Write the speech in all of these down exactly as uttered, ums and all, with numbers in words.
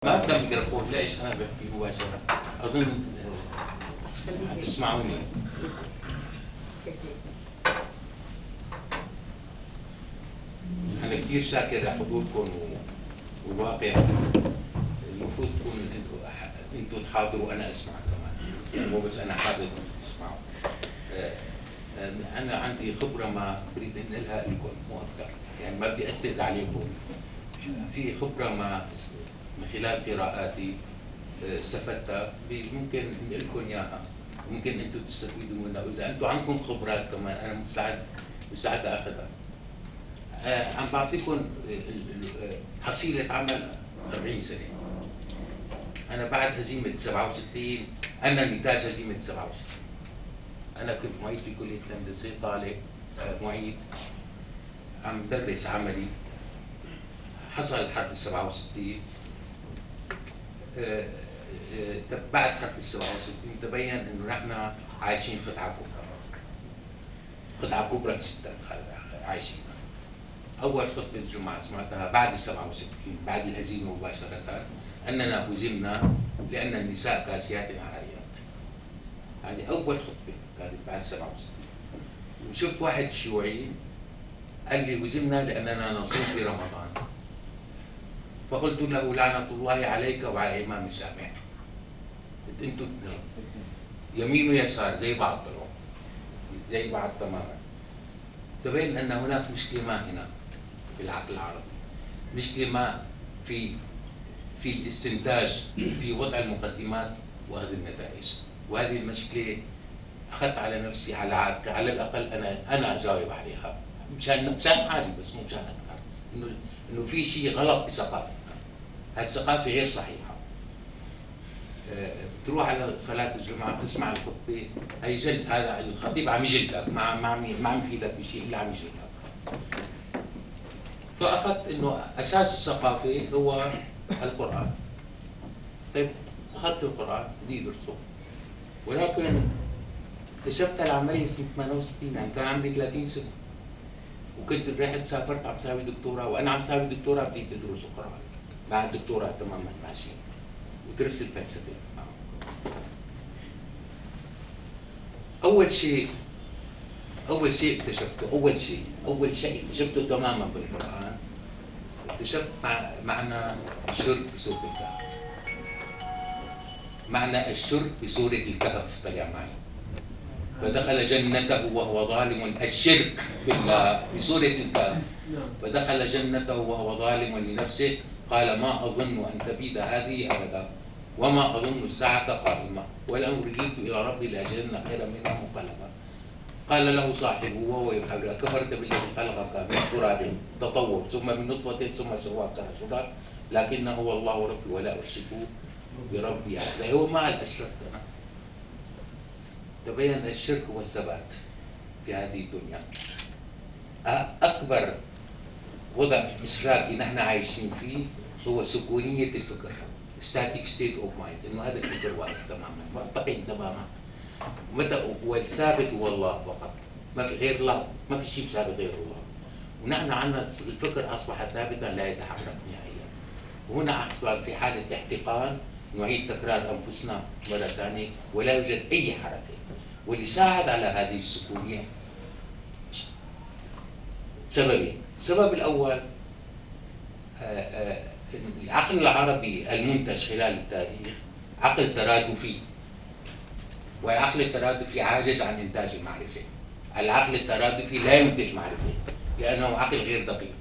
ما كان ميكروفون، ليش انا بحكي مباشرة؟ اظن تسمعوني. انا كثير شاكر لحضوركم وواقع المفروض تكون انتم انتم تحاضروا وانا اسمع كمان، مو بس انا حاضر اسمعوا. انا عندي خبرة ما بريد انقلها لكم مو اكثر، يعني ما بدي استاذ عليكم. في خبرة ما من خلال قراءاتي استفدتها ممكن نقلكم اياها، ممكن انتم تستفيدوا منها، واذا انتم عندكم خبرات كمان انا مستعد مستعد اخذها. عم بعطيكم حصيلة عمل أربعين سنة. انا بعد هزيمة سبعة وستين، انا نتاج هزيمة سبعة وستين. انا كنت معيد في كلية الهندسة، طالب معيد عم درس عملي. حصل حرب السبعة وستين. بعد حرب السبعة وستين تبين انه نحن عايشين خدعة كبرى. خدعة كبرى جدا عايشين. اول خطبة الجمعة سمعتها بعد السبعة وستين، بعد الهزيمة مباشرة، اننا هزمنا لان النساء كاسيات عاريات. هذه اول خطبة كانت بعد سبعة وستين. وشفت واحد شيوعي قال لي هزمنا لاننا نصوم في رمضان. فقلت له لعنة الله عليك وعلى إمام الجامع. انتوا اثنين يمين ويسار زي بعض طلعوا زي بعض تماما. تبين أن هناك مشكلة ما هنا في العقل العربي، مشكلة ما في في الاستنتاج، في وضع المقدمات وأخذ النتائج. وهذه المشكلة أخذت على نفسي على عادتي، على الأقل أنا أنا أجاوب عليها مشان مشان حالي بس مو مشان أكثر. إنه إنه في شيء غلط بثقافتنا. هذه الثقافة غير صحيحة. أه تروح على صلاة الجمعة تسمع الخطبة، هي جلد، هذا الخطيب عم يجلدك، ما ما عم ما عم يفيدك بشيء إلا عم يجلدك. فأخذت إنه أساس الثقافة هو القرآن. طيب أخذت القرآن بدي أدرسه، ولكن اكتشفت العملية سنة ثمانية وستين، يعني كان عمري ثلاثين سنة، وكنت رحت سافرت عم ساوي دكتوراه، وأنا عم ساوي دكتوراه بديت أدرس القرآن. بعد دكتوراه تماما ماشي، ودرست الفلسفة. أول شيء أول شيء اكتشفته أول شيء أول شيء اكتشفته تماما بالقرآن، اكتشفت معنى الشرك بسورة الكهف. معنى الشرك بسورة الكهف طلع معي. فدخل جنته وهو ظالم، الشرك بالله بسورة الكهف. فدخل جنته وهو ظالم لنفسه، قال ما أظن أن تبيد هذه أبدا، وما أظن الساعة قائمة، ولو رجعت إلى ربي لأجدن خيرا منها منقلبا. قال له صاحبه وهو يحاول كفرت بالذي خلقك من تراب تطور ثم من نطفة ثم سواك رجلا لكن هو الله ربي ولا أشرك بربي أحدا. هو ما أشركت أنا. تبين الشرك هو الثبات في هذه الدنيا. أكبر وضع مشراكي نحن عايشين فيه هو سكونية الفكر، static state of mind، إنه هذا الفكر واقف تماما، معتقد تماما. متى والثابت هو الله فقط، ما في غير الله، ما في شيء ثابت غير الله. ونحن عندنا الفكر أصبح ثابتا لا يتحرك نهائيا. وهنا أصبح في حالة احتقان، نعيد تكرار أنفسنا مرة ثانية ولا يوجد أي حركة. واللي ساعد على هذه السكونية سببين. السبب الأول آآ آآ العقل العربي المنتج خلال التاريخ عقل ترادفي، والعقل الترادفي عاجز عن إنتاج المعرفة. العقل الترادفي لا ينتج معرفة لأنه عقل غير دقيق.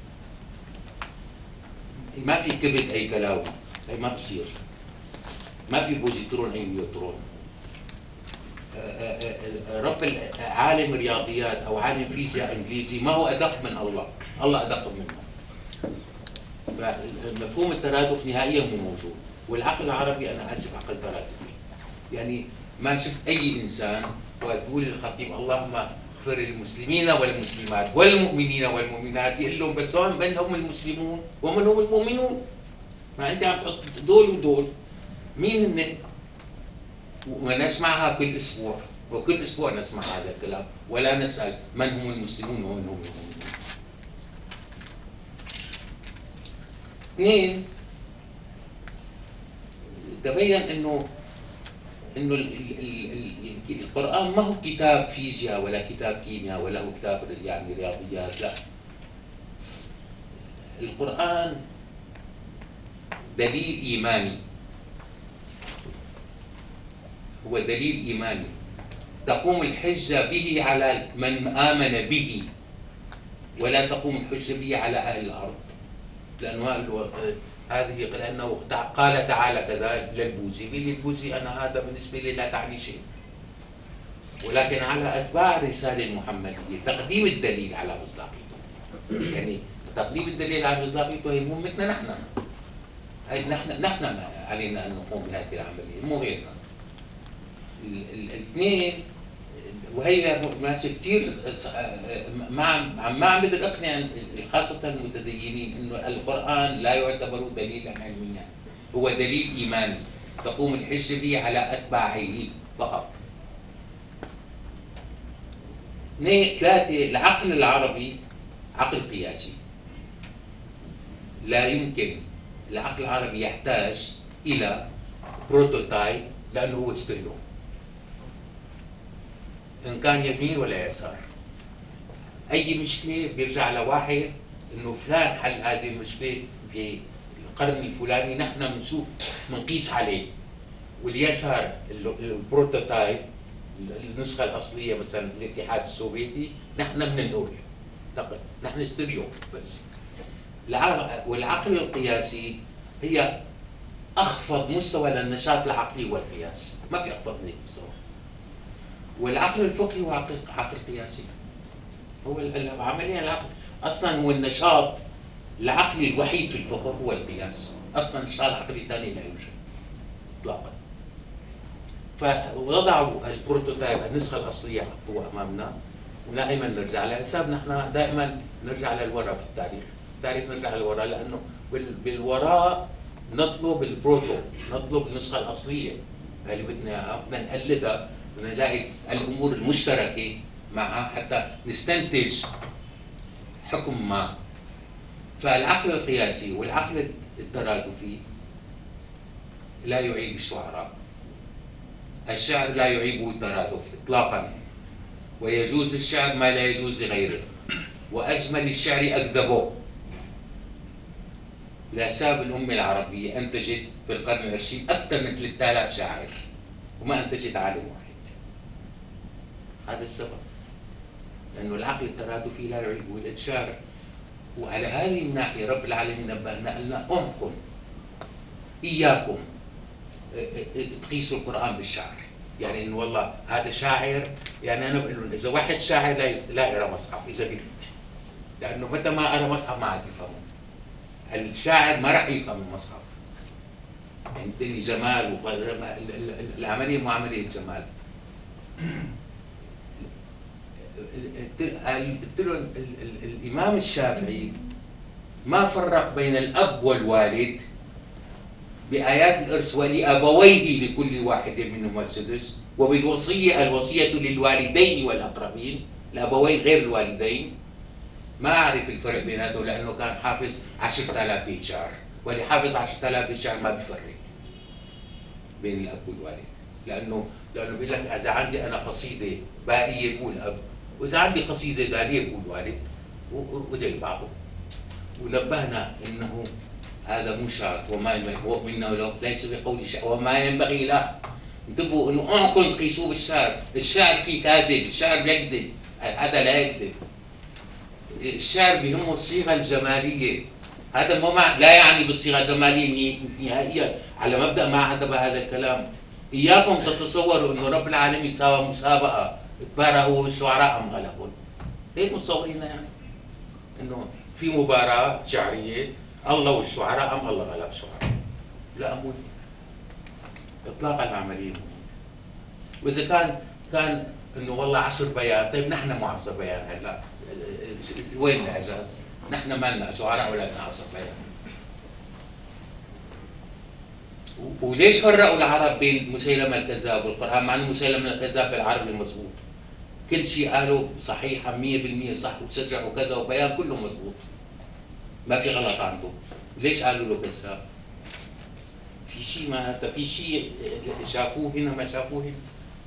ما في كبد أي كلاوي، هي ما بصير. ما في بوزيترون أي نيوترون. رب عالم رياضيات أو عالم فيزياء إنجليزي ما هو أدق من الله، الله أدق منه. فمفهوم الترادف نهائيا مو موجود. والعقل العربي أنا آسف عقل ترادفي. يعني ما شفت أي إنسان وتقول للخطيب اللهم اغفر للمسلمين والمسلمات والمؤمنين والمؤمنات، يقول لهم بس هون من هم المسلمون ومن هم المؤمنون؟ ما أنت عم تحط دول ودول، مين هن؟ ونسمعها كل أسبوع، وكل أسبوع نسمع هذا الكلام ولا نسأل من هم المسلمون ومن هم المؤمنون. اثنين، تبين انه انه ال ال ال القرآن ما هو كتاب فيزياء ولا كتاب كيمياء ولا هو كتاب يعني رياضيات، لا. القرآن دليل إيماني، هو دليل إيماني تقوم الحجة به على من آمن به، ولا تقوم الحجة به على أهل الأرض، لأنه هذه لأنه قال تعالى كذا للبوذي، للبوذي أنا هذا بالنسبة لي لا تعني شيء، ولكن على أتباع الرسالة المحمدية تقديم الدليل على مصداقيته، يعني تقديم الدليل على مصداقيته هي مهمتنا نحن، هي نحن نحن علينا أن نقوم بهذه العملية، مو غيرنا. الاثنين، وهي ماشي كثير ما ما عم بدي اقنع خاصة المتدينين انه القرآن لا يعتبر دليلا علميا، هو دليل ايماني تقوم الحجة به على اتباعه فقط. ثلاثة، العقل العربي عقل قياسي، لا يمكن العقل العربي يحتاج الى بروتوتايب لانه هو استهلو، إن كان يمين ولا يسار. أي مشكلة بيرجع لواحد إنه فلان حل هذه المشكلة في القرن الفلاني، نحن بنشوف بنقيس عليه، واليسار البروتوتايب النسخة الأصلية مثلا الاتحاد السوفيتي نحن بننقل نحن ستيريو بس. والعقل القياسي هي أخفض مستوى للنشاط العقلي والقياس، ما في أخفض من مستوى. والعقل الفقهي هو عقل عقل قياسي، هو العملية العقل أصلا هو النشاط العقلي الوحيد في الفقه هو القياس، أصلا نشاط عقلي ثاني لا يوجد إطلاقا. فوضعوا البروتوتايب النسخة الأصلية هو أمامنا، ودائما نرجع لها. حساب نحن دائما نرجع للوراء في التاريخ، التاريخ نرجع للوراء لأنه بالوراء نطلب البروتو، نطلب النسخة الأصلية اللي بدنا بدنا نقلدها، بدنا نلاقي الأمور المشتركة معها حتى نستنتج حكم ما. فالعقل القياسي والعقل الترادفي لا يعيب الشعراء، الشعر لا يعيبه الترادف إطلاقا، ويجوز الشعر ما لا يجوز لغيره، وأجمل الشعر أكذبه. الأساب الأمة العربية أنتجت في القرن العشرين أكثر من ثلاثة آلاف شاعر وما أنتجت عالم واحد. هذا السبب، لأنه العقل الترادفي لا يعيبه الشعر. وعلى هذه الناحية رب العالمين نبهنا قالنا أمكم إياكم تقيسوا القرآن بالشعر، يعني إنه والله هذا شاعر، يعني أنا بقول إذا واحد شاعر لا لا يقرأ مصحف إذا بدي، لأنه متى ما قرأ مصحف ما عاد يفهمه. الشاعر ما راح يفهم المصحف، يعني تقول جمال العملية مو عملية جمال. قلت له الإمام الشافعي ما فرق بين الأب والوالد بآيات الإرث ولأبويه لكل واحد منهما السدس، وبالوصية الوصية للوالدين والأقربين، الأبوين غير الوالدين. ما أعرف الفرق بيناتهم لأنه كان حافظ عشرة آلاف بيت شعر، واللي حافظ عشرة آلاف بيت شعر ما بيفرق بين الأب والوالد، لأنه لأنه بيقول لك إذا عندي أنا قصيدة بائية بقول أب، وإذا عندي قصيدة دالية بقول والد، وزي بعضه. ونبهنا إنه هذا مو شعر، وما هو منه ليس بقول شعر وما ينبغي له. انتبهوا إنه أنكم تقيسوه بالشعر، الشعر فيه كاذب، الشعر يكذب، هذا لا يكذب. الشعر بيهمه الصيغة الجمالية، هذا مو لا يعني بالصيغة الجمالية نهائيا، على مبدأ ما عتب هذا الكلام. إياكم تتصوروا إنه رب العالمين سوى مسابقة تبارى هو والشعراء أم غلبهم، هيك متصورين يعني إنه في مباراة شعرية الله والشعراء أم الله غلب الشعراء؟ لا، مو إطلاقا العملية. وإذا كان كان إنه والله عصر بيان، طيب نحن مو عصر بيان هلا، وين الإعجاز؟ نحن ما لنا شعراء ولا لنا عصر بيان. وليش فرقوا العرب بين مسيلمة الكذاب والقرآن، مع أنه مسيلمة الكذاب بالعربي مضبوط، كل شيء قالوا صحيحا مية بالمية صح، وسجع وكذا وبيان كله مضبوط، ما في غلط عنده. ليش قالوا له كذاب؟ في شيء معناتها في شيء شافوه هنا ما شافوه هنا.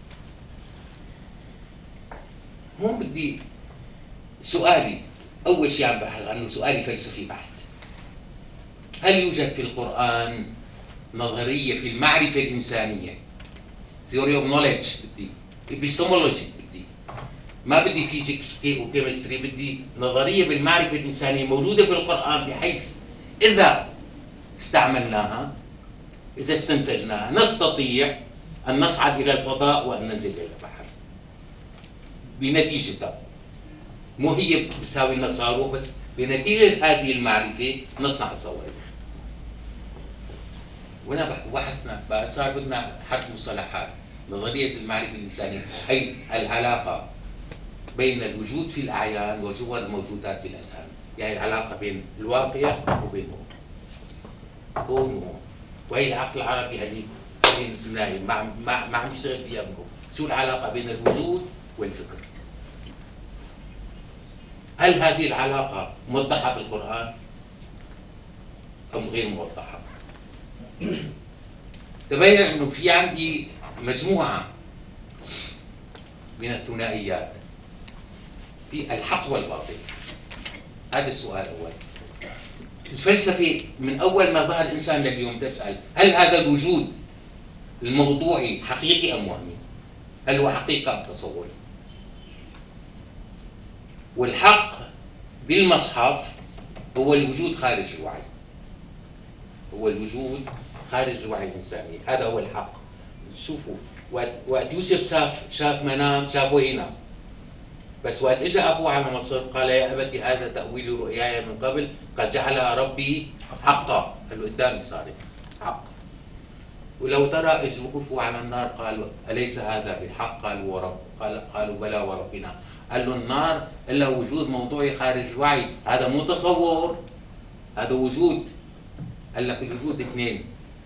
هون بدي سؤالي أول شيء عم بحث عنه سؤالي فلسفي بحت. هل يوجد في القرآن نظرية في المعرفة الإنسانية theory of knowledge بدي epistemology بدي ما بدي فيزيكس وكيمستري بدي نظرية بالمعرفة الإنسانية موجودة في القرآن بحيث إذا استعملناها إذا استنتجناها نستطيع أن نصعد إلى الفضاء وأن ننزل إلى البحر بنتيجتها. مو هي بتساوي لنا صاروخ بس بنتيجة هذه المعرفة نصنع الصواريخ. وأنا بحثنا بقى صار بدنا حط مصطلحات نظرية المعرفة الإنسانية أي العلاقة بين الوجود في الأعيان وجوه الموجودات في الأذهان، يعني العلاقة بين الواقع وبين هون وهون. وهي العقل العربي هذه نايم ما ما ما عم يشتغل فيها بكم. شو العلاقة بين الوجود والفكر؟ هل هذه العلاقة موضحة بالقرآن أم غير موضحة؟ تبين أنه في عندي مجموعة من الثنائيات في الحق والباطل. هذا السؤال الأول. الفلسفة من أول ما ظهر الإنسان لليوم تسأل هل هذا الوجود الموضوعي حقيقي أم وهمي؟ هل هو حقيقة أم تصور؟ والحق بالمصحف هو الوجود خارج الوعي، هو الوجود خارج الوعي الإنساني، هذا هو الحق. شوفوا وقت يوسف شاف شاف منام شافه هنا، بس وقت اجى ابوه على مصر قال يا ابتي هذا تاويل رؤياي من قبل قد جعلها ربي حقا. قال له قدامي صارت حق. ولو ترى اذ وقفوا على النار قالوا اليس هذا بالحق؟ قالوا ورب قال قالوا بلى وربنا. قال له النار الا وجود موضوعي خارج الوعي، هذا مو تصور هذا وجود. قال لك الوجود اثنين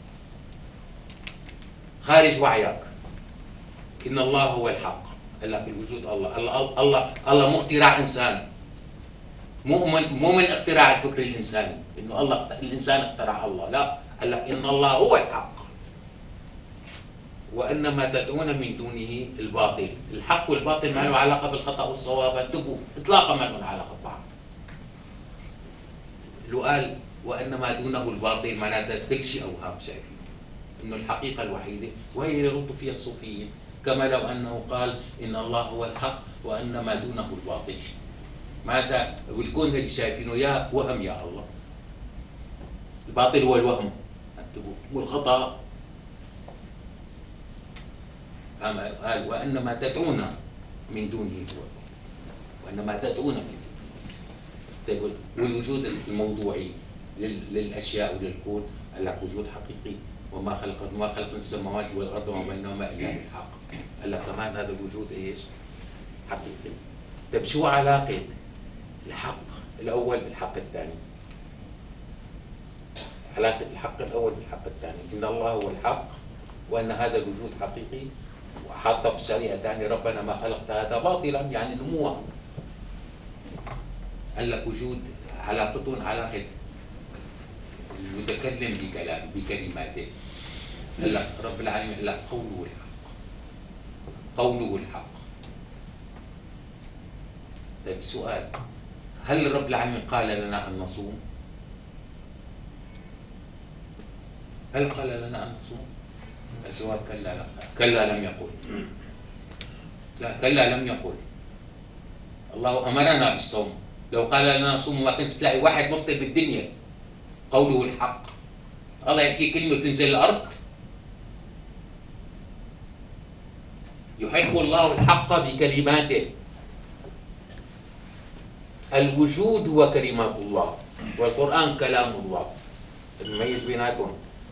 خارج وعيك. ان الله هو الحق. قال لك الوجود الله الله الله الله مو اختراع انسان، مو من مو من اختراع الفكر الانساني انه الله الانسان اخترع الله، لا. قال لك ان الله هو الحق وان ما تدعون من دونه الباطل. الحق والباطل ما له علاقه بالخطا والصواب، انتبهوا اطلاقا ما لهم علاقه ببعض. لو قال وان ما دونه الباطل معناتها كل شيء اوهام شايفين انه الحقيقه الوحيده، وهي اللي يرد فيها الصوفيين. كما لو أنه قال إن الله هو الحق وأن ما دونه الباطل. ماذا والكون اللي شايفينه يا وهم يا الله. الباطل هو الوهم والخطأ. قال وأن ما تدعون من دونه هو وأن ما تدعون من دونه. والوجود الموضوعي للأشياء وللكون قال لك وجود حقيقي وما خلقت ما خلقت السماوات والارض وما بينهما الا بالحق. قال لك كمان هذا الوجود ايش؟ حقيقي. طيب شو علاقه الحق الاول بالحق الثاني؟ علاقه الحق الاول بالحق الثاني ان الله هو الحق وان هذا الوجود حقيقي، وحاطه في الشريعه الثانيه ربنا ما خلقت هذا باطلا يعني نموه. قال لك وجود علاقتهم علاقه المتكلم بكلام بكلماته. قال لك رب العالمين قال لك قوله الحق قوله الحق. طيب سؤال هل رب العالمين قال لنا ان نصوم؟ هل قال لنا ان نصوم؟ الجواب كلا لا كلا لم يقل. لا كلا لم يقل. الله امرنا بالصوم. لو قال لنا نصوم ما كنت تلاقي واحد مفطر بالدنيا. قوله الحق. الله يحكي كلمة تنزل الأرض. يحق الله الحق بكلماته. الوجود هو كلمات الله والقرآن كلام الله. نميز بيناتهم.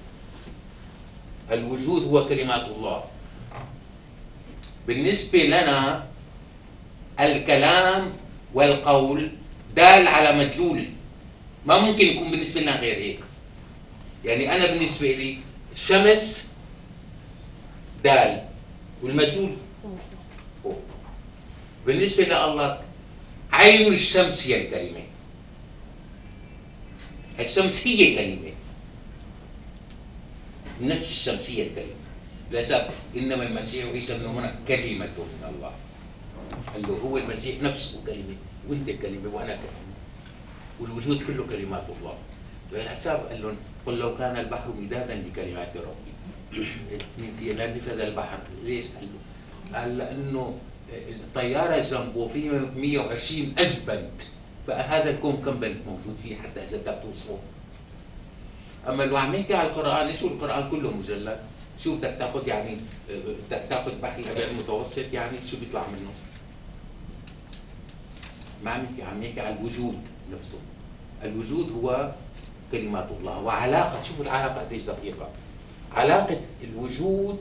الوجود هو كلمات الله. بالنسبة لنا الكلام والقول دال على مدلول، ما ممكن يكون بالنسبة لنا غير هيك. يعني أنا بالنسبة لي الشمس دال والمدلول فوق. بالنسبة لله عين الشمس هي الكلمة. الشمس هي كلمة. النفس الشمسية الكلمة. لا شك إنما المسيح عيسى ابن مريم كلمة من الله. قال له هو المسيح نفسه كلمة، وأنت كلمة وأنا كلمة، والوجود كله كلمات الله. فالحساب قال لهم قل لو كان البحر مدادا لكلمات ربي لنفذ البحر. ليش؟ قال له قال لأنه الطيارة جنبه فيه مئة وعشرين ألف بند، فهذا الكون كم بند موجود فيه حتى إذا بدك توصفه؟ أما لو عم نحكي على القرآن، شو القرآن كله مجلد، شو بدك تاخذ يعني؟ بدك تاخذ بحر الأبيض المتوسط يعني شو بيطلع منه؟ ما عم نحكي، عم نحكي على الوجود نفسه. الوجود هو كلمات الله، وعلاقة، شوفوا العلاقة قديش دقيقة. علاقة الوجود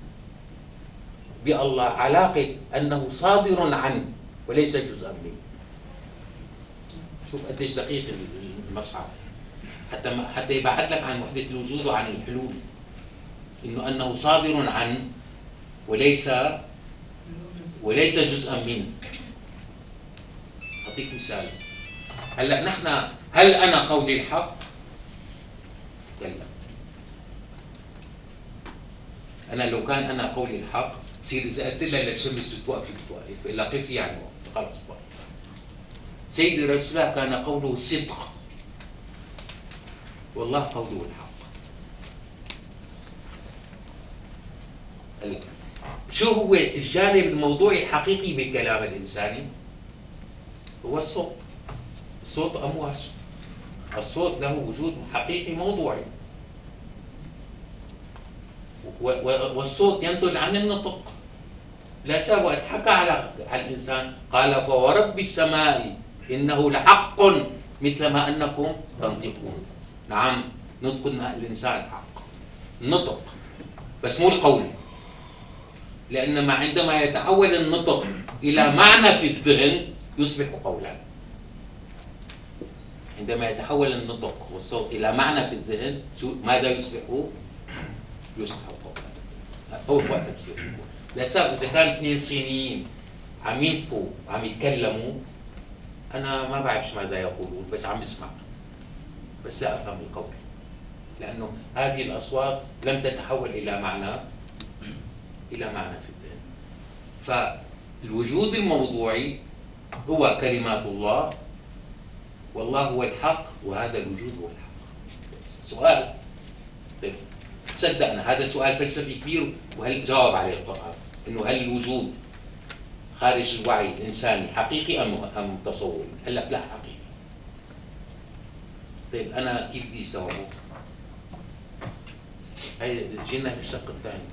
بالله علاقة أنه صادر عنه وليس جزءا منه. شوف قديش دقيق المصحف، حتى حتى يبعث لك عن وحدة الوجود وعن الحلول، إنه أنه صادر عنه وليس وليس جزءا منه. أعطيك مثال. هلا نحن هل أنا قولي الحق؟ كلا. أنا لو كان أنا قولي الحق صير إذا قلت لها للشمس تتوقف تتوقف، إلا كيف يعني خلص بقى. سيدي رسول الله كان قوله الصدق، والله قوله الحق. شو هو الجانب الموضوعي الحقيقي بالكلام الإنساني؟ هو الصوت. الصوت أمواج، الصوت له وجود حقيقي موضوعي، والصوت ينتج عن النطق. لا شك وقت حكى على الإنسان قال فورب السماء إنه لحق مثل ما أنكم تنطقون. نعم، نطق الإنسان حق، نطق، بس مو القول. لأن عندما يتحول النطق إلى معنى في الذهن يصبح قولا. عندما يتحول النطق والصوت إلى معنى في الذهن ماذا يصبح؟ يصبح قولا. هو هو تفسير. لا شك إذا كان اثنين صينيين عم ينطقوا عم يتكلموا، أنا ما بعرف ماذا يقولون بس عم بسمع، بس لا أفهم القول، لأنه هذه الأصوات لم تتحول إلى معنى إلى معنى في الذهن. فالوجود الموضوعي هو كلمات الله، والله هو الحق، وهذا الوجود هو الحق. سؤال، طيب صدقنا هذا سؤال فلسفي كبير، وهل جاوب عليه القرآن؟ إنه هل الوجود خارج الوعي الإنساني حقيقي أم أم تصوري؟ قال لك لا، حقيقي. طيب أنا كيف بدي استوعبه؟ هي جينا للشق الثاني.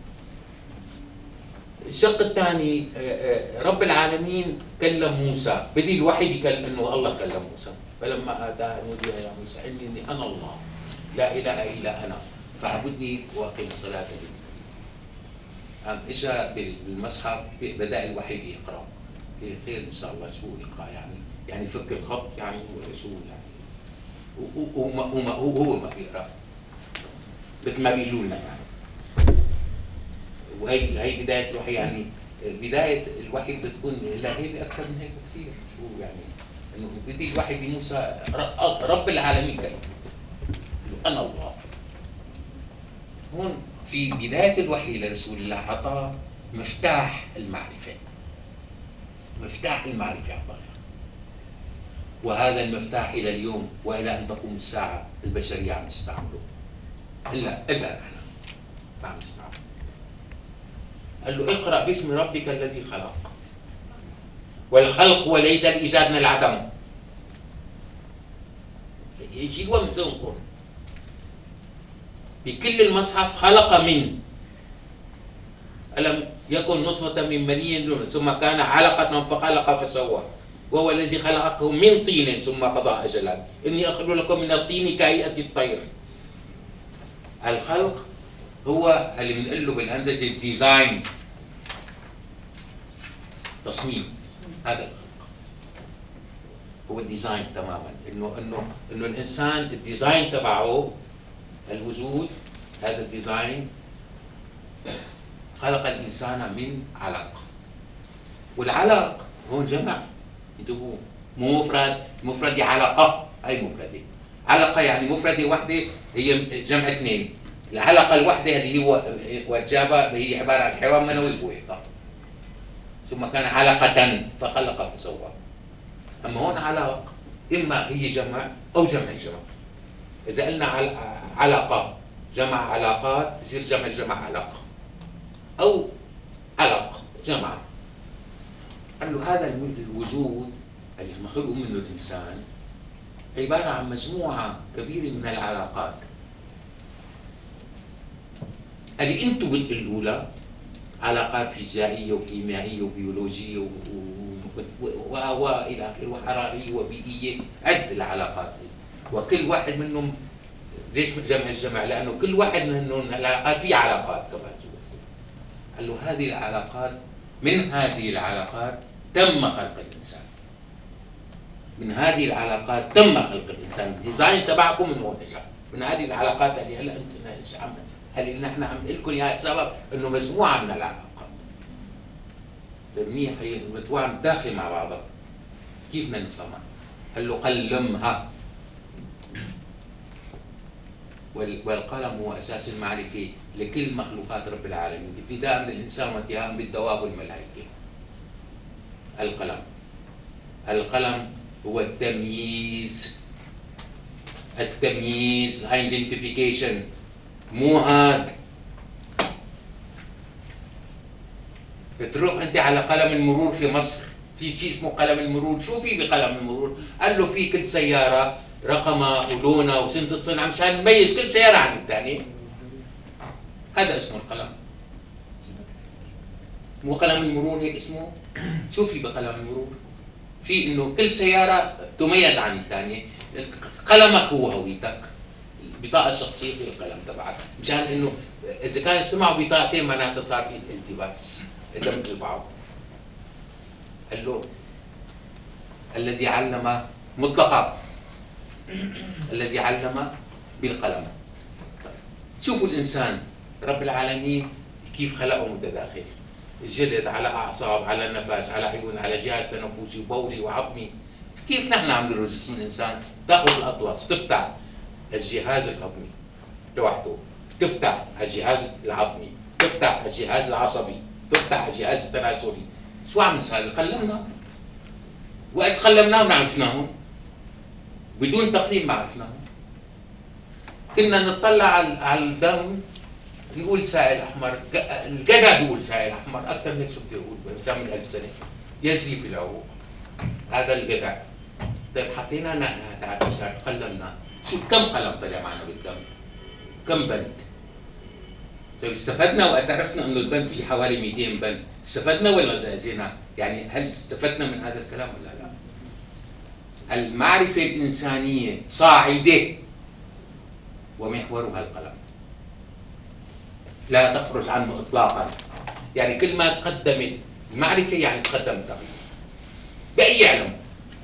الشق الثاني رب العالمين كلم موسى، بدي الوحي يكلم انه الله كلم موسى، فلما اتاه نودي يا موسى اني انا الله لا اله الا انا فاعبدني واقم الصلاه لي. قام اجى بالمصحف بدا الوحي يقرا. خير ان شاء الله، شو يقرا يعني؟ يعني فك الخط يعني ولا شو يعني؟ وما هو هو ما بيقرا مثل ما بيقولوا لنا يعني. وهي هي بداية الوحي، يعني بداية الوحي بتكون لا هي أكثر من هيك كثير. شو يعني؟ إنه بدي الوحي بموسى رب العالمين كلمة أنا الله. هون في بداية الوحي لرسول الله أعطاه مفتاح المعرفة، مفتاح المعرفة أعطاه، وهذا المفتاح إلى اليوم وإلى أن تقوم الساعة البشرية عم تستعمله، إلا إلا نحن ما عم نستعمله. قال له اقرأ باسم ربك الذي خلق، والخلق وليس الإيجاد من العدم. يجي هو مثلكم بكل المصحف خلق من، ألم يكن نطفة من مني ثم كان علقة فخلق فسوى، وهو الذي خلقكم من طين ثم قضى أجلا إني أخلق لكم من الطين كهيئة الطير. الخلق هو اللي بنقول له بالهندسة الديزاين، تصميم. هذا الخلق هو الديزاين تماما، انه انه انه الانسان الديزاين تبعه الوجود، هذا الديزاين خلق الانسان من علق، والعلق هو جمع، انتبهوا، مو مفرد، مفردة علقة، اي مفردة علقة يعني مفردة واحدة هي جمع اثنين، العلقة الواحدة اللي هو وجابها هي عبارة عن حيوان منوي بويضة، ثم كان علقة فخلق فسوى. أما هون علاق إما هي جمع أو جمع جمع. إذا قلنا علقة جمع علاقات بصير جمع جمع علاقة، أو علق جمع. قال له هذا الوجود اللي مخلوق منه الإنسان عبارة عن مجموعة كبيرة من العلاقات اللي انتم بتقولوا لها علاقات فيزيائية وكيميائية وبيولوجية والى اخره وحرارية وبيئية، عد العلاقات دي، وكل واحد منهم ليش جمع الجمع؟ لأنه كل واحد منهم العلاقات في علاقات كمان جوا. قال له هذه العلاقات، من هذه العلاقات تم خلق الإنسان، من هذه العلاقات تم خلق الإنسان. الديزاين تبعكم من هون اجى، من هذه العلاقات اللي هلا انتم عم اللي نحن عم نقول لكم اياها بسبب انه مجموعة من العلاقات. منيح هي مجموعة متداخلة مع بعضها. كيف بدنا نفهمها؟ قال له قلمها. والقلم هو أساس المعرفة لكل مخلوقات رب العالمين، ابتداء من الإنسان وانتهاء بالدواب والملائكة. القلم القلم هو التمييز، التمييز identification، مو هاد بتروح انت على قلم المرور في مصر، في شيء اسمه قلم المرور. شو في بقلم المرور؟ قال له في كل سيارة رقمها ولونها وسنة الصنع مشان نميز كل سيارة عن الثانية. هذا اسمه القلم، مو قلم المرور هيك اسمه. شو في بقلم المرور؟ في انه كل سيارة تميز عن الثانية. قلمك هو هويتك، البطاقة الشخصية في القلم تبعك، مشان انه اذا كان سمعوا بطاقتين معناتها صار في التباس، اذا مثل بعض. قال له الذي علم مطلقا، الذي علم بالقلم. شوفوا الانسان رب العالمين كيف خلقه متداخل، الجلد على اعصاب على نفس على عيون على جهاز تنفسي وبولي وعظمي. كيف نحن عم ندرس جسم الانسان؟ تاخذ الاطلس تفتح الجهاز الهضمي لوحده، تفتح الجهاز العظمي، تفتح الجهاز العصبي، تفتح الجهاز التناسلي. شو عم نسال؟ قلمنا، وقت قلمناهم ما عرفناهم، بدون تقييم ما عرفناهم. كنا نطلع على الدم نقول سائل احمر، الجدع بيقول سائل احمر اكثر من شو بدي اقول بسام من ألف سنه يزري في العروق. هذا الجدع. طيب حطينا نحن قلمنا، شو كم قلم طلع معنا بالدم؟ كم بند؟ طيب استفدنا وقت عرفنا انه البند في حوالي مئتين بند، استفدنا ولا اذينا؟ يعني هل استفدنا من هذا الكلام ولا لا؟ المعرفة الإنسانية صاعدة ومحورها القلم، لا تخرج عنه إطلاقا. يعني كل ما تقدمت المعرفة يعني تقدم التقدم بأي علم.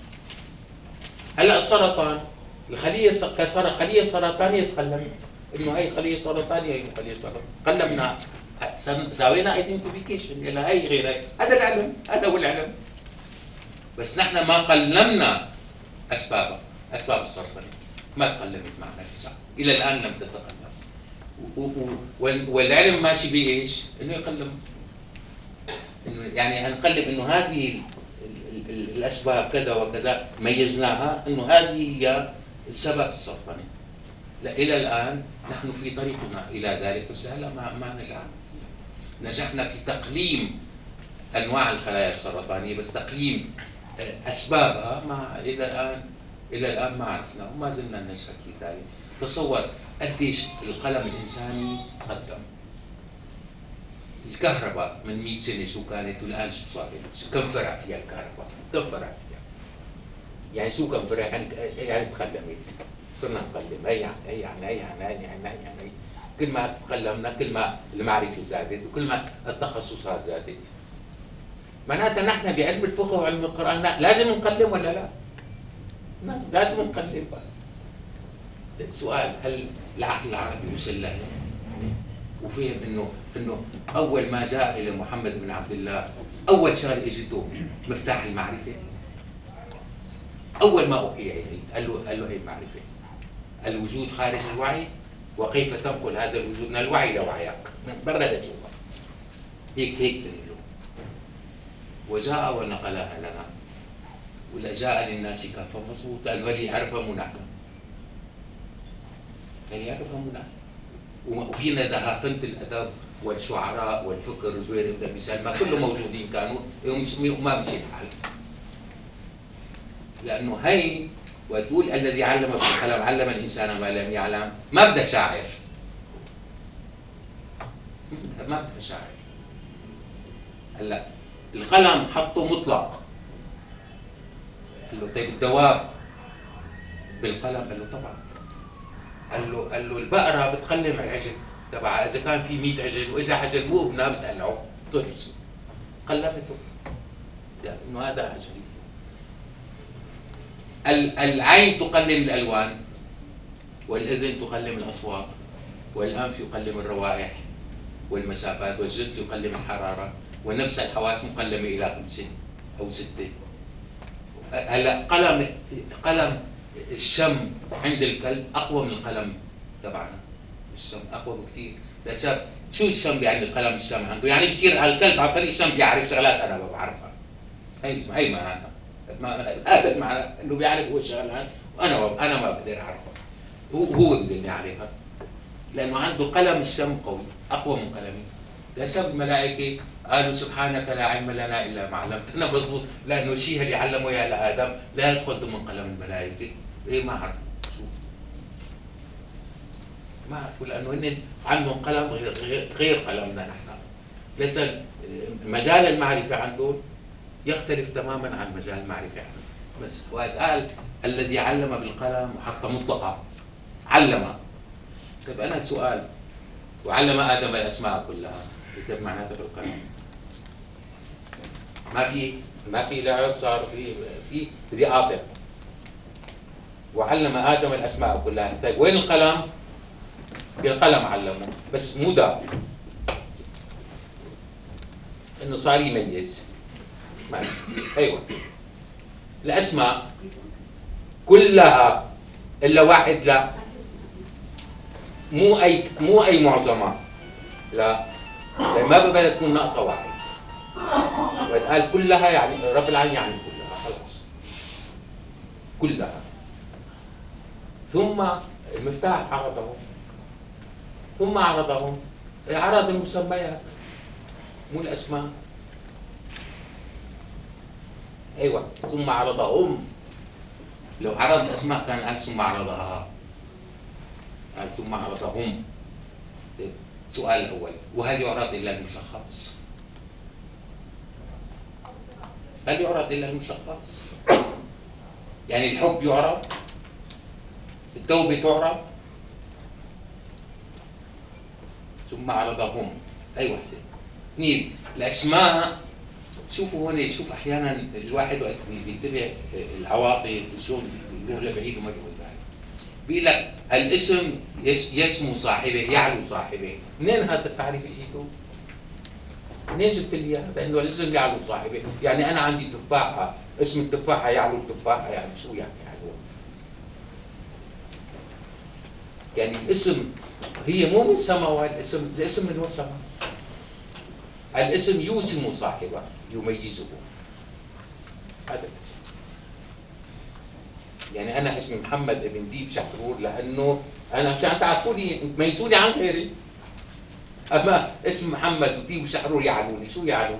هلا السرطان، الخلية كسر خلية سرطانية تقلمت انه هي خلية سرطانية، هي خلية سرطانية، قلمنا سوينا ايدنتيفيكيشن الى هي غير هي. هذا العلم، هذا هو العلم. بس نحن ما قلمنا اسبابها، اسباب السرطان ما تقلمت معنا لسه، الى الان لم تتقلم. والعلم ماشي بايش؟ انه يقلم، انه يعني هنقلب انه هذه الاسباب كذا وكذا ميزناها انه هذه هي السبب السرطاني. لا الى الان نحن في طريقنا الى ذلك، بس هلا ما ما نجح. نجحنا في تقليم انواع الخلايا السرطانيه، بس تقييم اسبابها ما الى الان الى الان ما عرفنا وما زلنا نشهد في ذلك. تصور قديش القلم الانساني قدم. الكهرباء من مئة سنه شو كانت والان شو صارت؟ كم فرع فيها الكهرباء؟ كم فرع فيها؟ يعني شو كم فرع؟ يعني يعني تقدمت، صرنا نقلم هي عن هي عن هي عن هي عن هي عن هي. كل ما تقلمنا كل ما المعرفه زادت وكل ما التخصصات زادت. معناتها نحن بعلم الفقه وعلم القرآن لازم نقلم ولا لا؟ نعم لازم نقلم. سؤال، هل العقل العربي وصل له وفهم انه انه اول ما جاء الى محمد بن عبد الله اول شغله اجته مفتاح المعرفه؟ اول ما اوحي اليه قال له قال له هي المعرفه، الوجود خارج الوعي وكيف تنقل هذا الوجود من الوعي إلى وعيك من برا لجوا. هيك هيك تنقله. وجاء ونقلها لنا. ولا جاء للناس كافة مظبوط الولي يعرف منى. يعني يعرف منى. وفي نزهة الأدب والشعراء والفكر زوير بن مثال ما كله موجودين كانوا وما بيجي الحال. لأنه هي وتقول الذي علم بالقلم علم الإنسان ما لم يعلم ما بدها شاعر. ما بدها شاعر. هلا القلم حطه مطلق. قال له طيب الدواب بالقلم؟ قال له طبعا. قال له قال له البقرة بتقلم العجل تبعها إذا كان في مئة عجل وإذا عجل مو ابنها بتقلعه ترجع قلبته. لأنه هذا عجل. العين تقلم الألوان والأذن تقلم الأصوات والأنف يقلم الروائح والمسافات والجلد يقلم الحرارة ونفس الحواس مقلمة إلى خمسة أو ستة. هلا قلم قلم الشم عند الكلب أقوى من القلم تبعنا. الشم أقوى بكثير. لسبب شو الشم يعني القلم الشم عنده؟ يعني بصير على الكلب عن طريق الشم بيعرف شغلات أنا ما بعرفها. هي هي معناتها هذا المعنى انه بيعرف هو شغلات وانا انا ما بقدر اعرفها. هو هو بده يعرفها لانه عنده قلم الشم قوي اقوى من قلمي. لسبب الملائكه قالوا سبحانك لا علم لنا الا ما علمتنا. مضبوط. لانه الشيء اللي علمه اياه لادم لا يدخل ضمن قلم الملائكه. ايه ما عرفوا شو ما عرفوا لانه هن عندهم قلم غير, غير قلمنا نحن. ليس مجال المعرفه عندهم يختلف تماما عن مجال المعرفة. بس وقت قال الذي علم بالقلم وحتى مطلقة علم. طيب أنا سؤال وعلم آدم الأسماء كلها كيف معناتها بالقلم؟ ما في ما في لعب صار في في رياضة وعلم آدم الأسماء كلها. طيب وين القلم؟ بالقلم علمه بس مو ده إنه صار يميز. ايوه الاسماء كلها الا واحد لا مو اي مو اي معظمه لا ما بدها تكون ناقصه واحد. وقال كلها يعني رب العالمين يعني كلها خلاص كلها. ثم المفتاح عرضهم ثم عرضهم عرض المسميات مو الاسماء. ايوه ثم عرضهم. لو عرض الاسماء كان قال ثم عرضها. قال ثم عرضهم. السؤال الاول وهل يعرض الا المشخص؟ هل يعرض الا المشخص؟ يعني الحب يعرض؟ التوبه تعرض؟ ثم عرضهم. اي وحده. اثنين الاسماء. شوفوا هون شوف احيانا الواحد وقت بينتبه العواطف والشغل بيروح لبعيد وما بيقول بعيد. بيقول لك الاسم يسمو صاحبه يعلو صاحبه. منين هذا التعريف اجيته؟ منين جبت لي اياها؟ لانه الاسم يعلو صاحبه، يعني انا عندي تفاحه اسم التفاحه يعلو التفاحه، يعني شو يعني يعلو؟ يعني الاسم هي مو من سماوات الاسم، الاسم من هو سما. الاسم يوسم صاحبه يميزه. هذا الاسم. يعني انا اسمي محمد ابن ديب شحرور لانه انا عشان تعرفوني تميزوني عن غيري. اما اسم محمد وديب وشحرور يعلوني، شو يعلوني؟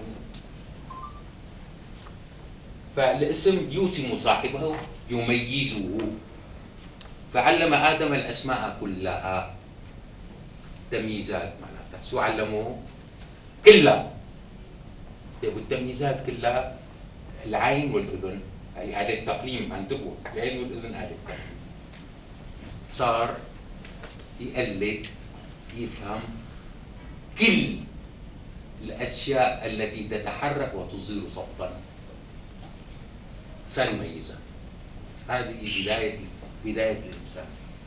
فالاسم يوسم صاحبه يميزه. فعلم ادم الاسماء كلها تمييزات. معناتها شو علموه؟ كلها. والتمييزات كلها العين والاذن، هي هذا التقليم عندكم، العين والاذن هذا التقليم. صار يقلد يفهم كل الاشياء التي تتحرك وتصير صوتا، صار يميزها. هذه بداية بداية الإنسان.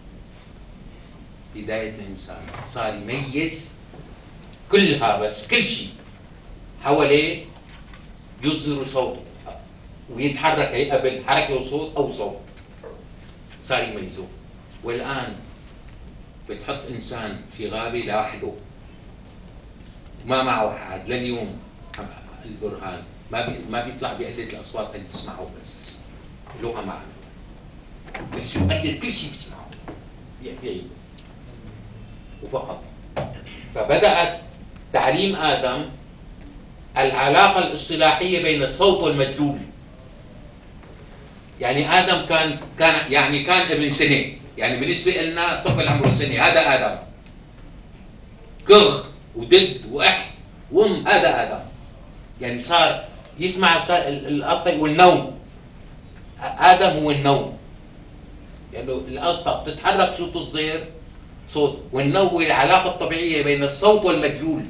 بداية الإنسان صار يميز كلها، بس كل شيء حواليه يصدر صوت ويتحرك هي قبل حركة وصوت أو صوت، صار يميزه. والآن بتحط إنسان في غابة لوحده ما معه أحد لليوم، البرهان ما بي ما بيطلع بيقلد الأصوات اللي بتسمعه، بس لغة معه بس يقلد كل شيء بتسمعه يعيد وفقط. فبدأت تعليم آدم العلاقة الاصطلاحية بين الصوت والمدلول. يعني آدم كان كان يعني كان ابن سنة، يعني بالنسبة لنا طفل عمره سنة، هذا آدم. كغ ودد وأح وم، هذا آدم. يعني صار يسمع القطة والنوم. آدم هو النوم، يعني القطة بتتحرك شو تصدر صوت، والنوم هو العلاقة الطبيعية بين الصوت والمدلول.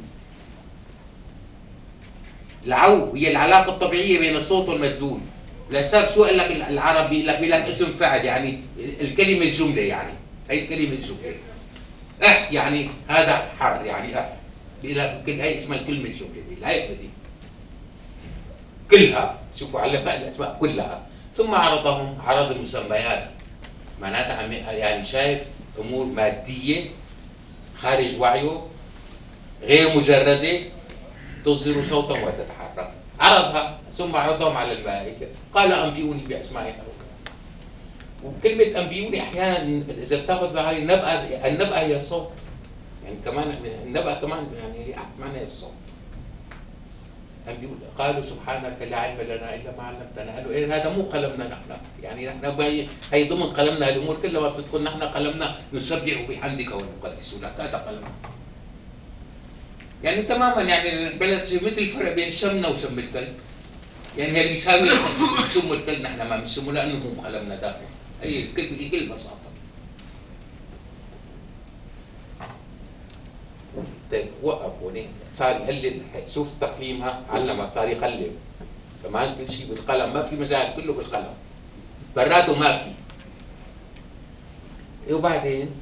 العو هي العلاقة الطبيعية بين الصوت والمدلول. لسبب شو قال لك العرب بيقول لك بيقول لك اسم فاعل، يعني الكلمة الجملة، يعني هي الكلمة الجملة. اه يعني هذا حر، يعني اه بيقول لك كل هي اسمها الكلمة الجملة دي، هي دي كلها. شوفوا على الاسماء كلها. ثم عرضهم عرض المسميات، معناتها يعني شايف امور مادية خارج وعيه غير مجردة تصدر صوتا وتتحرك. عرضها ثم عرضهم على الملائكة قال أنبئوني بأسماء هؤلاء. وكلمة أنبئوني أحيانا إذا بتاخذ بالك النبأة، النبأة هي الصوت، يعني كمان النبأة كمان يعني معنى هي الصوت. أنبئوني قالوا سبحانك لا علم لنا إلا ما علمتنا. قالوا إيه هذا مو قلمنا نحن، يعني نحن هي ضمن قلمنا الأمور كلها بتدخل نحن قلمنا نسبح بحمدك ونقدس لك، هذا قلمنا. يعني تماما يعني البلد مثل الفرق بين شمنا وشم الكلب، يعني هي بيساوي شم الكلب نحن ما بنشمه لانه مو قلمنا داخل، هي الكلب بكل بساطه. طيب وقف هون صار يقلد، شوف تقليمها علمها صار يقلب كمان كل شيء بالقلم، ما في مجال كله بالقلم، براته ما في. وبعدين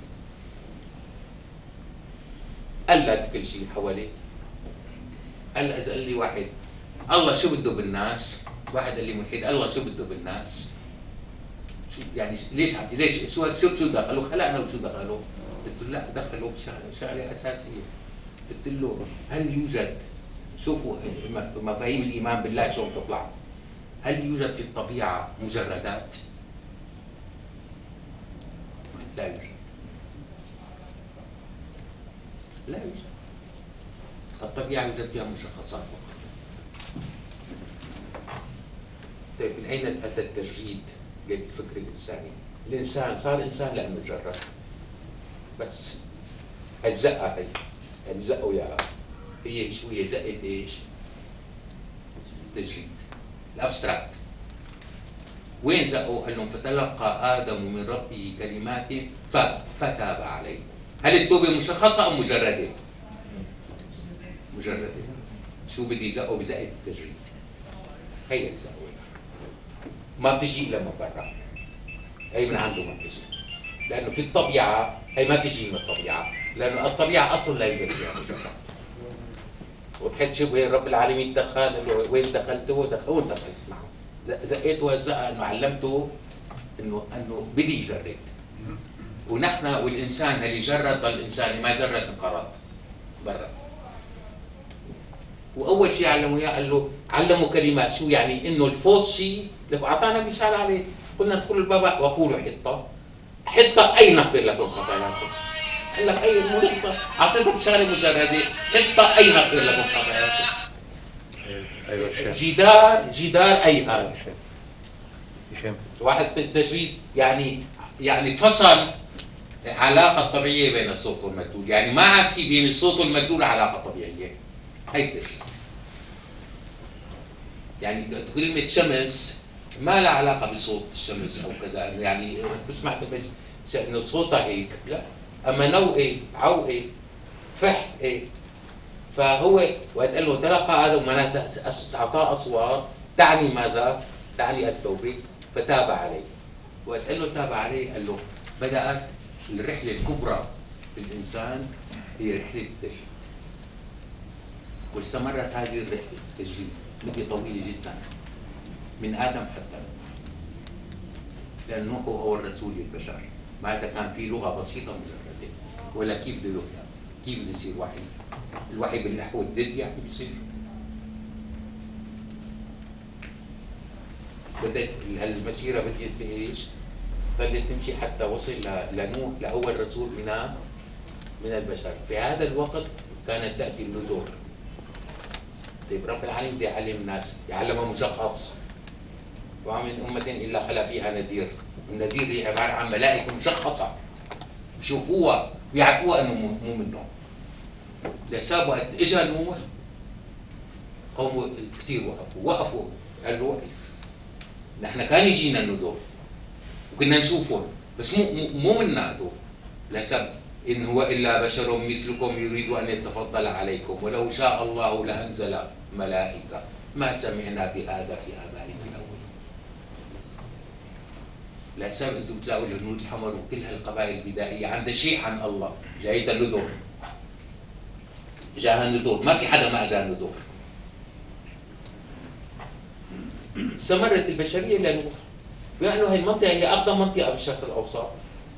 قلد كل شيء حواليه. قال اذا قال لي واحد الله شو بده بالناس، واحد قال لي ملحد الله شو بده بالناس، شو يعني ليش ليش شو شو شو دخلوا خلقنا وشو دخلوا؟ قلت له لا دخلوا بشغله اساسيه. قلت له هل يوجد، شوفوا مفاهيم الايمان بالله شو بتطلع، هل يوجد في الطبيعه مجردات؟ لا يوجد، لا يوجد. الطبيعة يوجد فيها مشخصات فقط. طيب من أين أتى التجريد للفكر الإنساني؟ الإنسان صار إنسان لأنه جرب بس. الزقة هي الزقوا يا هي شو هي زقة إيش؟ تجريد الأبستراكت. وين زقوا؟ قال لهم فتلقى آدم من ربه كلمات فتاب عليه. هل التوبة مشخصة أم مجردة؟ مجردة. شو بدي زقوا بزقة التجريد، هي اللي زقوا ما بتجي إلا من برا، هي من عنده ما بتجي، لأنه في الطبيعة هي ما بتجي من الطبيعة، لأنه الطبيعة أصلا لا يوجد فيها مجرد. وتحس شو رب العالمين دخل وين دخلته؟ دخل وين دخلت معه؟ زقيته هالزقة إنه علمته إنه إنه بدي يجرد. ونحن والإنسان اللي جرد ضل إنسان، ما جرد انقرض برا. واول شيء علموا اياه قال له علموا كلمات، شو يعني انه الفوت شيء، اعطانا مثال عليه، قلنا ادخلوا الباب وقولوا حطه، حطه اي نغفر لكم خطاياكم. قال لك اي حطه، اعطيتك شغله مجرده، حطه اي نغفر لكم خطاياكم. ايوه جدار جدار اي هذا واحد في التجريد، يعني يعني فصل علاقه طبيعيه بين الصوت والمدلول، يعني ما عاد في بين الصوت والمدلول علاقه طبيعيه. هي التجريد. يعني كلمة شمس ما لها علاقة بصوت الشمس أو كذا، يعني تسمع بس إنه صوتها هيك، لا. أما نو إيه، عو إيه، فح إيه. فهو وقت قال له تلقى آدم معناتها أعطاه أصوات تعني ماذا؟ تعني التوبة، فتاب عليه. وقت قال له تاب عليه قال له بدأت الرحلة الكبرى في الإنسان هي رحلة التجريد. واستمرت هذه الرحلة التجريد مدة طويلة جدا من آدم حتى نوح، لأن نوح هو الرسول للبشر، ما كان في لغة بسيطة مجردة. ولا كيف بده كيف بده يصير وحي؟ الوحي بالنحو الضد يعني بيصير. بدأت هالمسيرة بدأت بإيش؟ بدأت تمشي حتى وصل لنوح لأول رسول من من البشر. في هذا الوقت كانت تأتي النذور. طيب رب العالمين بده يعلم الناس، يعلمها مشخص. وما من أمة إلا خلا فيها نذير. النذير هي عبارة عن ملائكة مشخصة بشوفوها بيعرفوها إنه مو منهم. لسبب وقت إجا نوح قوموا كثير وقفوا وقفوا قال له نحن كان يجينا النذور وكنا نشوفهم بس مو مو منا هذول. لسبب إن هو إلا بشر مثلكم يريد أن يتفضل عليكم ولو شاء الله لأنزل ملائكة ما سمعنا بهذا في آبائنا الأولين. لسبب أنتم تلاقوا الهنود الحمر وكل هالقبائل البدائية عندها شيء عن الله. جايتها النذور، جاها النذور، ما في حدا ما أجا النذور. استمرت البشرية إلى نوح، لأنه هي المنطقة هي أقدم منطقة بالشرق الأوسط.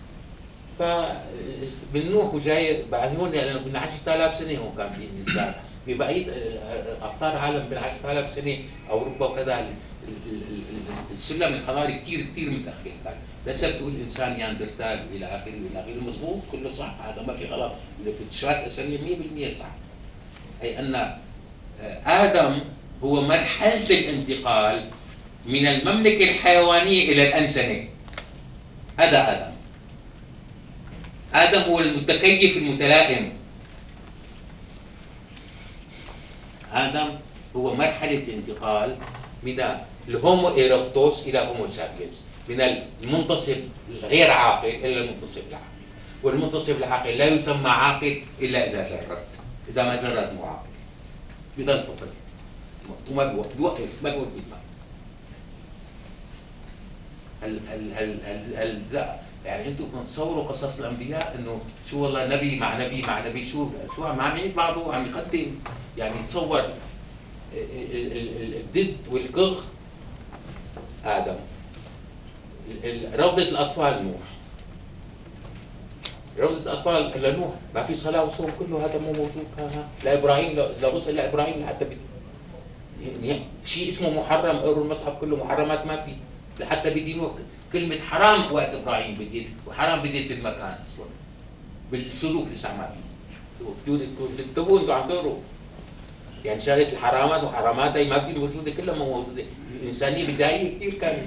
فمن نوح وجاي بعد هون يعني من عشرة آلاف سنة هون كان في إنسان. في بقية أقطار العالم بين عشرة آلاف سنة أوروبا وكذا السلم الحضاري كثير كثير متأخر كان. لسه بتقول إنسان نياندرتال وإلى آخره وإلى آخره مضبوط كله صح، هذا ما في غلط، الاكتشافات الأثرية مية بالمية صح. أي أن آدم هو مرحلة الانتقال من المملكة الحيوانية إلى الأنسنة. هذا آدم. آدم هو المتكيف المتلائم. آدم هو مرحلة انتقال من الهومو إيركتوس إلى هومو سابينس، من المنتصف الغير عاقل إلى المنتصف العاقل. والمنتصف العاقل لا يسمى عاقل إلا إذا جرد، إذا ما جرد مو عاقل. بضل طفل وما بيوقف ما بيوقف بالماء. هل هل هل هل هل يعني انتم بتصوروا قصص الانبياء انه شو والله نبي مع نبي مع نبي شو شو عم يعيد بعضه عم يقدم. يعني تصور الضد والكغ ادم، روضة الاطفال نوح، روضة الاطفال لنوح ما في صلاة وصوم كله هذا مو موجود. كان لابراهيم لو وصل لابراهيم لحتى يعني شيء اسمه محرم، اقروا المصحف كله محرمات ما في لحتى بدينوه. كلمة حرام وقت إبراهيم بديت وحرام بديت بالمكان أصلا بالسلوك لسه ما في وجود. تنتبهوا أنتوا عم تقروا يعني شغلة الحرامات وحرامات هي ما في وجودة كلها موجودة. الإنسانية بداية كثير كانت.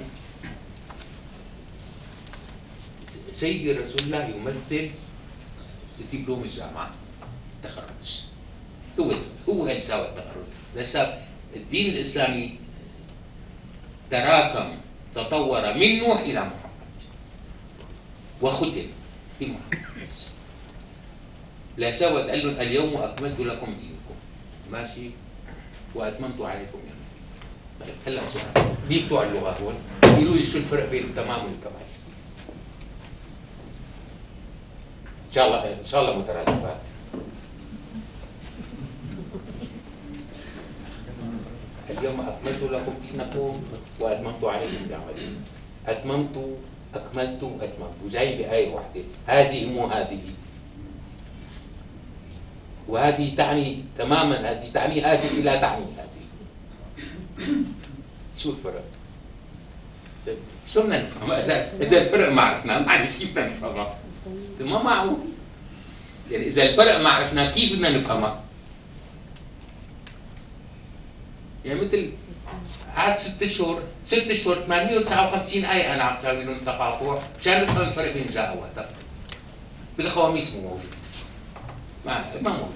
سيدي رسول الله يمثل دبلوم الجامعة تخرج. هو هو هيساوي التخرج. لسه الدين الإسلامي تراكم تطور من نوح إلى محمد وختم في محمد. لا سوى قال له اليوم أكملت لكم دينكم ماشي وأتممت عليكم نعمتي. طيب هلا سؤال مين بتوع اللغة هون؟ قولوا لي شو الفرق بين التمام والكمال؟ إن شاء الله إن شاء الله مترادفات. اليوم أكملت لكم دينكم وأتممت عليكم نعمتي. أتممت أكملت أتممت وجاي بآية واحدة. هذه مو هذه، وهذه تعني تماما هذه تعني هذه لا تعني هذه. شو الفرق؟ شو بدنا نفهم؟ إذا الفرق ما عرفناه معلش كيف بدنا نفهمها؟ ما معقول. يعني إذا الفرق ما عرفناه كيف بدنا نفهمها؟ يعني مثل قعدت ست اشهر ست اشهر ثمانمئة وتسعة وخمسين آية أنا عم ساوي لهم تقاطع مشان نفهم الفرق بين جاء وأتى. بالخواميس مو موجود. ما ما موجود.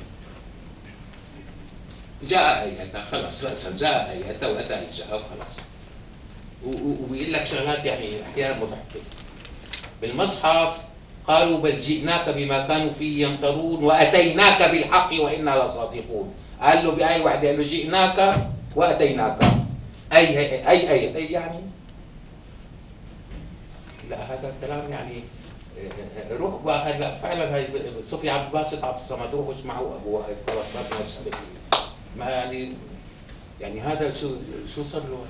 جاء آية خلص رأسا جاء آية وأتى جاء وخلص. وبيقول لك شغلات يعني أحيانا مضحكة. بالمصحف قالوا بل جئناك بما كانوا فيه يمترون وأتيناك بالحق وإنا لصادقون. قال له بآية واحدة قال له جئناك وأتيناك. أي أي أي أي, أي يعني لا هذا الكلام يعني روح هلا فعلا هاي صوفي عبد الباسط عبد الصمد روحوا اسمعوا أبو التوسط ما يعني يعني هذا شو شو صار له؟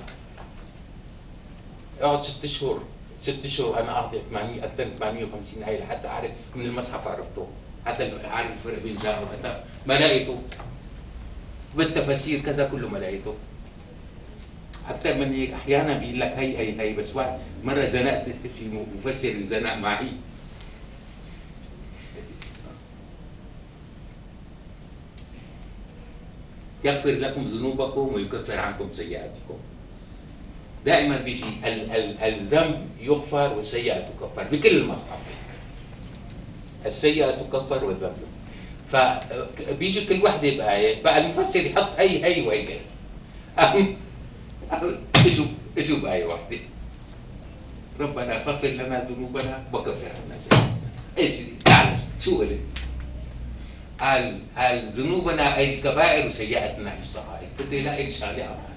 اقعد ست شهور ست شهور أنا أعطي ثمانمئة أكثر من ثمانمئة وخمسين آية لحتى أعرف من المصحف عرفته. حتى عارف الفرق بين جاء وأتى ما لقيته. بالتفاسير كذا كله ما لقيته. أكثر من هيك أحيانا بيقول لك هي هي هي بس واحد مرة زنقت في مفسر زنق معي. يغفر لكم ذنوبكم ويكفر عنكم سيئاتكم. دائما بيجي الذنب يغفر والسيئة تكفر بكل المصحف. السيئة تكفر والذنب. فبيجي كل وحدة بآية، بقى المفسر يحط هي هي وهي. اجوا اجوا بآية واحدة. ربنا فاغفر لنا ذنوبنا وكفر عنا سيئاتنا. ايش تعال شو قلت؟ قال قال ذنوبنا اي الكبائر وسيئاتنا اي الصغائر. بدي الاقي شغله امانه.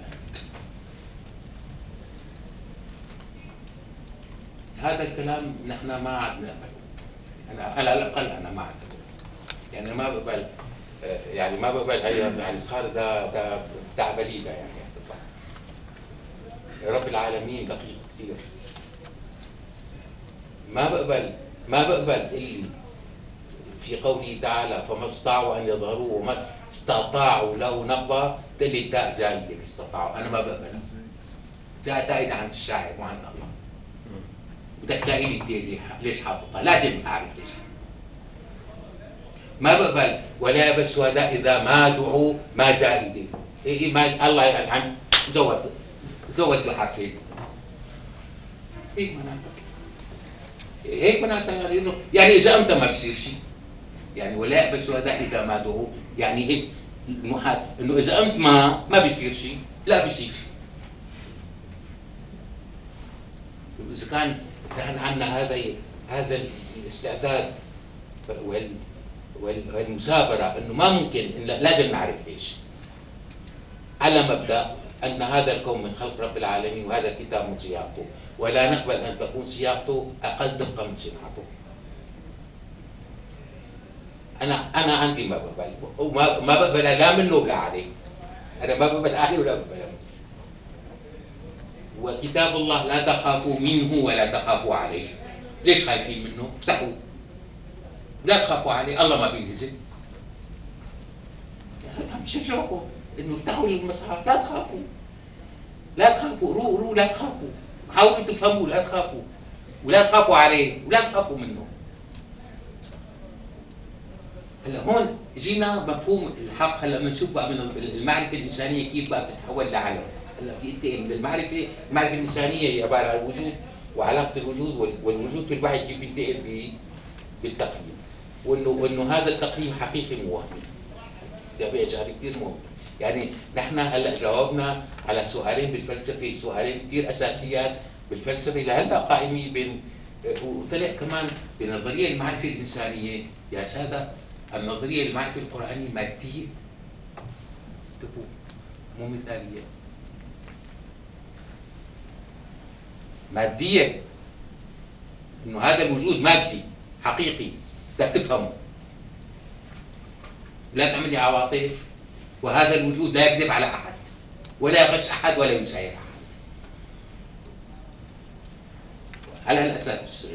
هذا الكلام نحن ما عاد نقبله. انا على الاقل انا ما عاد يعني ما بقبل يعني ما بقبل هي يعني صار ده ده بتاع بليده يعني صح. رب العالمين دقيق كثير. ما بقبل ما بقبل اللي في قوله تعالى فما استطاعوا ان يظهروه وما استطاعوا له نقبه تقول لي التاء زايده استطاعوا. انا ما بقبلها. جاء زايده عند الشاعر وعند الله. بدك تلاقي لي الدليل ليش حاططها؟ لازم اعرف ليش. ما بقبل ولا يأبى الشهداء اذا ما دعوا ما زائده. إيه ما الله يلعن زود زود بحرفين. هيك معناتها هيك معناتها يعني انه يعني اذا انت ما بصير شيء يعني ولا يأبى الشهداء اذا ما دعوا يعني هيك المحال انه اذا انت ما ما بيصير شيء لا بيصير. اذا كان كان عندنا هذا هذا الاستعداد والمثابره انه ما ممكن إن لازم نعرف ليش. على مبدا ان هذا الكون من خلق رب العالمين وهذا الكتاب من صياغته ولا نقبل ان تكون صياغته اقل دقه من صناعته. انا انا عندي ما بقبل وما ما بقبل لا منه ولا عليه. انا ما بقبل عليه ولا بقبل منه. وكتاب الله لا تخافوا منه ولا تخافوا عليه. ليش خايفين منه؟ افتحوا لا تخافوا عليه. الله ما بينهزم. عم شجعكم انه افتحوا المصحف لا تخافوا لا تخافوا قروا قروا لا تخافوا حاولوا تفهموا لا تخافوا ولا تخافوا عليه ولا تخافوا منه. هلا هون جينا مفهوم الحق. هلا بنشوف بقى من المعرفه الانسانيه كيف بقى بتتحول لعلم. هلا في انتقل المعرفه المعرفه الانسانيه هي عباره عن الوجود وعلاقه الوجود والوجود في الوحي كيف ينتقل بالتقييم وانه وانه هذا التقييم حقيقي مو وهمي. ده بيجعل كثير مهم. يعني نحن هلا جاوبنا على سؤالين بالفلسفه، سؤالين كثير اساسيات بالفلسفه لهلا قائمين بين وطلع كمان بنظريه المعرفه الانسانيه يا ساده. النظريه المعرفه القرانيه ماديه انتبهوا مو مثاليه ماديه. انه هذا الوجود مادي حقيقي بدك تفهمه لا تعمل لي عواطف. وهذا الوجود لا يكذب على احد ولا يغش احد ولا يساير احد. على هالاساس بتصير.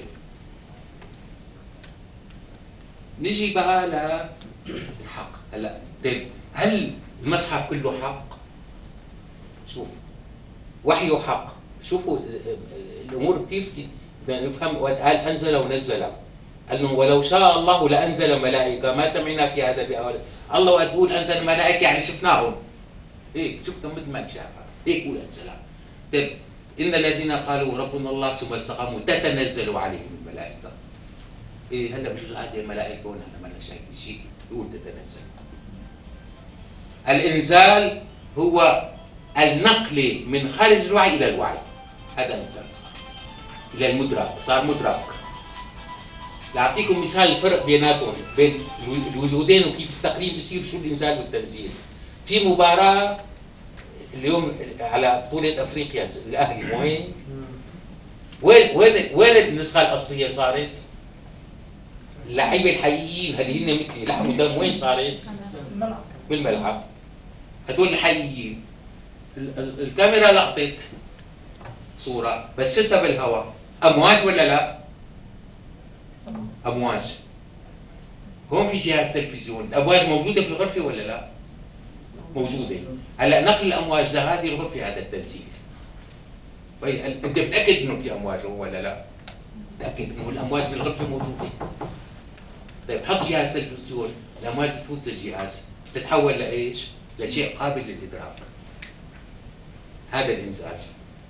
نجي بقى للحق. هلا طيب هل المصحف كله حق؟ شوف وحيه حق. شوفوا الامور كيف نفهم. قال انزل ونزل. انه ولو شاء الله لانزل ملائكه ما سمعنا في هذا باول. الله وقت بيقول انزل ملائكه يعني شفناهم. هيك شفتهم مثل ما شافها هيك يقول انزلها. طيب ان الذين قالوا ربنا الله ثم استقاموا تتنزل عليهم الملائكه. ايه هلا بجوز هذه الملائكه ونحن ما شايفين شيء يقول تتنزل. الانزال هو النقل من خارج الوعي الى الوعي. هذا مثال الى المدرك صار مدرك. لاعطيكم مثال الفرق بيناتهم بين الوجودين وكيف التقريب بيصير شو الانزال والتنزيل. في مباراه اليوم على بطوله افريقيا الاهلي وين وين وين وين النسخه الاصليه صارت؟ اللعيبه الحقيقيين هذه هن مثلي لحموا دم وين صارت؟ بالملعب. هدول الحقيقيين. الكاميرا لقطت صوره بس انت بالهواء. امواج ولا لا؟ امواج. هون في جهاز تلفزيون، الأمواج موجودة في الغرفة ولا لا؟ موجودة. هلا نقل الأمواج لهذه الغرفة هذا التسجيل. طيب أنت متأكد إنه في أمواج هون ولا لا؟ متأكد إنه الأمواج بالغرفة موجودة. طيب حط جهاز تلفزيون، الأمواج تفوت للجهاز تتحول لإيش؟ لشيء قابل للإدراك. هذا الإنزال.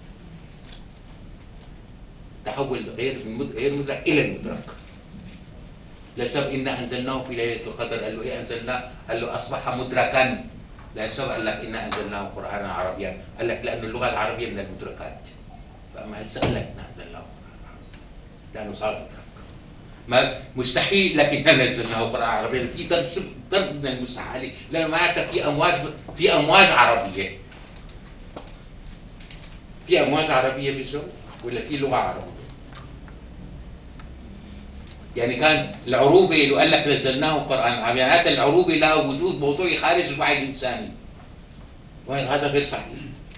تحول غير غير مدرك إلى المدرك. لسبب إنا أنزلناه في ليلة القدر، قال له إيه أنزلناه؟ قال له أصبح مدركا. لسبب قال لك إنا أنزلناه قرآنا عربيا، قال لك لأن اللغة العربية من المدركات. فأما هسه قال لك إنا أنزلناه قرآنا عربيا لأنه صار مدرك. ما مستحيل لكن نزلناه قرآن عربيا، في ضرب من المستحيل، لأنه معناتها في أمواج في أمواج عربية. في أمواج عربية بالزوج ولا في لغة عربية؟ يعني كان العروبة لو قال لك نزلناه قرآن عربيا، يعني العروبة لها وجود موضوعي خارج الوعي الإنساني، وهذا غير صحيح.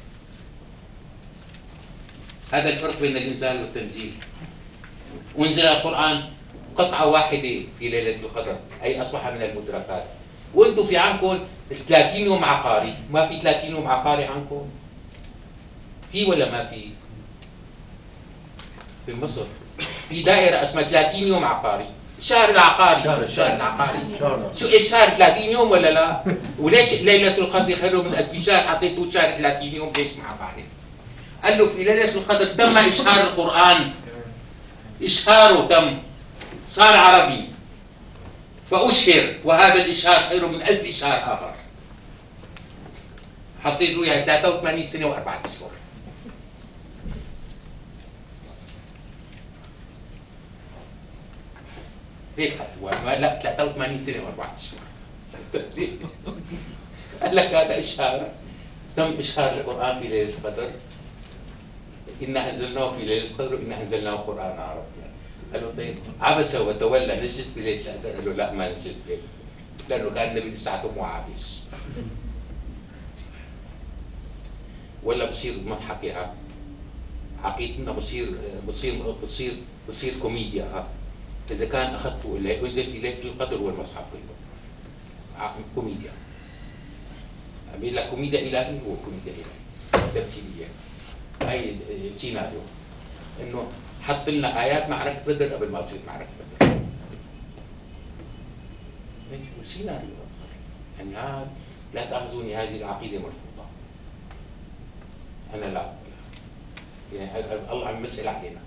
هذا الفرق بين الإنزال والتنزيل. وانزل القرآن قطعة واحدة في ليلة القدر، أي أصبح من المدركات. وانتم في عندكم ثلاثين يوم عقاري، ما في ثلاثين يوم عقاري عندكم؟ في ولا ما في؟ في مصر في دائرة اسمها ثلاثين يوم عقاري، الشهر العقاري، شهر الشهر العقاري. شهر شو الشهر ثلاثين يوم ولا لا؟ وليش ليلة القدر خير من ألف شهر حطيتوا شهر ثلاثين يوم ليش مع بعض؟ قال له في ليلة القدر تم إشهار القرآن، إشهاره تم، صار عربي فأشهر، وهذا الإشهار خير من ألف إشهار آخر. حطيت له يعني ثلاثة وثمانين سنة وأربعة أشهر. هيك حطوا لا ثلاثة وثمانين سنة وأربعة أشهر. قال لك هذا إشهار، تم إشهار القرآن في ليلة القدر. إنا أنزلناه في ليلة القدر وإنا أنزلناه قرآن عربيا. قال له طيب عبس وتولى نزلت في ليلة القدر؟ قال له لا ما نزلت في ليلة القدر، لأنه كان النبي لساته مو عابس. ولا بصير مضحكة ها؟ حقيقتنا بصير بصير بصير بصير كوميديا ها؟ إذا كان أخذته اللي أنزل في ليلة القدر والمصحف كله كوميديا. أعمل لك كوميديا إلهي، هو كوميديا إلهي تمثيلية. هاي سيناريو إنه حط لنا آيات معركة بدر قبل ما تصير معركة بدر. سيناريو يعني هذا لا تأخذوني هذه العقيدة مرفوضة. أنا لا أقولها. يعني الله عم يسأل علينا.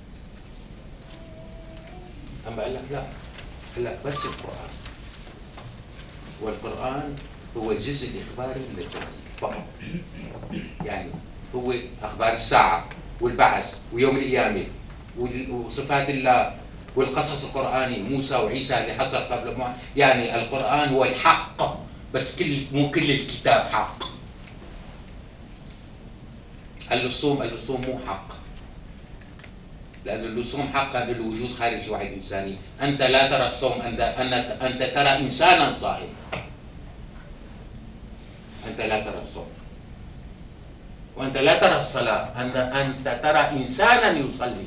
أما قال لك لا، قال لك بس القرآن، والقرآن هو الجزء الإخباري من التنزيل فقط. يعني هو أخبار الساعة والبعث ويوم القيامة وصفات الله والقصص القرآني موسى وعيسى اللي حصل قبل ما، يعني القرآن هو الحق، بس كل مو كل الكتاب حق. قال له الصوم، قال له الصوم مو حق، لأن اللصوم حق هذا الوجود خارج الوعي الإنساني. أنت لا ترى الصوم، أنت, أنت ترى إنسانا صائم. أنت لا ترى الصوم، وأنت لا ترى الصلاة، أنت, أنت ترى إنسانا يصلي.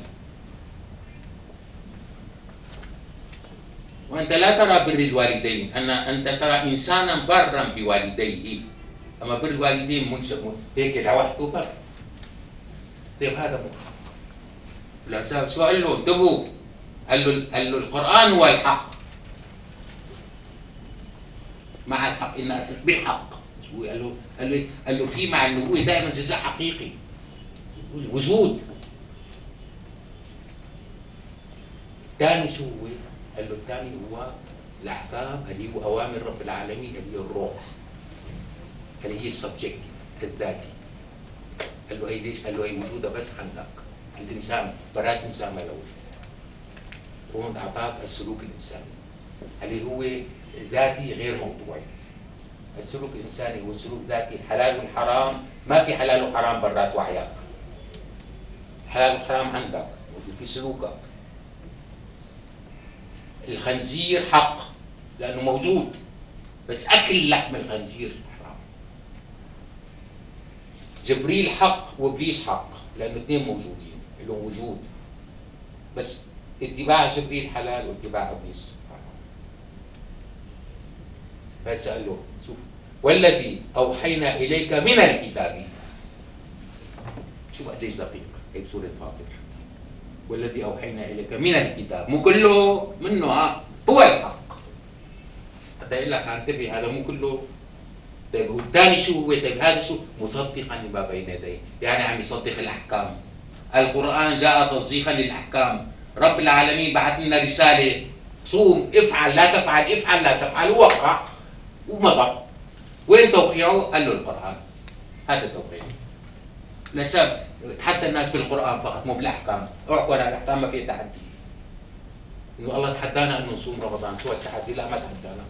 وأنت لا ترى بر الوالدين، أن أنت ترى إنسانا برا بوالديه. أما بر الوالدين منشأ هيك لوحده بر. طيب هذا مو حق. الأساس شو قال له؟ انتبهوا، قال له قال له القرآن هو الحق، مع الحق إن أسس بالحق. شو قال له؟ قال له قال له في مع النبوة دائما جزاء حقيقي، وجود. الثاني شو هو؟ قال له الثاني هو الأحكام اللي هو أوامر رب العالمين اللي هي الروح، اللي هي السبجكت الذاتي. قال له هي ليش؟ قال له هي موجودة بس عندك الإنسان، برات إنسان ما له وجود. هون أعطاك السلوك الإنساني اللي هو ذاتي غير موضوعي. السلوك الإنساني هو سلوك ذاتي، الحلال والحرام ما في حلال وحرام برات وعيك. حلال وحرام عندك في سلوكك. الخنزير حق لأنه موجود، بس أكل لحم الخنزير حرام. جبريل حق وإبليس حق لأنه اثنين موجودين لهم وجود، بس اتباع جبريل حلال واتباع إبليس حرام. فسأله شوف والذي أوحينا إليك من الكتاب، شوف قديش دقيق، هي سورة فاطر. والذي أوحينا إليك من الكتاب، مو كله منه، ها هو الحق. حتى يقول لك انتبه هذا مو كله. طيب والثاني شو هو؟ طيب هذا شو؟ مصدقا لما بين يديه، يعني عم يصدق الأحكام. القرآن جاء تصديقا للأحكام. رب العالمين بعث لنا رسالة، صوم، افعل لا تفعل، افعل لا تفعل، ووقع ومضى. وين توقيعه؟ قال له القرآن. هذا توقيعه. لسبب حتى الناس بالقرآن فقط مو بالأحكام. اعقوا على الأحكام ما في تحدي. إنه الله تحدانا إنه نصوم رمضان، شو التحدي؟ لا ما تحدانا.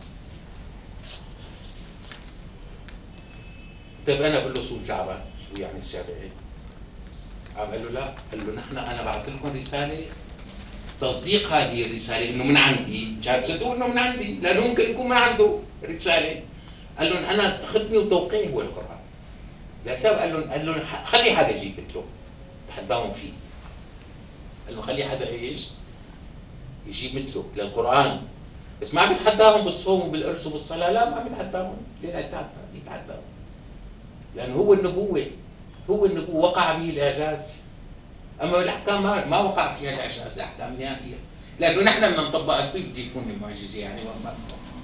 طيب أنا بقول له صوم شعبان، شو يعني الشافعي؟ عم قال له لا، قال له نحن أنا بعث لكم رسالة تصديق هذه الرسالة إنه من عندي، مشان تصدقوا إنه من عندي، لأنه ممكن يكون ما عنده رسالة. قال لهم أنا ختمي وتوقيعي هو القرآن. لسبب قال لهم قال لهم خلي حدا يجيب مثله، تحداهم فيه. قال له خلي حدا ايش؟ يجيب مثله للقرآن. بس ما عم يتحداهم بالصوم وبالقرص وبالصلاة، لا ما عم يتحداهم. ليه يتحداهم؟ لأنه هو النبوة، هو النبوة وقع به الإعجاز. أما الأحكام ما, ما وقع فيها الإعجاز، الأحكام نهائية. لأنه نحن بدنا نطبقها، كيف بدي يكون المعجزة يعني؟ ما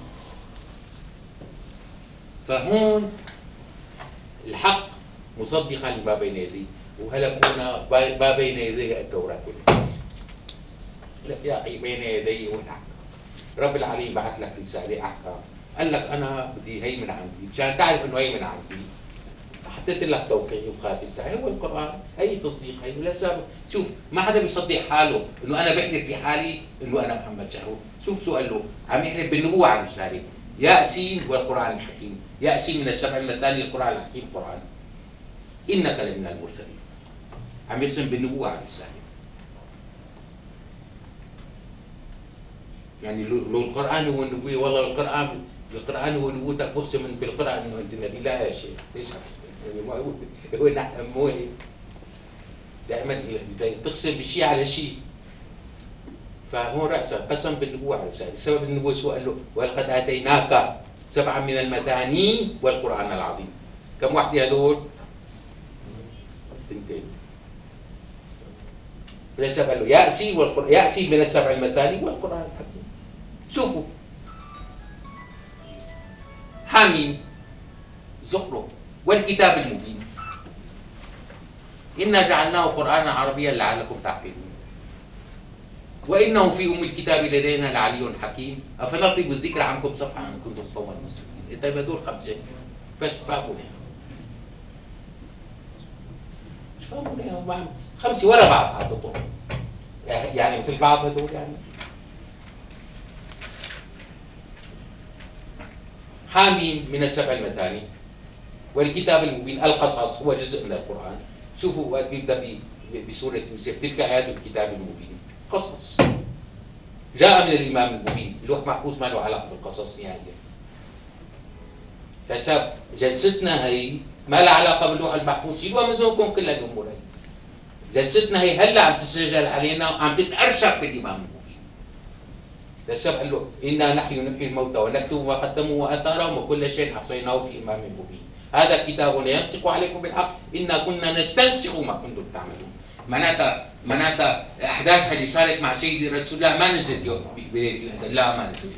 فهون الحق مصدقا لما بين يديه، وهلكونا ما بين يديه التوراة والإنجيل. لك يا أخي بين يديه والأحكام. رب العالمين بعث لك رسالة أحكام، قال لك أنا بدي هي من عندي، مشان تعرف إنه هي من عندي حطيت لك توقيعي وخاتمتها، هو القرآن. أي تصديق هي ولا سابق. شوف ما حدا بيصدق حاله إنه أنا بحلف في حالي إنه أنا محمد شهور. شوف شو قال له، عم يحلف بالنبوة على الرسالة. ياسين والقرآن الحكيم، ياسين من السبع المثاني القرآن الحكيم قرآن. إنك لمن المرسلين. عم يقسم بالنبوة على الرسالة. يعني لو القرآن هو النبوة، والله القرآن القرآن هو نبوتك، بقسم بالقرآن إنه أنت النبي. لا يا شيخ، ليش يعني ما هو هو نحن مو هيك. دائما تقسم بشيء على شيء. فهون رأسا قسم بالنبوة على الرسالة. سبب النبوة شو قال له؟ ولقد آتيناك سبعا من المثاني والقرآن العظيم. كم واحدة هذول؟ اثنتين. فلسه قال له يأتي والقرآن يأتي من السبع المثاني والقرآن الحكيم. شوفوا حامين زخرف والكتاب المبين إنا جعلناه قرآنا عربيا لعلكم تعقلون وإنه في أم الكتاب لدينا لعلي حكيم أفنطلب الذكر عنكم صفحا إن كنتم قوما مسلمين. طيب هذول خمسة بس فاهموني مش فاهموني خمسة ورا بعض حطوا يعني مثل بعض هذول يعني. حامين من السبع المثاني والكتاب المبين القصص هو جزء من القرآن. شوفوا وقت بيبدأ بسورة يوسف تلك آيات الكتاب المبين قصص جاء من الإمام المبين. اللوح محفوظ ما له علاقة بالقصص نهائيا. فسب جلستنا هي ما لها علاقة باللوح المحفوظ. شيلوها من ذهنكم كل الأمور هي. جلستنا هي هلا عم تسجل علينا وعم تتأرشف بالإمام المبين. فسب قال له إنا نحن نحيي الموتى ونكتب ما قدموا وآثارهم وكل شيء أحصيناه في إمام مبين. هذا كتاب ينطق عليكم بالحق إنا كنا نستنسخ ما كنتم تعملون. معناتها معناتها احداثها اللي صارت مع سيدي رسول الله ما نزلت يوم بليله القدر. لا ما نزلت.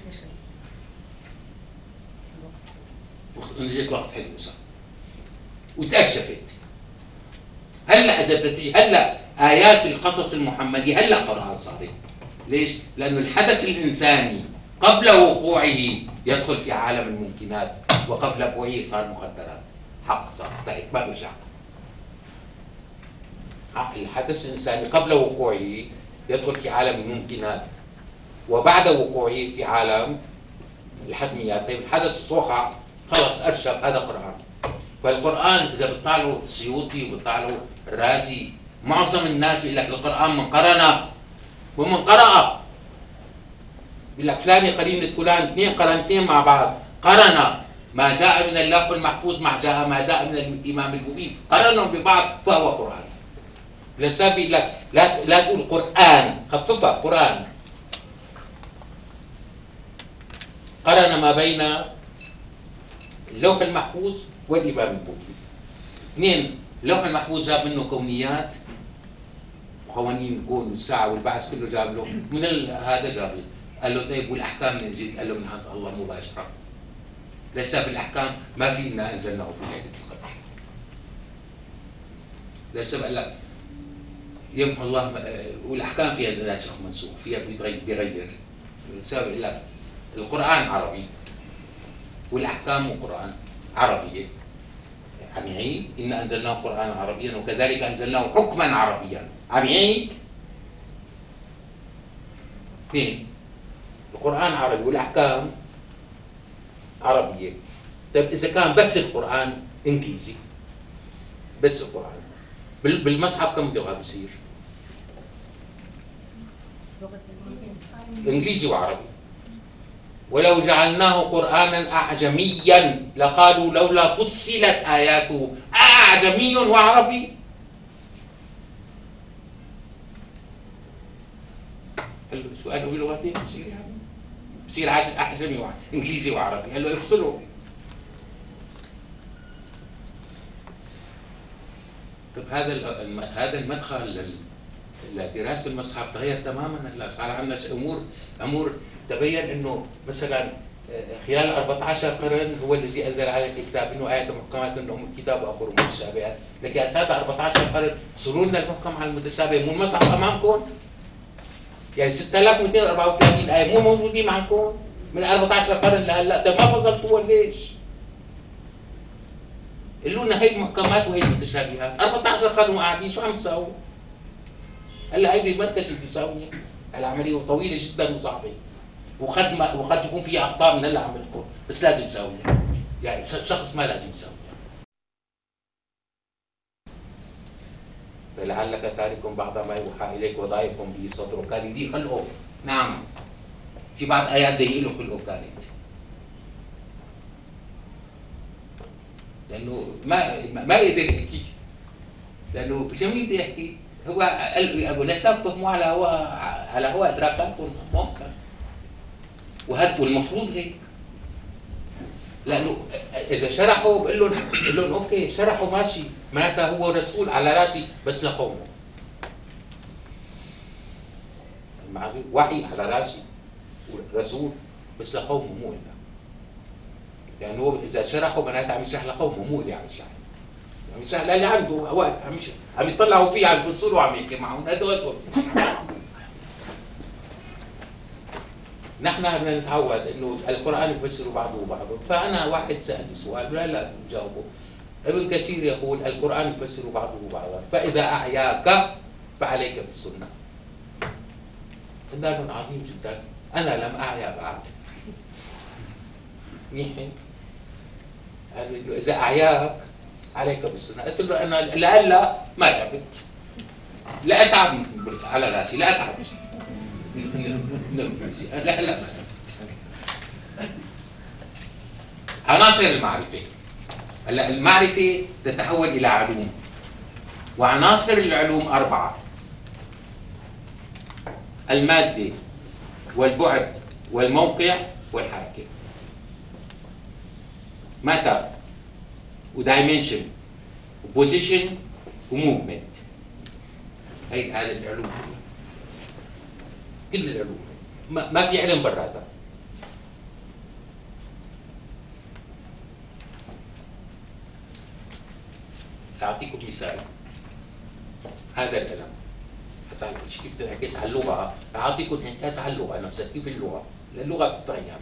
نزلت وقت حلو صار وتأسفت. هلا اذا بتجي هلا ايات القصص المحمدي هلا قرآن صارت. ليش؟ لانه الحدث الانساني قبل وقوعه يدخل في عالم الممكنات وقبل وقوعه صار مخدرات. حق صار طيب ما برجع. الحدث الإنساني قبل وقوعه يدخل في عالم الممكنات وبعد وقوعه في عالم الحتميات. طيب الحدث وقع خلص أرشف هذا قرآن. فالقرآن إذا بتطالعوا السيوطي وبتطالعوا الرازي معظم الناس يقول لك القرآن من قرن ومن قرأ. يقول لك فلان قرينة فلان اثنين قرنتين مع بعض قرن ما جاء من اللوح المحفوظ مع جاء ما جاء من الإمام المبين قرنهم ببعض فهو قرآن. لسه لك لا لا تقول قرآن خففها قرآن. قرن ما بين اللوح المحفوظ والإمام البوذي. اثنين، اللوح المحفوظ جاب منه كونيات وقوانين الكون والساعة والبعث كله جاب له من هذا جاب له. قال له طيب والأحكام من جد؟ قال له من عند الله مباشرة. لسه في الأحكام ما في إنا أنزلناه في ليلة القدر. لسه قال لك يمحو الله، والأحكام فيها ناسخ منسوخ، فيها بيغير بيغير. لسه لك القرآن عربي والأحكام والقرآن عربية. عم يعيد إن أنزلناه قرآنا عربيا وكذلك أنزلناه حكما عربيا. عم يعيد اثنين، القرآن عربي والأحكام عربية. طيب إذا كان بس القرآن إنجليزي، بس القرآن بالمصحف كم لغة بصير؟ إنجليزي وعربي. ولو جعلناه قرآنا أعجميا لقالوا لولا فصلت آياته أعجمي وعربي. قال له سؤاله بلغتين بصير يعني بصير أعجمي وعربي إنجليزي وعربي. قال له افصلوا. طيب هذا هذا المدخل لدراسة المصحف تغير تماما. هلا صار عندنا امور امور تبين انه مثلا خلال أربعة عشر قرن هو الذي انزل على الكتاب انه آيات محكمات انه ام الكتاب واخر متشابهات، لكن هذا أربعة عشر قرن صاروا لنا المحكم على المتشابه. مو المصحف امامكم؟ يعني ستة آلاف ومئتين وأربعة وثلاثين آية مو موجودين معكم من أربعة عشر قرن لهلا. طيب ما فصلتوها ليش؟ قالوا لنا هي محكمات وهي متشابهات. أربعة عشر قرن قاعدين شو عم تساووا؟ هلا هيدي المنتج المتساوية العملية طويلة جدا وصعبة، وقد ما وقد يكون فيها أخطاء من اللي عملته، بس لازم تساويها. يعني شخص ما لازم يساويها. فلعلك تارك بعض ما يوحى إليك وضايق به صدرك. قال دي خلقه. نعم في بعض آيات ضيق له خلقه كانت، لأنه ما ما يقدر يحكي، لأنه شو بده يحكي؟ هو ابو نسب مو على هو على هو ادراكاتهم ممكن، وهذا والمفروض هيك. لانه اذا شرحوا بقول لهم بقول لهم اوكي شرحوا ماشي، معناتها هو رسول على راسي بس لقومه. وحي على راسي رسول بس لقومه مو إلا. يعني هو اذا شرحوا معناتها عم يشرح لقومه مو اللي عم يشرح. عم يشرح للي عنده وقت عم عم يطلعوا فيه على الفصول وعم يحكي معهم. هذول نحن بدنا نتعود انه القرآن يفسر بعضه بعضه. فانا واحد سألني سؤال لا لا جاوبه. ابن كثير يقول القرآن يفسر بعضه بعضا، فإذا أعياك فعليك بالسنة. كلام عظيم جدا. أنا لم أعيا بعد. منيح. إذا أعياك عليك بالسنة. قلت له أنا لألا ما تعبت، لا أتعب على راسي، لا أتعب. لا لا عناصر المعرفة. هلا المعرفة تتحول إلى علوم، وعناصر العلوم أربعة: المادة والبعد والموقع والحركة. ماتر ودايمنشن وبوزيشن وموفمنت. هي هذه العلوم كل العلوم، ما, ما في علم براتها. أعطيكم مثال. هذا العلم حتى كيف تنعكس على اللغة، أعطيكم انعكاس على اللغة نفسها. كيف اللغة؟ اللغة بتتغير.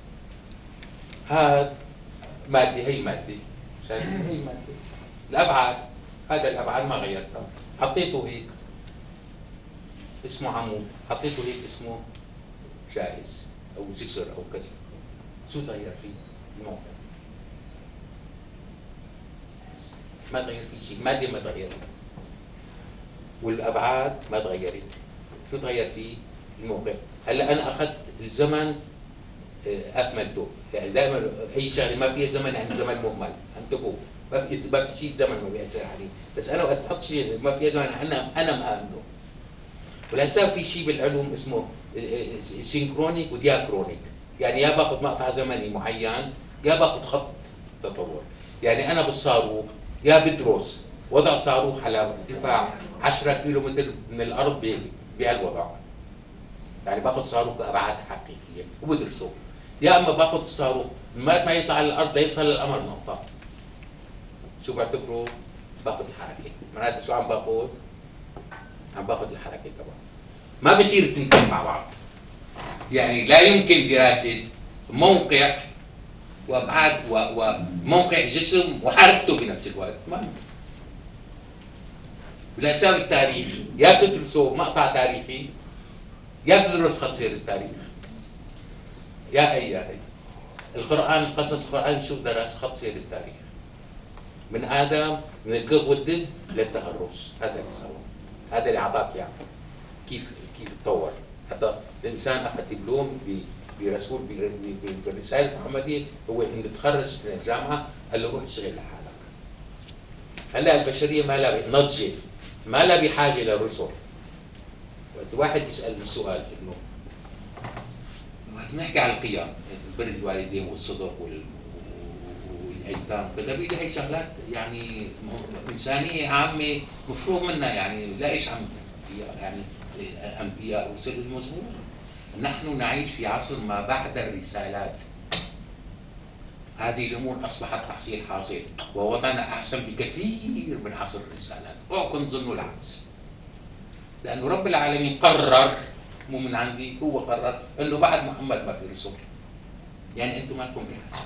هذا مادة، هي مادة، هي مادة. الأبعاد، هذا الأبعاد ما غيرتها، حطيته هيك اسمه عمود، حطيته هيك اسمه جائز أو جسر أو كذا. شو تغير فيه؟ الموقع ما تغير فيه شيء، المادة ما تغيرت والأبعاد ما تغيرت. شو تغير فيه؟ الموقع. هلا أنا أخذت الزمن أكملته، يعني دائما أي شغلة ما فيها زمن يعني زمن مهمل. انتبهوا، ما في ما في شيء زمن ما بيأثر عليه، بس أنا وقت أحط شيء ما فيها زمن أنا أنا مآمنه. ولهسه في شيء بالعلوم اسمه سينكرونيك ودياكرونيك، يعني يا باخذ مقطع زمني معين يا باخذ خط التطور. يعني أنا بالصاروخ يا بدرس وضع صاروخ على ارتفاع عشرة كيلو متر من الأرض بهالوضع، يعني باخذ صاروخ بأبعاد حقيقية وبدرسه، يا أما باخذ الصاروخ ما ما يطلع على الأرض ليصل للقمر نقطة. شو بعتبره؟ باخذ الحركة، معناته شو عم باخذ؟ عم باخذ الحركة طبعا. ما بصير اثنتين مع بعض. يعني لا يمكن دراسة موقع وابعاد وموقع جسم وحركته بنفس الوقت، ما يمكن. بالاساس التاريخ يا بتدرسه مقطع تاريخي يا بتدرس خط سير التاريخ. يا هي يا هي القرآن، قصص القرآن شو درس؟ خط سير التاريخ من آدم، من الكذب والدب للتهرس. هذا اللي سوى، هذا اللي اعطاك يعني كيف كيف تطور. حتى الانسان اخذ دبلوم برسول بالرساله المحمديه، هو انه تخرج من الجامعه قال له روح اشتغل لحالك. هلا البشريه ما لها نضجت، ما لها بحاجه لرسل. وقت واحد يسال السؤال انه وقت نحكي على القيم، بر الوالدين والصدق وال والايتام كذا، بيجي هي شغلات يعني انسانيه عامه مفروغ منها، يعني لا ايش عم يعني انبياء ورسل المزمور. نحن نعيش في عصر ما بعد الرسالات. هذه الامور اصبحت تحصيل حاصل، ووضعنا احسن بكثير من عصر الرسالات. اوعكم تظنوا العكس، لانه رب العالمين قرر، مو من عندي، هو قرر انه بعد محمد ما في رسول. يعني انتم ما لكم بحاجه.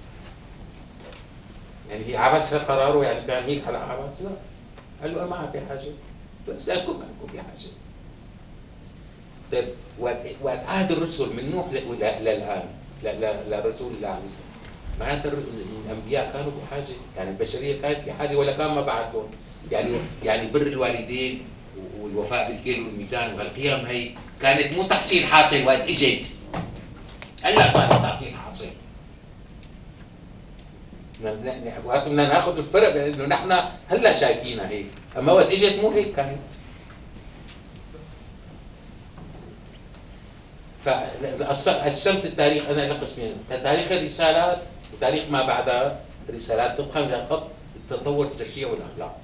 يعني هي عبس قراره، يعني كان هيك على عبس؟ لا، قال له ما في حاجه، بس لكم ما لكم بحاجه. طيب وقت عهد الرسل من نوح للان لرسول الله عليه السلام، معناته الانبياء كانوا بحاجه، يعني البشريه كانت بحاجه ولا كان ما بعدهم؟ يعني يعني بر الوالدين والوفاء بالكيل والميزان وهالقيم هي كانت مو تحصيل حاصل وقت اجت، هلا صارت تحصيل حاصل. وقت بدنا ناخذ الفرق لانه نحن هلا شايفينها هيك، اما وقت اجت مو هيك كانت. فقسمت التاريخ انا لقسمين، تاريخ الرسالات وتاريخ ما بعدها الرسالات، طبقا لخط التطور التشريعي والاخلاق.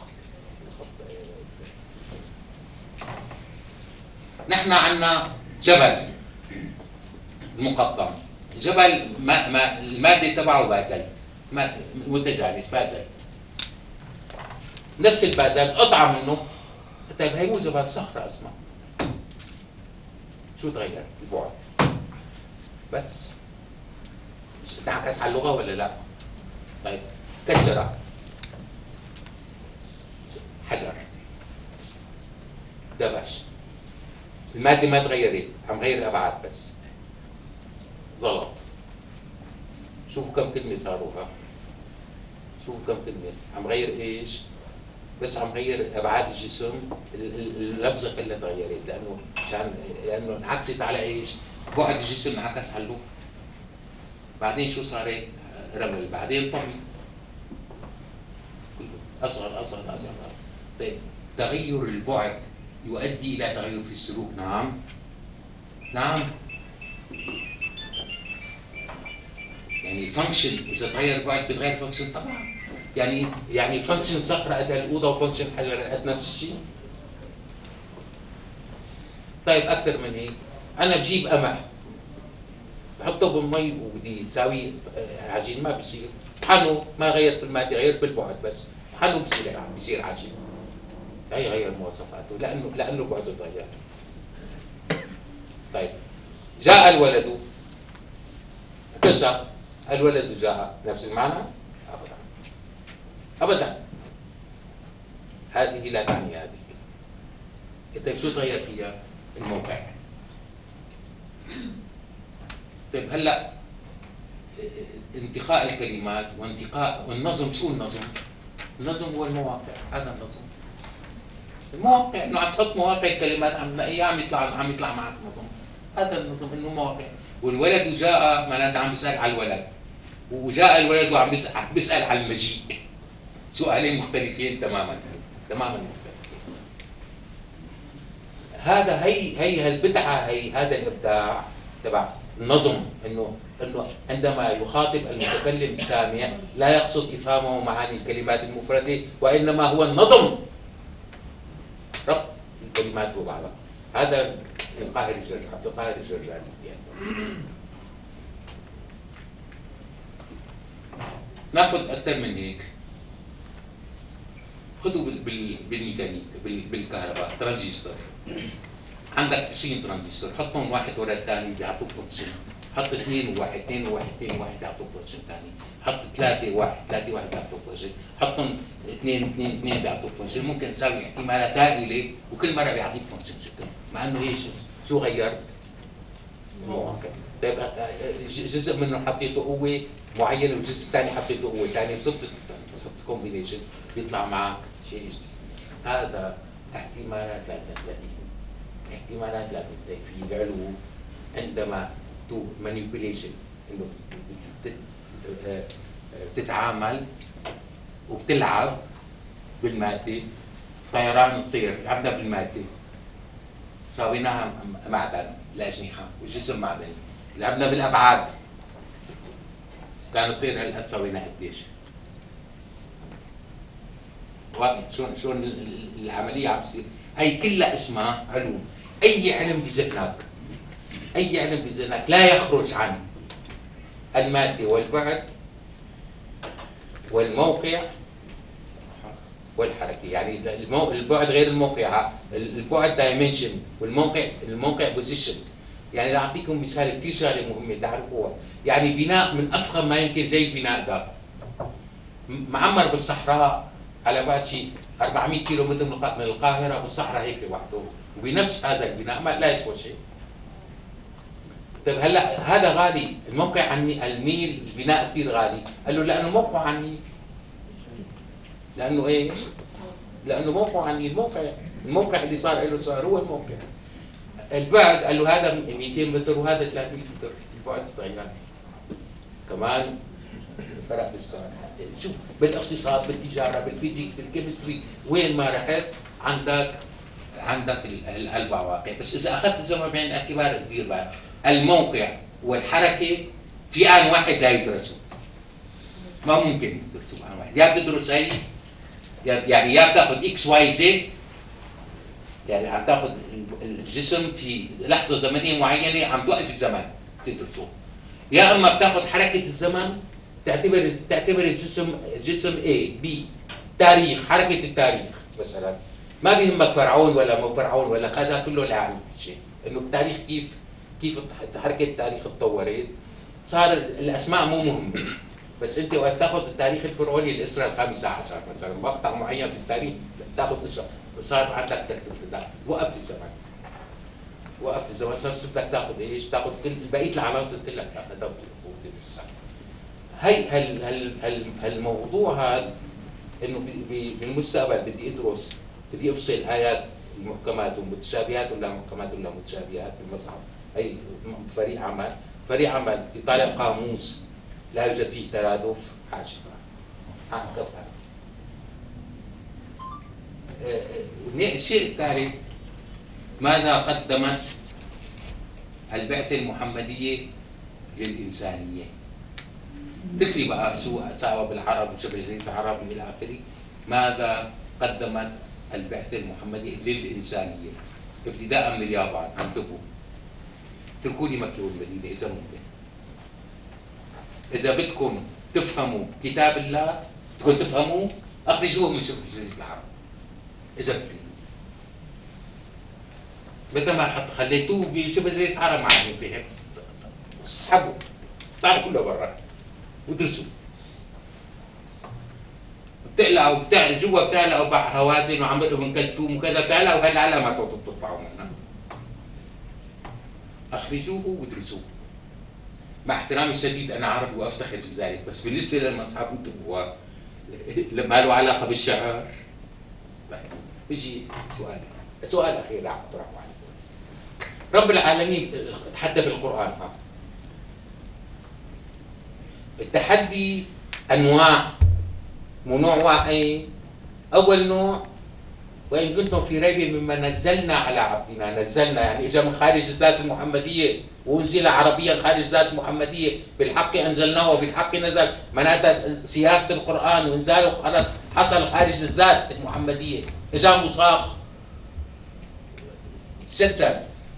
نحن عندنا جبل مقطم، جبل ما ما الماده تبعه بازلت، متجانس بازلت، نفس البازلت قطعه منه. طيب هي مو جبل، صخره اسمها. شو تغير؟ البعد بس. انعكس على اللغه ولا لا؟ طيب كسره حجر، دبش، الماده ما تغيرت، عم غير الابعاد بس. زلط، شوفوا كم كلمه صاروا، ها شوفوا كم كلمه، عم غير ايش؟ بس عم غير ابعاد الجسم، اللفظه كلها تغيرت، لانه عشان لانه انعكست على ايش؟ بعد الجسم انعكس على اللغه. بعدين شو صارت؟ رمل، بعدين طمي، كله اصغر اصغر اصغر. طيب تغير البعد يؤدي الى تغير في السلوك. نعم نعم، يعني فانكشن، اذا تغير البعد بتغير فانكشن طبعا. يعني يعني فانكشن صخره قد الاوضه وفانكشن حجر قد نفس الشيء. طيب اكثر من هيك، انا بجيب قمح بحطه بالمي وبدي اساوي عجين، ما بصير. حنو ما غيرت الماده، غيرت بالبعد بس، حنو بصير بصير عجين. هي غير مواصفاته لانه لانه بعده تغير. طيب جاء الولد، كسر الولد، جاء نفس المعنى؟ ابدا ابدا، هذه لا تعني هذه. طيب شو تغير فيها؟ الموقع. طيب هلا انتقاء الكلمات وانتقاء والنظم، شو النظم؟ النظم هو المواقع، هذا النظم. المواقع انه عم تحط مواقع كلمات عم تلاقيها عم يطلع عم يطلع معك نظم، هذا النظم انه مواقع. والولد جاء معناته عم بيسال على الولد، وجاء الولد وعم بيسال عم بيسال على المجيء. سؤالين مختلفين تماما تماما مختلفين. هذا هي هي هالبدعه، هي هذا الابداع تبع النظم، انه انه عندما يخاطب المتكلم السامع لا يقصد افهامه معاني الكلمات المفردة، وانما هو النظم، ربط الكلمات ببعضها. هذا القاهر الجرجاني، عبد القاهر الجرجاني. ناخذ اكثر من هيك. خذوا بالميكانيك بالكهرباء ترانزستور، عندك عشرين ترانزستور، حطهم واحد ورا الثاني بيعطوك فونكشن، حط اثنين وواحد، اثنين وواحد، اثنين وواحد بيعطوك فونكشن ثاني، حط ثلاثة واحد، ثلاثة واحد بيعطوك فونكشن، حطهم اثنين اثنين اثنين بيعطوك فونكشن، ممكن تساوي احتمالات هائلة وكل مرة بيعطيك فونكشن جدا، مع انه هيش شو غيرت؟ طيب جزء منه حطيته قوة معينة والجزء الثاني حطيته قوة ثانية، صرت كومبينيشن بيطلع معك شيء جديد. هذا احتمالات لا تنتهي، احتمالات لا تنتهي في العلو عندما تو مانيبيوليشن، انه بتتعامل وبتلعب بالمادة. طيران الطير لعبنا بالمادة، سويناها معدن الأجنحة وجسم معدني، لعبنا بالأبعاد، كان الطير هالقد سويناه قديش. شلون شلون العملية عم تصير؟ هي كلها اسمها علوم. أي علم بذهنك، أي علم بذهنك لا يخرج عن المادة والبعد والموقع والحركة. يعني البعد غير الموقع، البعد دايمنشن والموقع الموقع بوزيشن. يعني لأعطيكم مثال كثير شغلة مهمة تعرفوها. يعني بناء من أفخم ما يمكن زي البناء ده معمر بالصحراء على بعد شيء أربعمئة كيلو متر من القاهرة بالصحراء هيك لوحده، وبنفس هذا البناء ما لا يسوى شيء. طيب هلا هذا غالي، الموقع عني الميل البناء كثير غالي، قال له لأنه موقع عني. لأنه إيه؟ لأنه موقع عني، الموقع الموقع اللي صار له صار هو الموقع. البعد قال له هذا مئتين متر وهذا ثلاثمئة متر، البعد صغير. كمان فرق بالسعر. شوف بالاقتصاد بالتجاره بالفيزيك بالكيمستري وين ما رحت عندك عندك البواقع. بس اذا اخذت الزمن بعين الاعتبار كثير بقى الموقع والحركه في ان واحد لا يدرسوا، ما ممكن يدرسوا ان واحد. يا بتدرس هي يعني يا بتاخذ اكس واي زد، يعني عم تاخذ الجسم في لحظه زمنيه معينه عم توقف الزمن تدرسه، يا اما بتاخذ حركه الزمن تعتبر تعتبر الجسم جسم A B تاريخ، حركه التاريخ مثلا، ما بيهمك فرعون ولا مو فرعون ولا هذا كله لا يعني شيء، انه التاريخ كيف كيف حركه التاريخ تطورت، صار الاسماء مو مهمه. بس انت وقت تاخذ التاريخ الفرعوني الاسره الخامسه عشر مثلا مقطع معين في التاريخ تاخذ اسره، صار عندك تكتب وقف الزمن، وقف الزمن، صار بدك تاخذ ايش؟ تاخذ كل بقيه العناصر كلها تاخذها وتدرسها. هي هال هال هالموضوع هذا انه بالمستقبل بدي ادرس، بدي افصل ايات المحكمات والمتشابهات ولا محكمات ولا متشابهات في المصحف. هي فريق عمل، فريق عمل يطالع قاموس لا يوجد فيه ترادف حاشفه حقفها. الشيء الثالث، ماذا قدمت البعثة المحمدية للإنسانية؟ تكفي بقى شو ساوى بالعرب وشبه جزيرة العرب إلى آخره. ماذا قدمت البعثة المحمدية للإنسانية ابتداء من اليابان؟ انتبهوا، اتركوا لي مكة والمدينة إذا ممكن. إذا بدكم تفهموا كتاب الله، بدكم تفهموه، أخرجوه من شبه جزيرة العرب إذا بدكم. بدل ما خليتوه بشبه جزيرة العرب معي بهيك، اسحبوا طلعوا كله برا ودرسوا. بتقلعوا بتاع جوا بتقلعوا هوازن وعملوا من كلثوم وكذا، بتقلعوا هالعلامات وتطلعوا منها. أخرجوه ودرسوه. مع احترامي الشديد أنا عربي وأفتخر بذلك، بس بالنسبة للمصحف انتبهوا ما له علاقة بالشعر. بيجي سؤال سؤال أخير راح أطرحه عليكم. رب العالمين تحدى بالقرآن. ها التحدي أنواع، مو نوع واحد. أول نوع وإن كنتم في ريب مما نزلنا على عبدنا، نزلنا يعني إجا من خارج الذات المحمدية وأنزل عربيا خارج الذات المحمدية، بالحق أنزلناه وبالحق نزل، معناتها سياسة القرآن وإنزاله خلاص حصل خارج الذات المحمدية، إجا مصاق. ستة،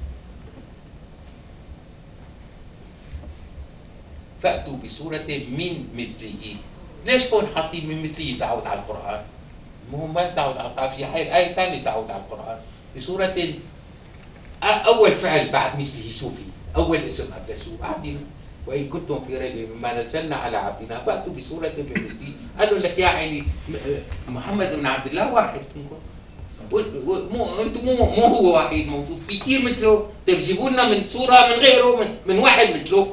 فأتوا بسورة من مثله. ليش هون حاطين من مثله تعود على القرآن؟ ما هو ما تعود على القرآن، في آية ثانية تعود على القرآن بسورة. أول فعل بعد مثله شوفي، أول اسم قبل شو؟ عبدنا. وإن كنتم في ريب مما نزلنا على عبدنا فأتوا بسورة من مثله. قالوا لك يا عيني محمد بن عبد الله واحد منكم، مو انتم مو مو هو واحد موجود، في كثير مثله، طيب جيبوا لنا من سورة من غيره، من, من واحد مثله.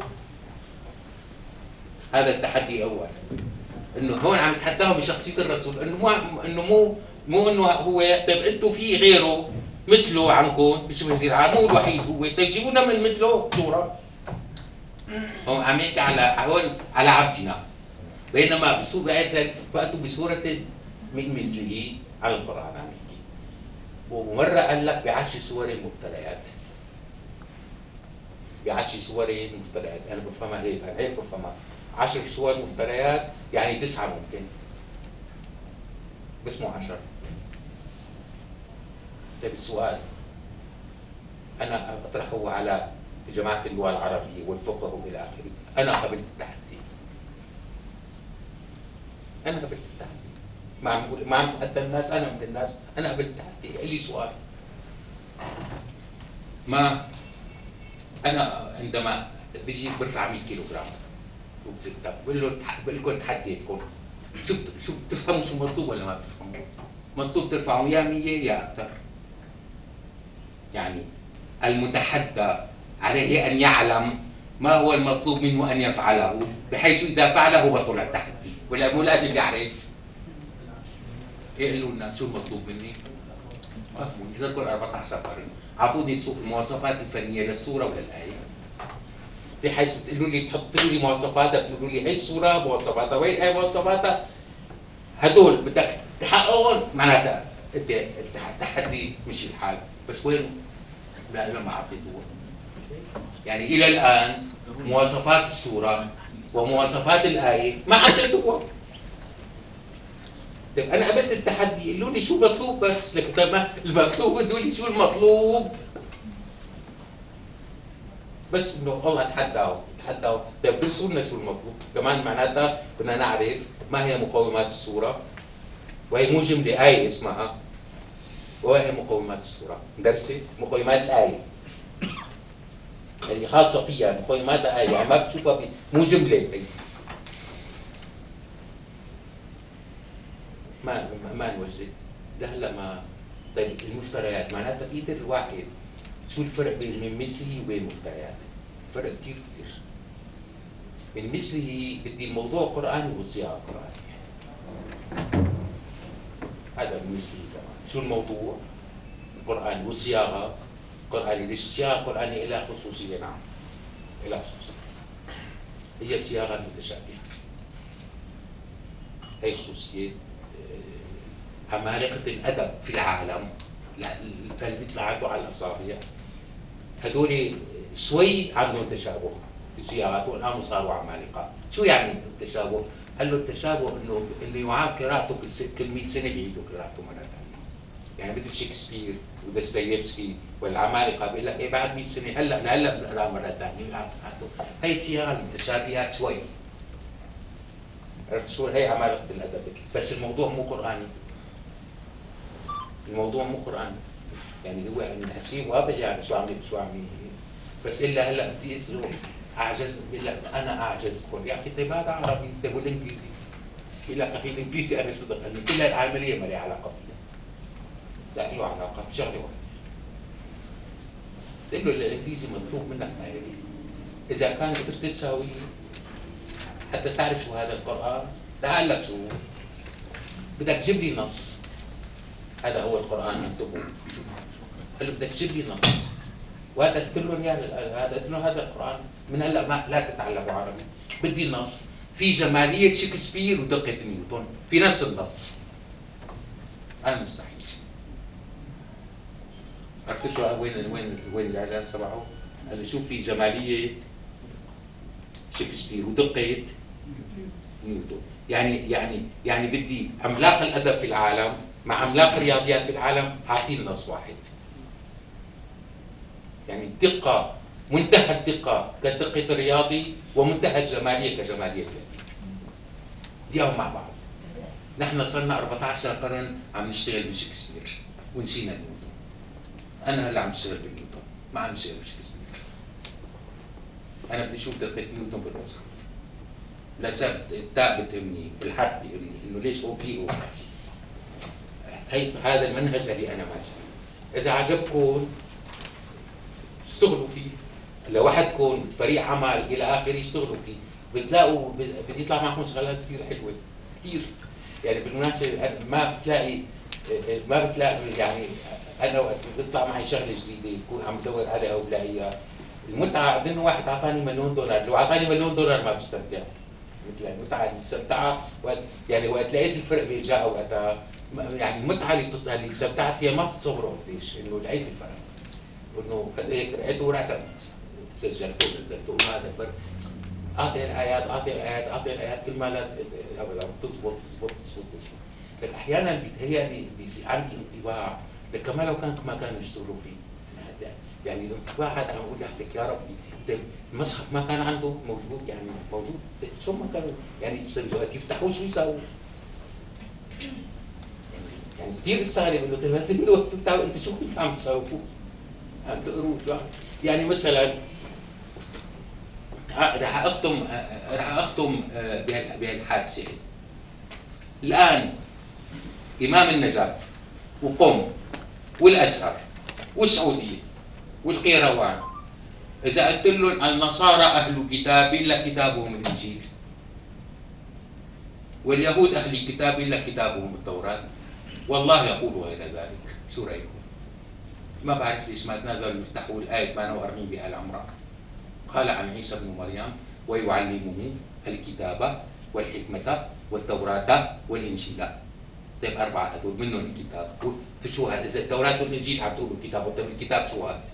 هذا التحدي أول، انه هون عم يتحداهم بشخصيه الرسول، انه مو انه مو مو انه هو، طيب انتم في غيره مثله عندكم بشبه ذي العالم، مو الوحيد هو، طيب جيبوا لنا من مثله صوره. هو عم يحكي على هون على عبدنا، بينما بسوره فاتوا بسوره من مثله على القران عم يحكي. ومره قال لك بعشر سور مبتليات، بعشر سور مبتليات، انا بفهمها هيك، هيك بفهمها. عشر سور مفتريات يعني تسعة ممكن، بس مو عشر. طيب السؤال أنا أطرحه على جماعة اللغة العربية والفقه إلى آخره، أنا قبلت التحدي، أنا قبلت التحدي، ما عم بقول ما عم أتى الناس، أنا من الناس، أنا قبلت التحدي. لي سؤال، ما أنا عندما بيجي برفع مية كيلو جرام بقول له بقول لكم تحديتكم، شو شو بتفهموا شو مطلوب ولا ما بتفهموا؟ مطلوب ترفعوا يا مية يا أكثر. يعني المتحدى عليه أن يعلم ما هو المطلوب منه أن يفعله، بحيث إذا فعله بطل التحدي، ولا مو لازم يعرف. يقولوا لنا شو المطلوب مني؟ فهموا إذا كل أربعة عشر صفر أعطوني المواصفات الفنية للصورة ولا الآية، بحيث تقولوا لي تحطوا لي مواصفاتها، تقولوا لي هي الصورة مواصفاتها وين هي مواصفاتها، هدول بدك تحققهم، معناتها التحدي مش الحال، بس وين؟ لا ما عطيتوه. يعني إلى الآن مواصفات الصورة ومواصفات الآية ما عطيتوها. طيب أنا قبلت التحدي، قالوا لي شو مطلوب بس، لك طيب المطلوب قالوا لي شو المطلوب؟ بس انه الله تحداه تحداه. طيب درسوا لنا شو المطلوب كمان، معناتها بدنا نعرف ما هي مقومات الصورة، وهي مو جملة، آية اسمها، وهي مقومات الصورة، درسة مقومات الآية اللي خاصة فيها مقومات الآية، يعني ما بتشوفها مو جملة هي. ما ما نوجه لهلا ما. طيب المشتريات معناتها بإيد الواحد، شو الفرق بين من مثله وبين مفتريات؟ فرق كثير كثير. من مثله بدي الموضوع قرآني والصياغة قرآنية. هذا من مثله كمان، شو الموضوع؟ القرآني والصياغة قرآنية، ليش الصياغة القرآنية لها خصوصية؟ نعم لها خصوصية، هي الصياغة المتشابهة، هي خصوصية عمالقة الأدب في العالم، الفيلم بيطلعوا على الأصابع، هدول شوي عندهم تشابه بصياغاتهم، الآن صاروا عمالقة. شو يعني التشابه؟ قال له التشابه انه اللي يعاد قراءته كل مئة سنة بيعيدوا قراءته مرة ثانية. يعني مثل شكسبير ودوستويفسكي والعمالقة بيقول لك ايه بعد مئة سنة هلا هلا بنقرا مرة ثانية. هي الصياغة المتشابهات شوي. عرفت شو هي عمالقة الأدب، بس الموضوع مو قرآني. الموضوع مو قرآني. يعني هو من حسين واضح يعني شو عم شو عم بس الا هلا بدي اساله اعجز، بيقول لك انا اعجز كل يا اخي طيب هذا عربي طيب والانجليزي؟ بيقول لك اخي الانجليزي انا شو دخلني؟ كل العمليه ما لها علاقه فيها. لا له علاقه بشغله واحده. بقول له الانجليزي مطلوب منك ما يلي. اذا كان قدرت تساوي حتى تعرف شو هذا القران، تعال لك شو بدك تجيب لي نص. هذا هو القران مكتوب. قال له بدك تجيب لي نص، وهذا قلت لهم يا هذا قلت له هذا القران من هلا ما لا تتعلموا عربي، بدي نص في جماليه شكسبير ودقه نيوتن في نفس النص. انا مستحيل عرفت شو وين وين وين الاعجاز تبعه؟ قال لي شوف في جماليه شكسبير ودقه نيوتن. يعني يعني يعني بدي عملاق الادب في العالم مع عملاق الرياضيات في العالم عاطين نص واحد. يعني الدقه منتهى الدقه كدقه الرياضي ومنتهى الجماليه كجماليه اليدي. ديهم مع بعض. نحن صرنا أربعة عشر قرن عم نشتغل بشكسبير ونسينا نيوتن. انا هلا عم بشتغل بنيوتن ما عم بشتغل بشكسبير. انا بدي اشوف دقه نيوتن بالوصف. لا صارت التاء بتهمني، الحرف بيهمني، انه ليش او بي او هي هذا المنهج اللي انا ماشي فيه. اذا عجبكم اشتغلوا فيه، لوحدكم فريق عمل الى اخره اشتغلوا فيه، بتلاقوا بدي يطلع معكم شغلات كثير حلوه كثير. يعني بالمناسبه ما بتلاقي ما بتلاقي يعني انا وقت بيطلع معي شغله جديده بكون عم بدور عليها وبلاقيها. المتعه انه واحد اعطاني مليون دولار، لو اعطاني مليون دولار ما بستمتع. مثل المتعه اللي استمتعها وقت يعني وقت لقيت الفرق بين جاء وقتها، يعني المتعه اللي بتص... اللي استمتعت فيها ما بتصوروا قديش انه لقيت الفرق. انه هيك لقيته ورحت سجلته نزلته هذا الفرق. اعطي الايات اعطي الايات اعطي الايات كل ما لا تزبط تزبط تزبط تزبط. لكن احيانا بيتهيألي عندي انطباع لك ما لو كان ما كانوا يشتغلوا فيه. يعني الانطباع هذا عم اقول لك يا ربي المصحف ما كان عنده موجود، يعني موجود شو ما كانوا يعني يفتحوه شو يساووا؟ يعني كثير استغرب انه طيب هذا الوقت بتاعه انت شو كنت عم تساووا؟ عم تقروا يعني مثلا رح اختم رح اختم بهالحادثه. الان امام النجاة وقم والازهر والسعوديه والقيروان اذا قلت لهم النصارى اهل كتاب الا كتابهم الانجيل، واليهود اهل الكتاب الا كتابهم التوراه، والله يقول غير ذلك، شو رايكم؟ ما بعرف ليش ما تنازلوا يفتحوا الايه ثمانية وأربعين بآل عمران. قال عن عيسى بن مريم ويعلمه الكتاب والحكمة والتوراة والإنجيل. طيب أربعة هدول منهم الكتاب، شو هذا؟ إذا التوراة والإنجيل عم تقولوا الكتاب، طيب الكتاب شو هذا؟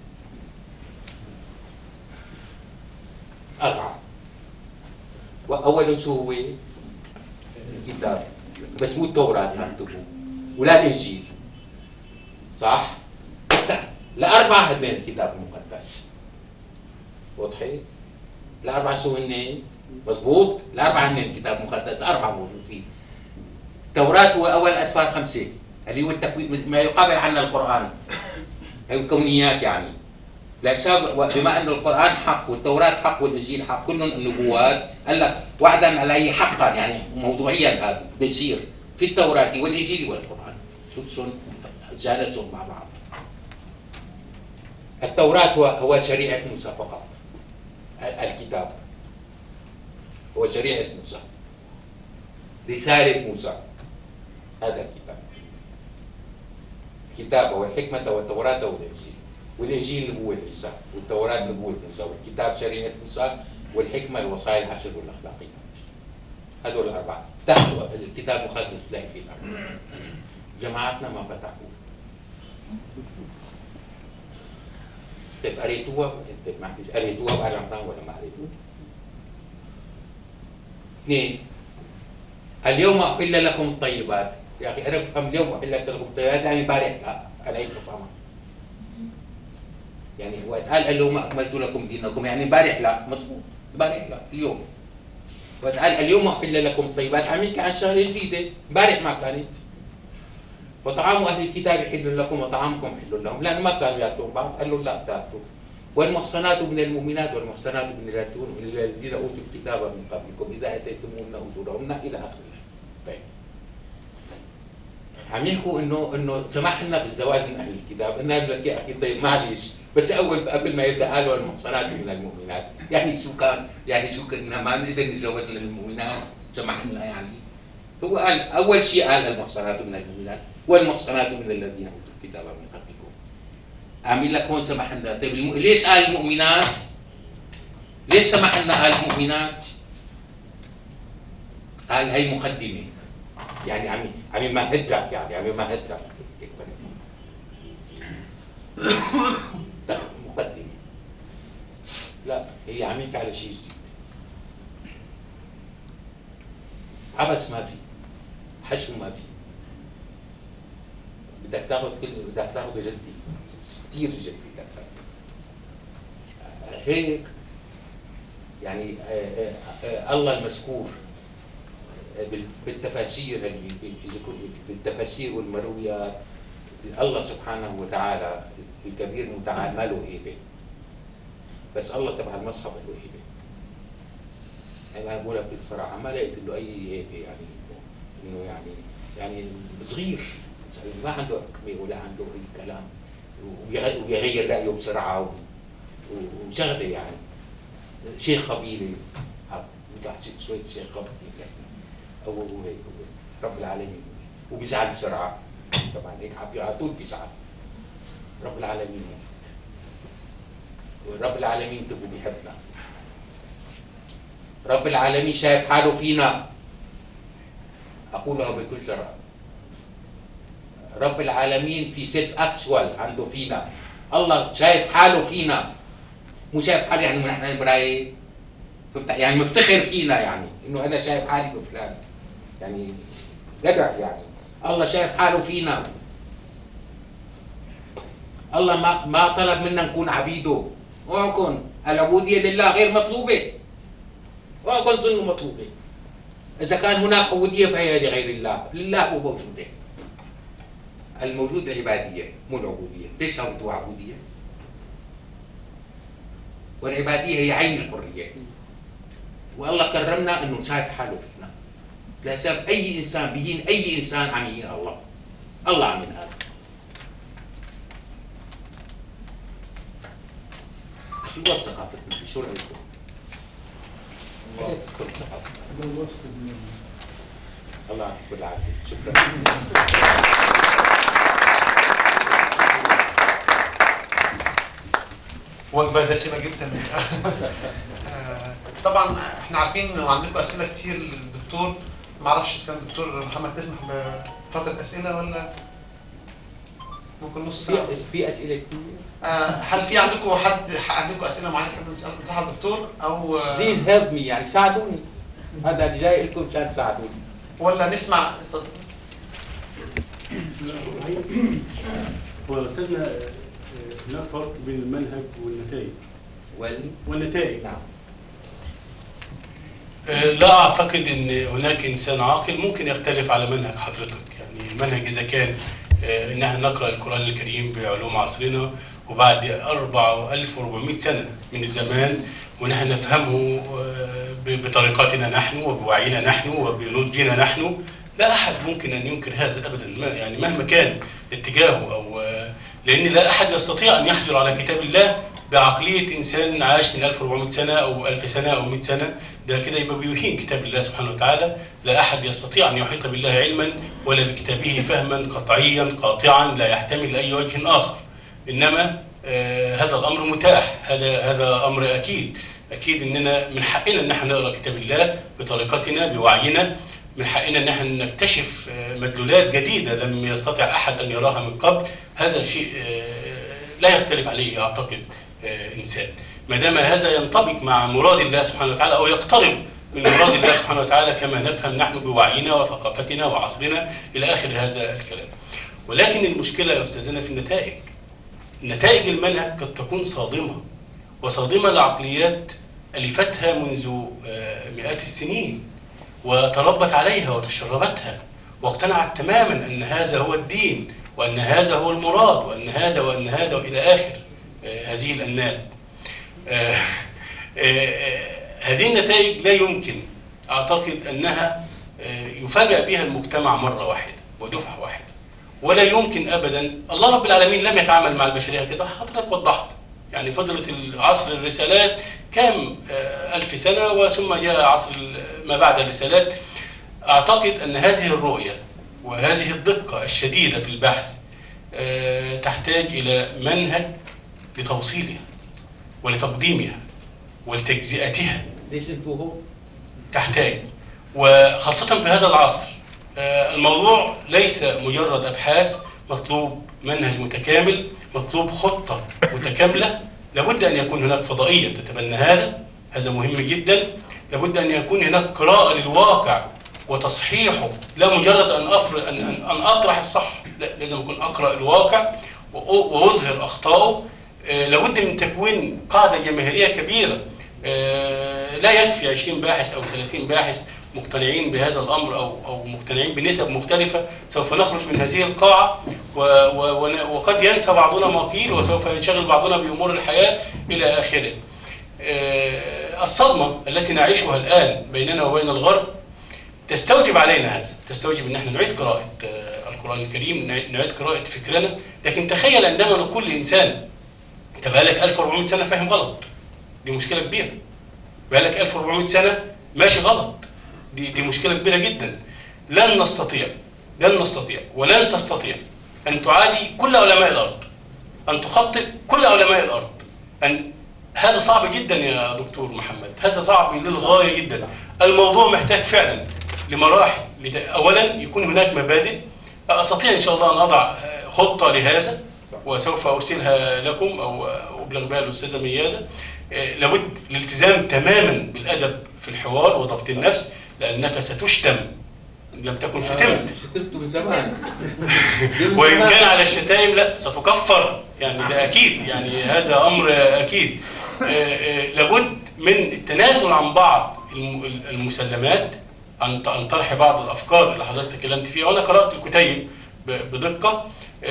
أربعة. وأول شو هو؟ الكتاب، بس مو التوراة مكتوبه ولا الإنجيل. صح؟ الأربعة هدول الكتاب المقدس. واضحين؟ الأربعة شو هن؟ مضبوط؟ الأربعة هن الكتاب المقدس، الأربعة موجود فيه. التوراة هو أول أسفار خمسة اللي هو التكوين ما يقابل عنا القرآن. هي الكونيات يعني. لا شاب بما أن القرآن حق والتوراة حق والإنجيل حق كلهم النبوات، قال لك وعدا علي حقا يعني موضوعيا هذا بيصير في التوراة والإنجيل والقرآن. شو شلون جالسوا مع بعض. التوراة هو هو شريعة موسى فقط. الكتاب هو شريعة موسى، رسالة موسى، هذا الكتاب. الكتاب هو الحكمة والتوراة والإنجيل، والإنجيل نبوة عيسى، والتوراة نبوة موسى، والكتاب شريعة موسى، والحكمة الوصايا العشر والأخلاقيات. هذول الأربعة تحت الكتاب المقدس تلاقي فيه الأربعة. جماعتنا ما فتحوه. طيب قريتوها؟ طيب ما قريتوها بآل عمران ولا ما قريتوها؟ اثنين، اليوم أحل لكم الطيبات. يا أخي أنا بفهم اليوم أحلت لكم الطيبات يعني امبارح لا، أنا هيك بفهمها. يعني وقت قال اليوم أكملت لكم دينكم يعني امبارح لا، مضبوط، امبارح لا، اليوم. وقت قال اليوم أحل لكم الطيبات عم يحكي عن شغلة جديدة، امبارح ما كانت. وطعام أهل الكتاب حل لكم وطعامكم حل لهم، لأن ما كانوا يأكلون بعض، قال له لا تأكلوا. والمحصنات من المؤمنات والمحصنات من الذين اوتوا الكتاب من قبلكم اذا اتيتموهن اجورهن الى اخره. طيب عم يحكوا انه انه سمح لنا بالزواج من اهل الكتاب، الناس لك يا اخي طيب معلش بس اول قبل ما يبدا قالوا المحصنات من المؤمنات، يعني شو كان؟ يعني شو كنا ما نقدر نتزوج من المؤمنات؟ سمح لنا يعني. هو قال اول شيء قال المحصنات من المؤمنات والمحصنات من الذين اوتوا الكتاب من قبلكم. عامل لك هون سمح لنا. طيب الم... ليش قال المؤمنات؟ ليش سمح لنا قال المؤمنات؟ قال هي مقدمة، يعني عم عم يمهد لك، يعني عم يمهد لك. مقدمة. لا، هي عم يحكي على شيء جديد. عبث ما في، حشو ما في، بدك تاخذ كل بدك تاخذ بجدي، كثير جدي بدك تاخذ. هيك يعني آآ آآ الله المذكور بالتفاسير، بالتفاسير والمرويات، الله سبحانه وتعالى الكبير المتعال ما له هيبه، بس الله تبع المصحف له هيبه. انا بقول لك بصراحه ما لقيت له اي هيبه، يعني انه يعني يعني صغير ما عنده حكمه ولا عنده اي كلام، وبيغير رايه بسرعه وشغله يعني شيخ قبيله، بتحكي شويه شيخ قبيله هو هو هيك هو رب العالمين، وبيزعل بسرعه طبعا، هيك على طول بيزعل رب العالمين. ورب العالمين تبقوا بيحبنا، رب العالمين شايف حاله فينا، اقولها بكل جرأة. رب العالمين في سيلف اكشوال عنده فينا، الله شايف حاله فينا، مو شايف حاله يعني نحن براي يعني مفتخر فينا، يعني انه انا شايف حالي بفلان، يعني جدع يعني. الله شايف حاله فينا، الله ما ما طلب منا نكون عبيده. اوعكم العبوديه لله غير مطلوبه، اوعكم تظنوا مطلوبه. اذا كان هناك عبوديه فهي لغير الله، لله مو موجوده. الموجود العباديه مو العبوديه. ليش سويتوا عبوديه؟ والعباديه هي عين الحريه. والله كرمنا انه شايف حاله فينا، لا سبب اي انسان بيهين اي انسان عم يهين الله، الله عم ينهار. شو وصف ثقافتنا؟ شو رايكم؟ الله كل ثقافتنا. الله يعطيكم العافيه، شكرا. وجبه دسمه جدا. طبعا احنا عارفين انه عندكم اسئله كتير للدكتور، ما اعرفش اذا كان الدكتور محمد تسمح بفتره اسئله ولا ممكن نص ساعه؟ في اسئله كتير. آه هل في عندكم حد عندكم اسئله معينه تحبوا نسالها الدكتور او بليز هيلب مي، يعني ساعدوني، هذا اللي جاي لكم عشان تساعدوني. ولا نسمع؟ هو استاذنا هناك فرق بين المنهج والنتائج. وال... والنتائج نعم. لا اعتقد ان هناك انسان عاقل ممكن يختلف على منهج حضرتك. يعني المنهج اذا كان ان احنا نقرا القران الكريم بعلوم عصرنا وبعد أربعة آلاف وأربعمائة سنه من الزمان، ونحن نفهمه بطريقتنا نحن وبوعينا نحن وبنضجنا نحن، لا احد ممكن ان ينكر هذا ابدا، يعني مهما كان اتجاهه، او لان لا احد يستطيع ان يحجر على كتاب الله بعقليه انسان عاش من ألف وأربعمائة سنه او ألف سنه او مئة سنه. ده كده يبقى بيهين كتاب الله سبحانه وتعالى. لا احد يستطيع ان يحيط بالله علما ولا بكتابه فهما قطعيا قاطعا لا يحتمل اي وجه اخر. انما آه هذا الامر متاح، هذا هذا امر اكيد. اكيد اننا من حقنا ان احنا نقرا كتاب الله بطريقتنا بوعينا، من حقنا ان احنا نكتشف مدلولات جديده لم يستطع احد ان يراها من قبل. هذا شيء لا يختلف عليه اعتقد انسان، ما دام هذا ينطبق مع مراد الله سبحانه وتعالى او يقترب من مراد الله سبحانه وتعالى كما نفهم نحن بوعينا وثقافتنا وعصرنا الى اخر هذا الكلام. ولكن المشكله يا استاذنا في النتائج. نتائج المنهج قد تكون صادمه، وصادمه لعقليات الفتها منذ مئات السنين وتربت عليها وتشربتها واقتنعت تماما ان هذا هو الدين وان هذا هو المراد وان هذا وان هذا والى اخر هذه الانات. هذه النتائج لا يمكن اعتقد انها يفاجأ بها المجتمع مره واحده ودفعه واحده، ولا يمكن ابدا. الله رب العالمين لم يتعامل مع البشريه كده، حضرتك وضحت. يعني فضلت عصر الرسالات كم ألف سنة وثم جاء عصر ما بعد الرسالات. أعتقد أن هذه الرؤية وهذه الدقة الشديدة في البحث تحتاج إلى منهج لتوصيلها ولتقديمها ولتجزئتها. ليش انتوا هو؟ تحتاج، وخاصة في هذا العصر. الموضوع ليس مجرد أبحاث مطلوب منهج متكامل، مطلوب خطة متكاملة. لابد أن يكون هناك فضائية تتبنى هذا، هذا مهم جدا. لابد أن يكون هناك قراءة للواقع وتصحيحه، لا مجرد أن أفر... أن... أن أطرح الصح، لا، لازم أكون أقرأ الواقع وأظهر أخطائه. لابد من تكوين قاعدة جماهيرية كبيرة، لا يكفي عشرين باحث أو ثلاثين باحث مقتنعين بهذا الأمر أو أو مقتنعين بنسب مختلفة. سوف نخرج من هذه القاعة و و وقد ينسى بعضنا ما قيل، وسوف ينشغل بعضنا بأمور الحياة إلى آخره. الصدمة التي نعيشها الآن بيننا وبين الغرب تستوجب علينا هذا، تستوجب أن احنا نعيد قراءة القرآن الكريم، نعيد قراءة فكرنا. لكن تخيل عندما نقول لإنسان أنت بقالك ألف وأربعمائة سنة فاهم غلط، دي مشكلة كبيرة. بقالك ألف وأربعمائة سنة ماشي غلط، دي دي مشكلة كبيرة جدا. لن نستطيع لن نستطيع ولن تستطيع أن تعادي كل علماء الأرض، أن تخطئ كل علماء الأرض. أن هذا صعب جدا يا دكتور محمد، هذا صعب للغاية جدا. الموضوع محتاج فعلا لمراحل. أولا يكون هناك مبادئ، أستطيع إن شاء الله أن أضع خطة لهذا وسوف أرسلها لكم أو أبلغ بها الأستاذة ميادة. لابد الالتزام تماما بالأدب في الحوار وضبط النفس، لأنك ستشتم لم تكن شتمت. شتمت من زمان. وإن كان على الشتائم لا ستكفر، يعني ده أكيد، يعني هذا أمر أكيد. لابد من التنازل عن بعض المسلمات، عن طرح بعض الأفكار اللي حضرتك تكلمت فيها، وأنا قرأت الكتيب بدقة.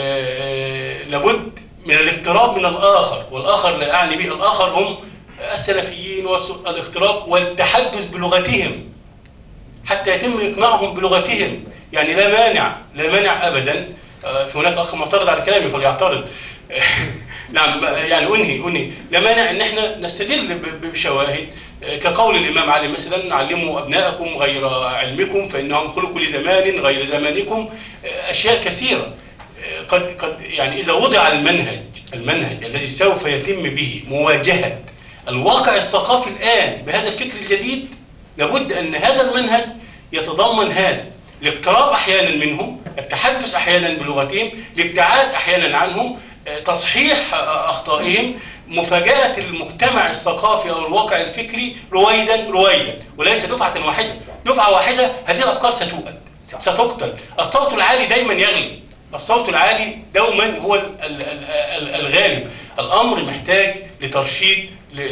لابد من الاقتراب من الآخر، والآخر لا أعني به الآخر هم السلفيين، والاقتراب والتحدث بلغتهم حتى يتم إقناعهم بلغتهم. يعني لا مانع لا مانع أبدا. في هناك أخ معترض على كلامي فليعترض. نعم، يعني أنهي أنهي لا مانع أن احنا نستدل بشواهد كقول الإمام علي مثلا: علموا أبناءكم غير علمكم فإنهم خلقوا لزمان غير زمانكم. أشياء كثيرة قد قد يعني إذا وضع المنهج المنهج الذي سوف يتم به مواجهة الواقع الثقافي الآن بهذا الفكر الجديد، لابد أن هذا المنهج يتضمن هذا الاقتراب أحيانا منهم، التحدث أحيانا بلغتهم، الابتعاد أحيانا عنهم، تصحيح أخطائهم، مفاجأة المجتمع الثقافي أو الواقع الفكري رويدا رويدا، وليس دفعة واحدة. دفعة واحدة هذه الأفكار ستوقد ستقتل. الصوت العالي دايما يغلب، الصوت العالي دوما هو الغالب. الأمر محتاج لترشيد،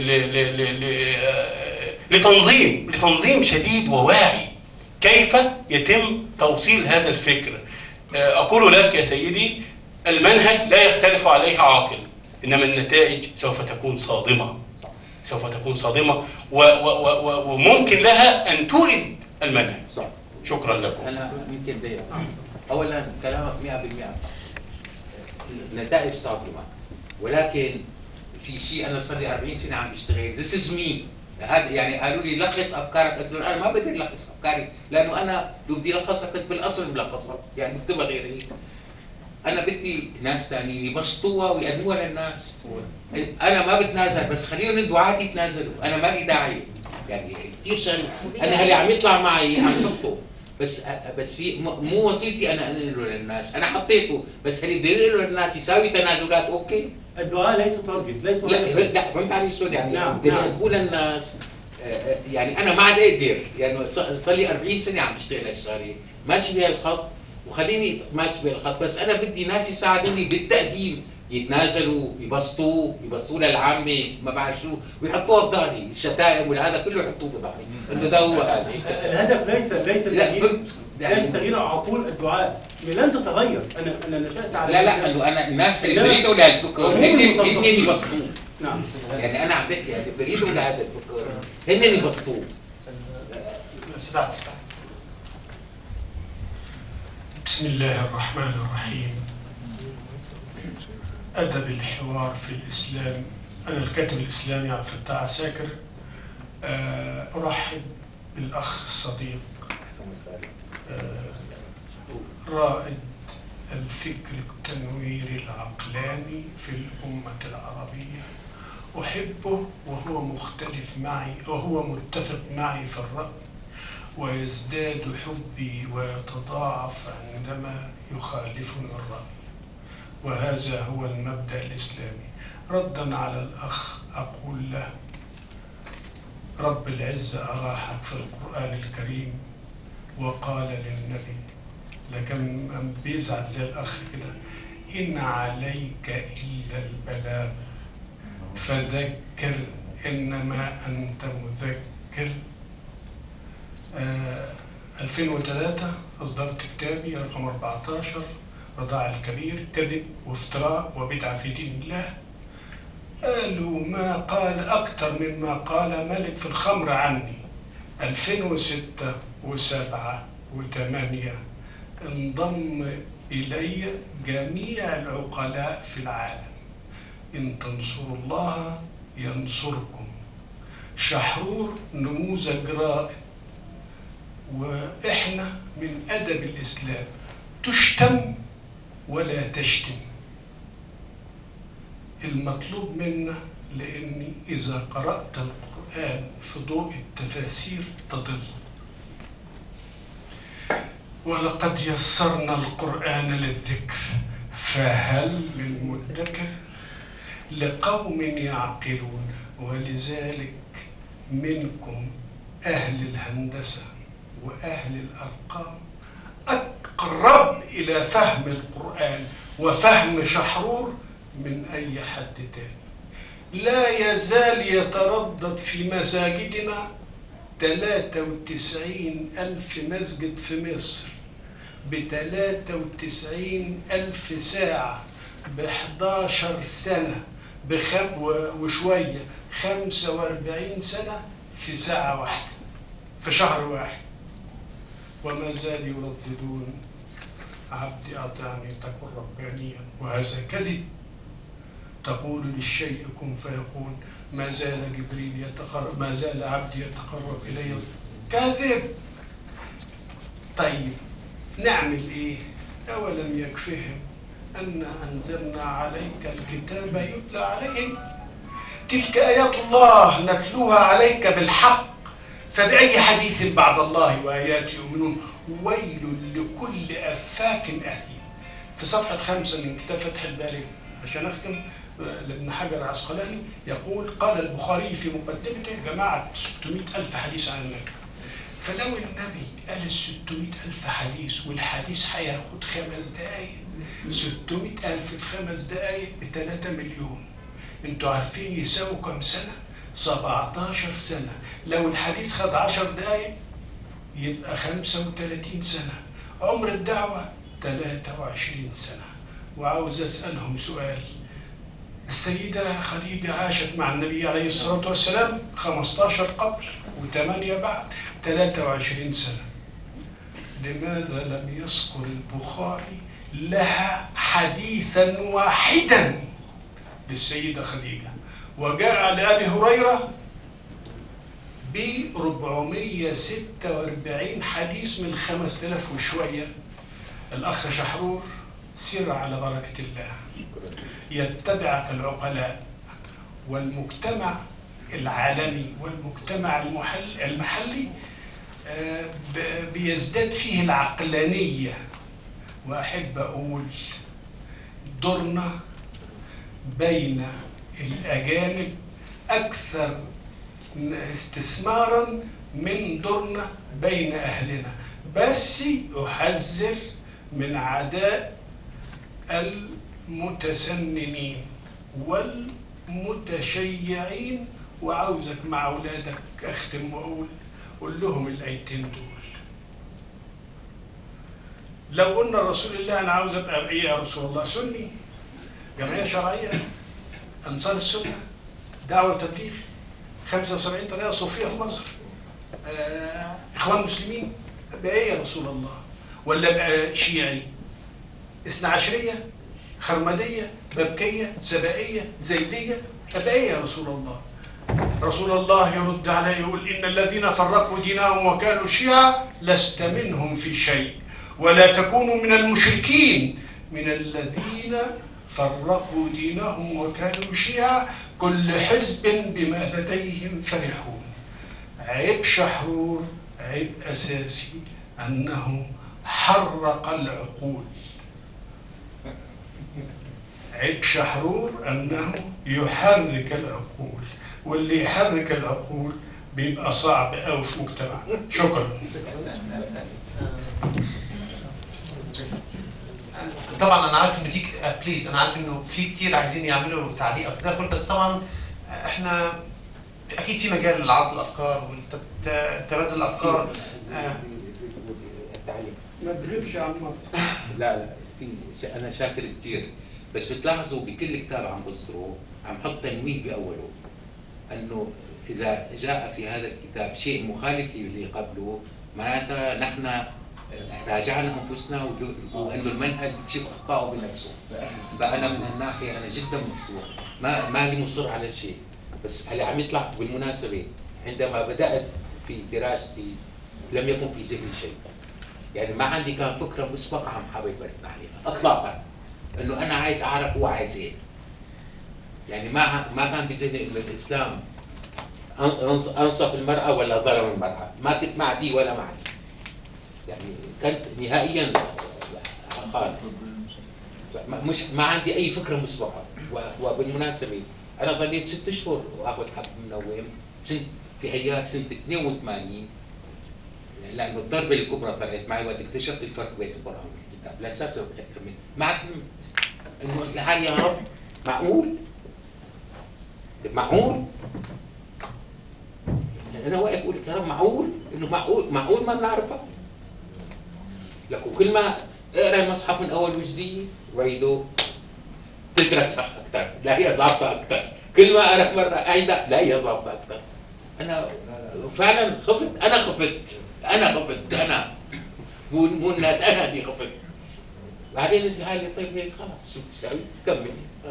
لتنظيم لتنظيم شديد وواعي كيف يتم توصيل هذا الفكر. أقول لك يا سيدي، المنهج لا يختلف عليه عاقل، إنما النتائج سوف تكون صادمة، سوف تكون صادمة و و و وممكن لها أن تؤذي المنهج. شكرا لكم. أنا يمكن دقيقة. أولا كلامك مئة بالمئة النتائج صادمة، ولكن في شيء أنا صار لي أربعين سنة عم بشتغل. This is me. هذا يعني قالوا لي لخص أفكارك، قلت لهم أنا ما بقدر لخص أفكاري، لأنه أنا لو بدي لخصها كنت بالأصل ملخصها، يعني بكتبها غير هيك. أنا بدي ناس ثانيين يبسطوها ويقدموها للناس. أنا ما بتنازل، بس خليهم الدعاة يتنازلوا، أنا ما لي داعي. يعني كثير شغل أنا اللي عم يطلع معي عم يخطو، بس بس في مو وظيفتي انا انقله للناس، انا حطيته، بس اللي بده ينقله للناس يساوي تنازلات. اوكي، الدعاء ليسوا تارجت، ليسوا لا لا فهمت علي شو يعني؟ نعم بدي نعم. اقول للناس يعني انا ما عاد اقدر، يعني صار لي أربعين سنة عم بشتغل هالشغله، ماشي بهالخط وخليني ماشي بهالخط، بس انا بدي ناس يساعدوني بالتقديم، يتنازلوا، يبسطوا يبسطوا للعامة ما بعرف شو، ويحطوها بظهري، الشتائم والهذا كله يحطوه بظهري، انه ده هو هذا. الهدف ليس ليس تغيير لا ليس تغيير عقول الدعاة، لن تتغير. انا انا نشأت على لا لا انه انا الناس اللي بريدوا لهالفكر هن هن يبسطوه. نعم، يعني انا عم بحكي اللي بريدوا لهذا الفكر هن يبسطوه. بسم الله الرحمن الرحيم. أدب الحوار في الإسلام. أنا الكاتب الإسلامي عبد الفتاح عساكر. أرحب بالأخ الصديق رائد الفكر التنويري العقلاني في الأمة العربية. أحبه وهو مختلف معي وهو متفق معي في الرأي، ويزداد حبي ويتضاعف عندما يخالفني الرأي. وهذا هو المبدأ الإسلامي. ردا على الأخ أقول له رب العزة أراحك في القرآن الكريم وقال للنبي، لكن بيزعل زي الأخ كده، إن عليك إلا البلاغ فذكر إنما أنت مذكر. آه ألفين وثلاثة أصدرت كتابي رقم أربعة عشر رضاع الكبير، كذب وافتراء وبدعة في دين الله. قالوا ما قال أكثر مما قال ملك في الخمر عني. ألفين وستة وسبعة وثمانية انضم إلي جميع العقلاء في العالم. إن تنصروا الله ينصركم. شحرور نموذج رائع، وإحنا من أدب الإسلام تشتم ولا تشتم. المطلوب منا، لأني إذا قرأت القرآن في ضوء التفاسير تضل. ولقد يسرنا القرآن للذكر فهل من مدكر لقوم يعقلون. ولذلك منكم أهل الهندسة وأهل الأرقام أقرب إلى فهم القرآن وفهم شحرور من أي حد تاني. لا يزال يتردد في مساجدنا ثلاثة وتسعين ألف مسجد في مصر بثلاثة وتسعين ألف ساعة بحداشر سنة بخم وشوية خمسة وأربعين سنة في ساعة واحدة في شهر واحد، وما زال يرددون عبدي أطعني تكن ربانيا، وهذا كذب. تقول للشيء كن فيكون. ما زال جبريل يتقرب، ما زال عبدي يتقرب إلي. كذب. طيب نعمل إيه؟ أولم يكفهم أن أنزلنا عليك الكتاب يتلى عليهم. تلك آيات الله نتلوها عليك بالحق فبأي حديث بعد الله وآياته يؤمنون. ويل لكل أفاك أثيم. في صفحة خمسة من كتاب فتح الباري عشان أختم لابن حجر العسقلاني يقول قال البخاري في مقدمته جماعة ستمائة ألف حديث عن النبي. فلو النبي قال ستمائة ألف حديث والحديث هياخد خمس دقايق، ستمائة ألف في خمس دقايق بثلاثة مليون. انتوا عارفين يساووا كم سنة؟ سبعتاشر سنة. لو الحديث خد عشر دقايق يبقى خمسة وثلاثين سنة. عمر الدعوة ثلاثة وعشرين سنة. وعاوز أسألهم سؤال. السيدة خديجة عاشت مع النبي عليه الصلاة والسلام خمستاشر قبل وثمانية بعد، ثلاثة وعشرين سنة. لماذا لم يذكر البخاري لها حديثا واحدا للسيدة خديجة؟ وجاء لأبي هريرة ب أربعمائة وستة وأربعين حديث من خمسة آلاف وشوية. الأخ شحرور سر على بركة الله، يتبعك العقلاء والمجتمع العالمي والمجتمع المحل المحلي بيزداد فيه العقلانية. وأحب أقول دورنا بين الأجانب أكثر استثمارا من دورنا بين أهلنا. بس أحذر من عداء المتسننين والمتشيعين. وعاوزك مع أولادك أختم وأقول قول لهم الآيتين دول. لو قلنا رسول الله أنا عاوز أبقى إيه يا رسول الله؟ سني، جمعية شرعية، أنصار السنة، دعوة وتبليغ، خمسة وسبعين طريقة صوفية في مصر، آه، إخوان مسلمين، أبقى إيه يا رسول الله؟ ولا أبقى شيعي، اثنا عشرية، خرمدية، ببكية، سبائية، زيدية، أبقى إيه يا رسول الله؟ رسول الله يرد عليه يقول إن الذين فرقوا دينهم وكانوا شيعا لست منهم في شيء ولا تكونوا من المشركين من الذين فرقوا دينهم وكانوا شيعا كل حزب بما لديهم فرحون. عيب شحرور، عيب أساسي أنه حرق العقول. عيب شحرور أنه يحرك العقول، واللي يحرك العقول بيبقى صعب أوي في مجتمعنا. شكرا. طبعا انا عارف ان في بليز انا عارف انه في كتير عايزين يعملوا تعليق او تداخل، بس طبعا احنا اكيد في مجال لعرض الافكار وتبادل الافكار. آه. التعليم ما تغيبش عن مصر. لا لا في ش- انا شاكر كثير، بس بتلاحظوا بكل كتاب عم بصدره عم حط تنويه باوله انه اذا جاء في هذا الكتاب شيء مخالف للي قبله معناتها نحن راجعنا انفسنا وجو- وانه المنهج بكشف اخطائه بنفسه. فانا من هالناحيه انا جدا مبسوط، ما مالي مصر على شيء. بس اللي عم يطلع بالمناسبه عندما بدات في دراستي لم يكن في ذهني شيء، يعني ما عندي كان فكره مسبقه عم حابب ارتاح عليها اطلاقا، انه انا عايز اعرف هو عايز ايه. يعني ما ما كان بذهني انه الاسلام أنص- انصف المراه ولا ظلم المراه، ما كنت مع دي ولا مع دي، يعني كنت نهائيا خالص ما- مش ما عندي اي فكره مسبقه. و- وبالمناسبه انا ظليت ست اشهر واخذ حب منوم سنه في ايار سنه اثنين وثمانين، لانه الضربه الكبرى طلعت معي وقت اكتشفت الفرق بين القران والكتاب، لا ساتر اكثر من مع انه الحال يا رب معقول؟ معقول؟ يعني انا واقف اقول يا رب معقول؟ انه معقول معقول ما بنعرفها؟ لك وكل ما اقرا المصحف من اول وجديد وعيده تترسخ اكثر، لا هي ظابطه اكثر، كل ما اقرا مره اعيدها لا هي ظابطه اكثر. انا فعلا خفت، انا خفت انا خفت انا مو مو الناس، انا اللي خفت. بعدين الحالة طيب هيك خلاص شو تسوي؟ كمل.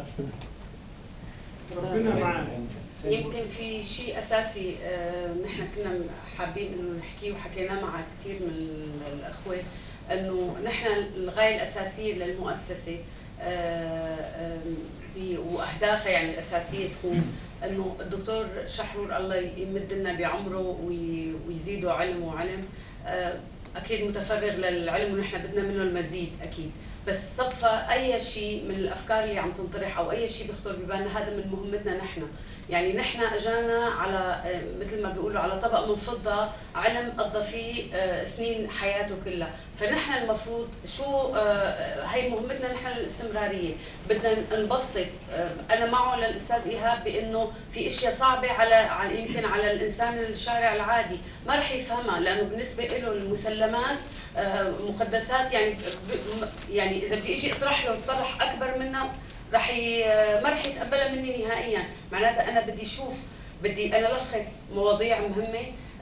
ربنا معانا. يمكن في شيء اساسي آه، نحن كنا حابين انه نحكيه وحكيناه مع كثير من الاخوه، انه نحن الغايه الاساسيه للمؤسسه آه، آه، ب- واهدافها يعني الاساسيه تكون انه الدكتور شحرور الله يمد لنا بعمره وي- ويزيده علم وعلم، آه، اكيد متفرغ للعلم ونحن بدنا منه المزيد اكيد، بس صفى اي شيء من الافكار اللي عم تنطرح او اي شيء بيخطر ببالنا هذا من مهمتنا نحن. يعني نحن اجانا على آه، مثل ما بيقولوا على طبق من فضه علم قضى فيه آه، سنين حياته كلها، فنحن المفروض شو آه، هي مهمتنا نحن الاستمراريه، بدنا نبسط. آه، انا معه للاستاذ ايهاب بانه في اشياء صعبه على على يمكن على الانسان الشارع العادي ما رح يفهمها، لانه بالنسبه له المسلمات آه، مقدسات، يعني ب- يعني اذا بدي اجي اطرح له طرح اكبر منها رح ي... ما رح يتقبلها مني نهائيا. معناتها انا بدي اشوف، بدي انا الخص مواضيع مهمه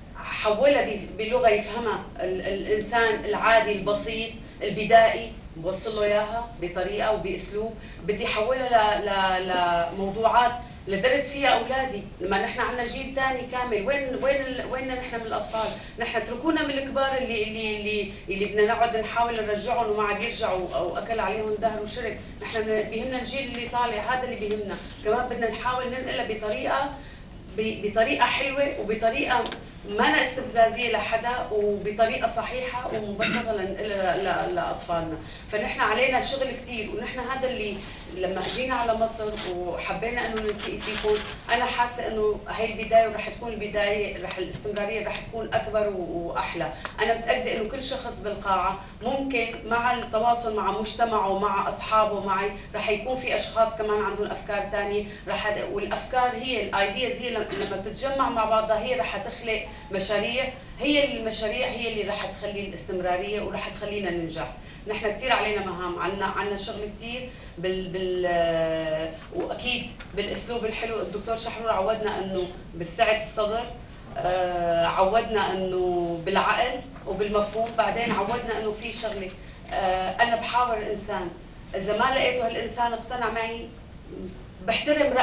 حولها ب- بلغه يفهمها ال... الانسان العادي البسيط البدائي، بوصل له اياها بطريقه وباسلوب، بدي احولها ل... ل... لموضوعات لدرس فيها اولادي. لما نحن عندنا جيل ثاني كامل، وين وين ال... وين نحن من الاطفال؟ نحن اتركونا من الكبار اللي اللي اللي اللي بدنا نقعد نحاول نرجعهم وما عاد يرجعوا او اكل عليهم دهر وشرب. نحن بيهمنا الجيل اللي طالع، هذا اللي بيهمنا. كمان بدنا نحاول ننقلها بطريقه ب- بطريقه حلوه وبطريقه ما استفزازيه لحدا وبطريقه صحيحه ومبسطه لن- ل- ل- لاطفالنا. فنحن علينا شغل كثير، ونحن هذا اللي لما اجينا على مصر وحبينا انه نلتقي فيكم، انا حاسه انه هي البدايه ورح تكون البدايه، رح الاستمراريه رح تكون اكبر و- واحلى. انا متاكده انه كل شخص بالقاعه ممكن مع التواصل مع مجتمعه ومع اصحابه معي رح يكون في اشخاص كمان عندهم افكار ثانيه، رح والافكار هي الايدياز هي لما بتتجمع مع بعضها هي رح تخلق مشاريع، هي المشاريع هي اللي رح تخلي الاستمراريه ورح تخلينا ننجح. نحن كثير علينا مهام، عنا عنا شغل كثير بال بال آه، واكيد بالاسلوب الحلو. الدكتور شحرور عودنا انه بالسعه الصدر، آه، عودنا انه بالعقل وبالمفهوم، بعدين عودنا انه في شغله آه، انا بحاور الانسان، اذا ما لقيته هالانسان اقتنع معي بحترم رايه،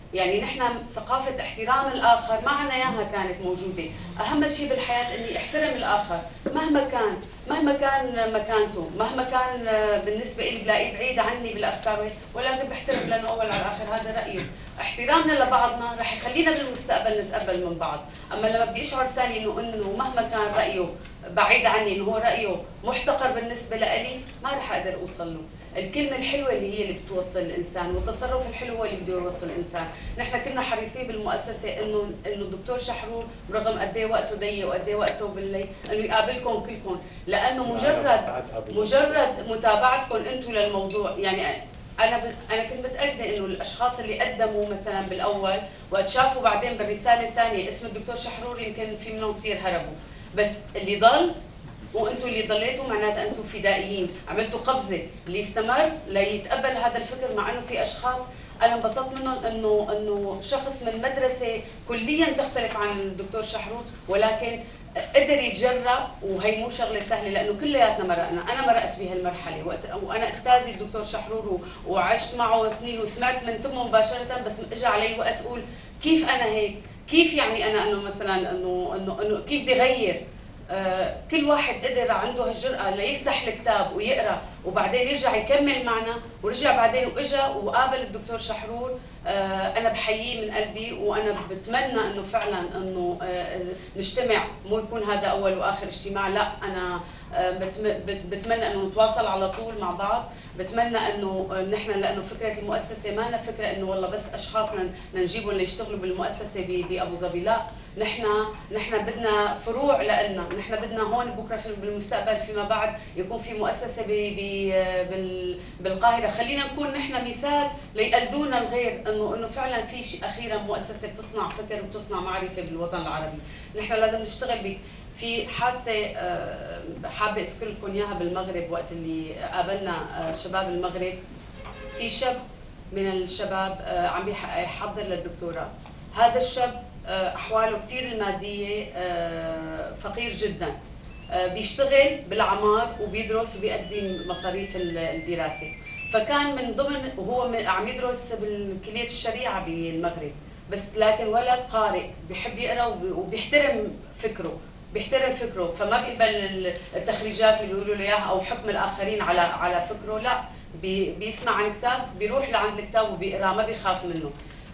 يعني نحن ثقافة احترام الآخر ما عنا إياها كانت موجودة. أهم شيء بالحياة إني احترم الآخر مهما كان، مهما كان مكانته، مهما كان بالنسبة لي بلاقيه بعيد عني بالأفكار، ولكن بحترم لأنه أول على الآخر هذا رأيه. احترامنا لبعضنا رح يخلينا بالمستقبل نتقبل من بعض، أما لما بدي أشعر ثاني إنه إنه مهما كان رأيه بعيد عني، إنه هو رأيه محتقر بالنسبة لإلي، ما رح أقدر أوصل له. الكلمة الحلوة اللي هي اللي بتوصل الإنسان، والتصرف الحلو هو اللي بده يوصل الإنسان. نحن كنا حريصين بالمؤسسة إنه إنه الدكتور شحرور رغم قد إيه وقته ضيق وقد إيه وقته بالليل إنه يقابلكم كلكم، لأنه مجرد مجرد متابعتكم أنتم للموضوع. يعني أنا ب... أنا كنت متأكدة إنه الأشخاص اللي قدموا مثلا بالأول وقت شافوا بعدين بالرسالة الثانية اسم الدكتور شحرور يمكن في منهم كثير هربوا، بس اللي ضل وانتم اللي ضليتوا معناتها انتم فدائيين، عملتوا قفزه، اللي استمر ليتقبل هذا الفكر مع انه في اشخاص انا انبسطت منهم انه انه شخص من مدرسه كليا تختلف عن الدكتور شحرور، ولكن قدر يتجرأ، وهي مو شغله سهله لانه كلياتنا مرقنا، انا مرقت بهالمرحله وقت وانا استاذي الدكتور شحرور وعشت معه سنين وسمعت من تمه مباشره، بس اجى علي وقت اقول كيف انا هيك؟ كيف يعني انا انه مثلا انه انه انه كيف بدي اغير؟ آه كل واحد قدر عنده هالجرأة ليفتح الكتاب ويقرا وبعدين يرجع يكمل معنا، ورجع بعدين واجا وقابل الدكتور شحرور. آه انا بحييه من قلبي، وانا بتمنى انه فعلا انه آه نجتمع، مو يكون هذا اول واخر اجتماع، لا انا آه بتمنى انه نتواصل على طول مع بعض. بتمنى انه نحن لانه فكره المؤسسه ما لنا فكره انه والله بس اشخاص نجيبهم ليشتغلوا بالمؤسسه بابو ظبي، لا، نحن نحن بدنا فروع لنا، نحن بدنا هون بكره بالمستقبل فيما بعد يكون في مؤسسه بي بي بالقاهره، خلينا نكون نحن مثال ليقلدونا الغير انه انه فعلا في شيء اخيرا مؤسسه بتصنع فكر وبتصنع معرفه بالوطن العربي. نحن لازم نشتغل ب في حادثه حابه اذكر لكم اياها بالمغرب، وقت اللي قابلنا شباب المغرب، في شاب من الشباب عم يحضر للدكتوراه. هذا الشاب احواله كثير الماديه فقير جدا، بيشتغل بالعمار وبيدرس وبيقدم مصاريف الدراسه، فكان من ضمن وهو عم يدرس بكليه الشريعه بالمغرب، بس لكن ولد قارئ بيحب يقرا وبيحترم فكره بيحترم فكره، فما بيقبل التخريجات اللي بيقولوا له اياها او حكم الاخرين على على فكره، لا، بي بيسمع عن كتاب بيروح لعند الكتاب وبيقرا، ما بيخاف منه.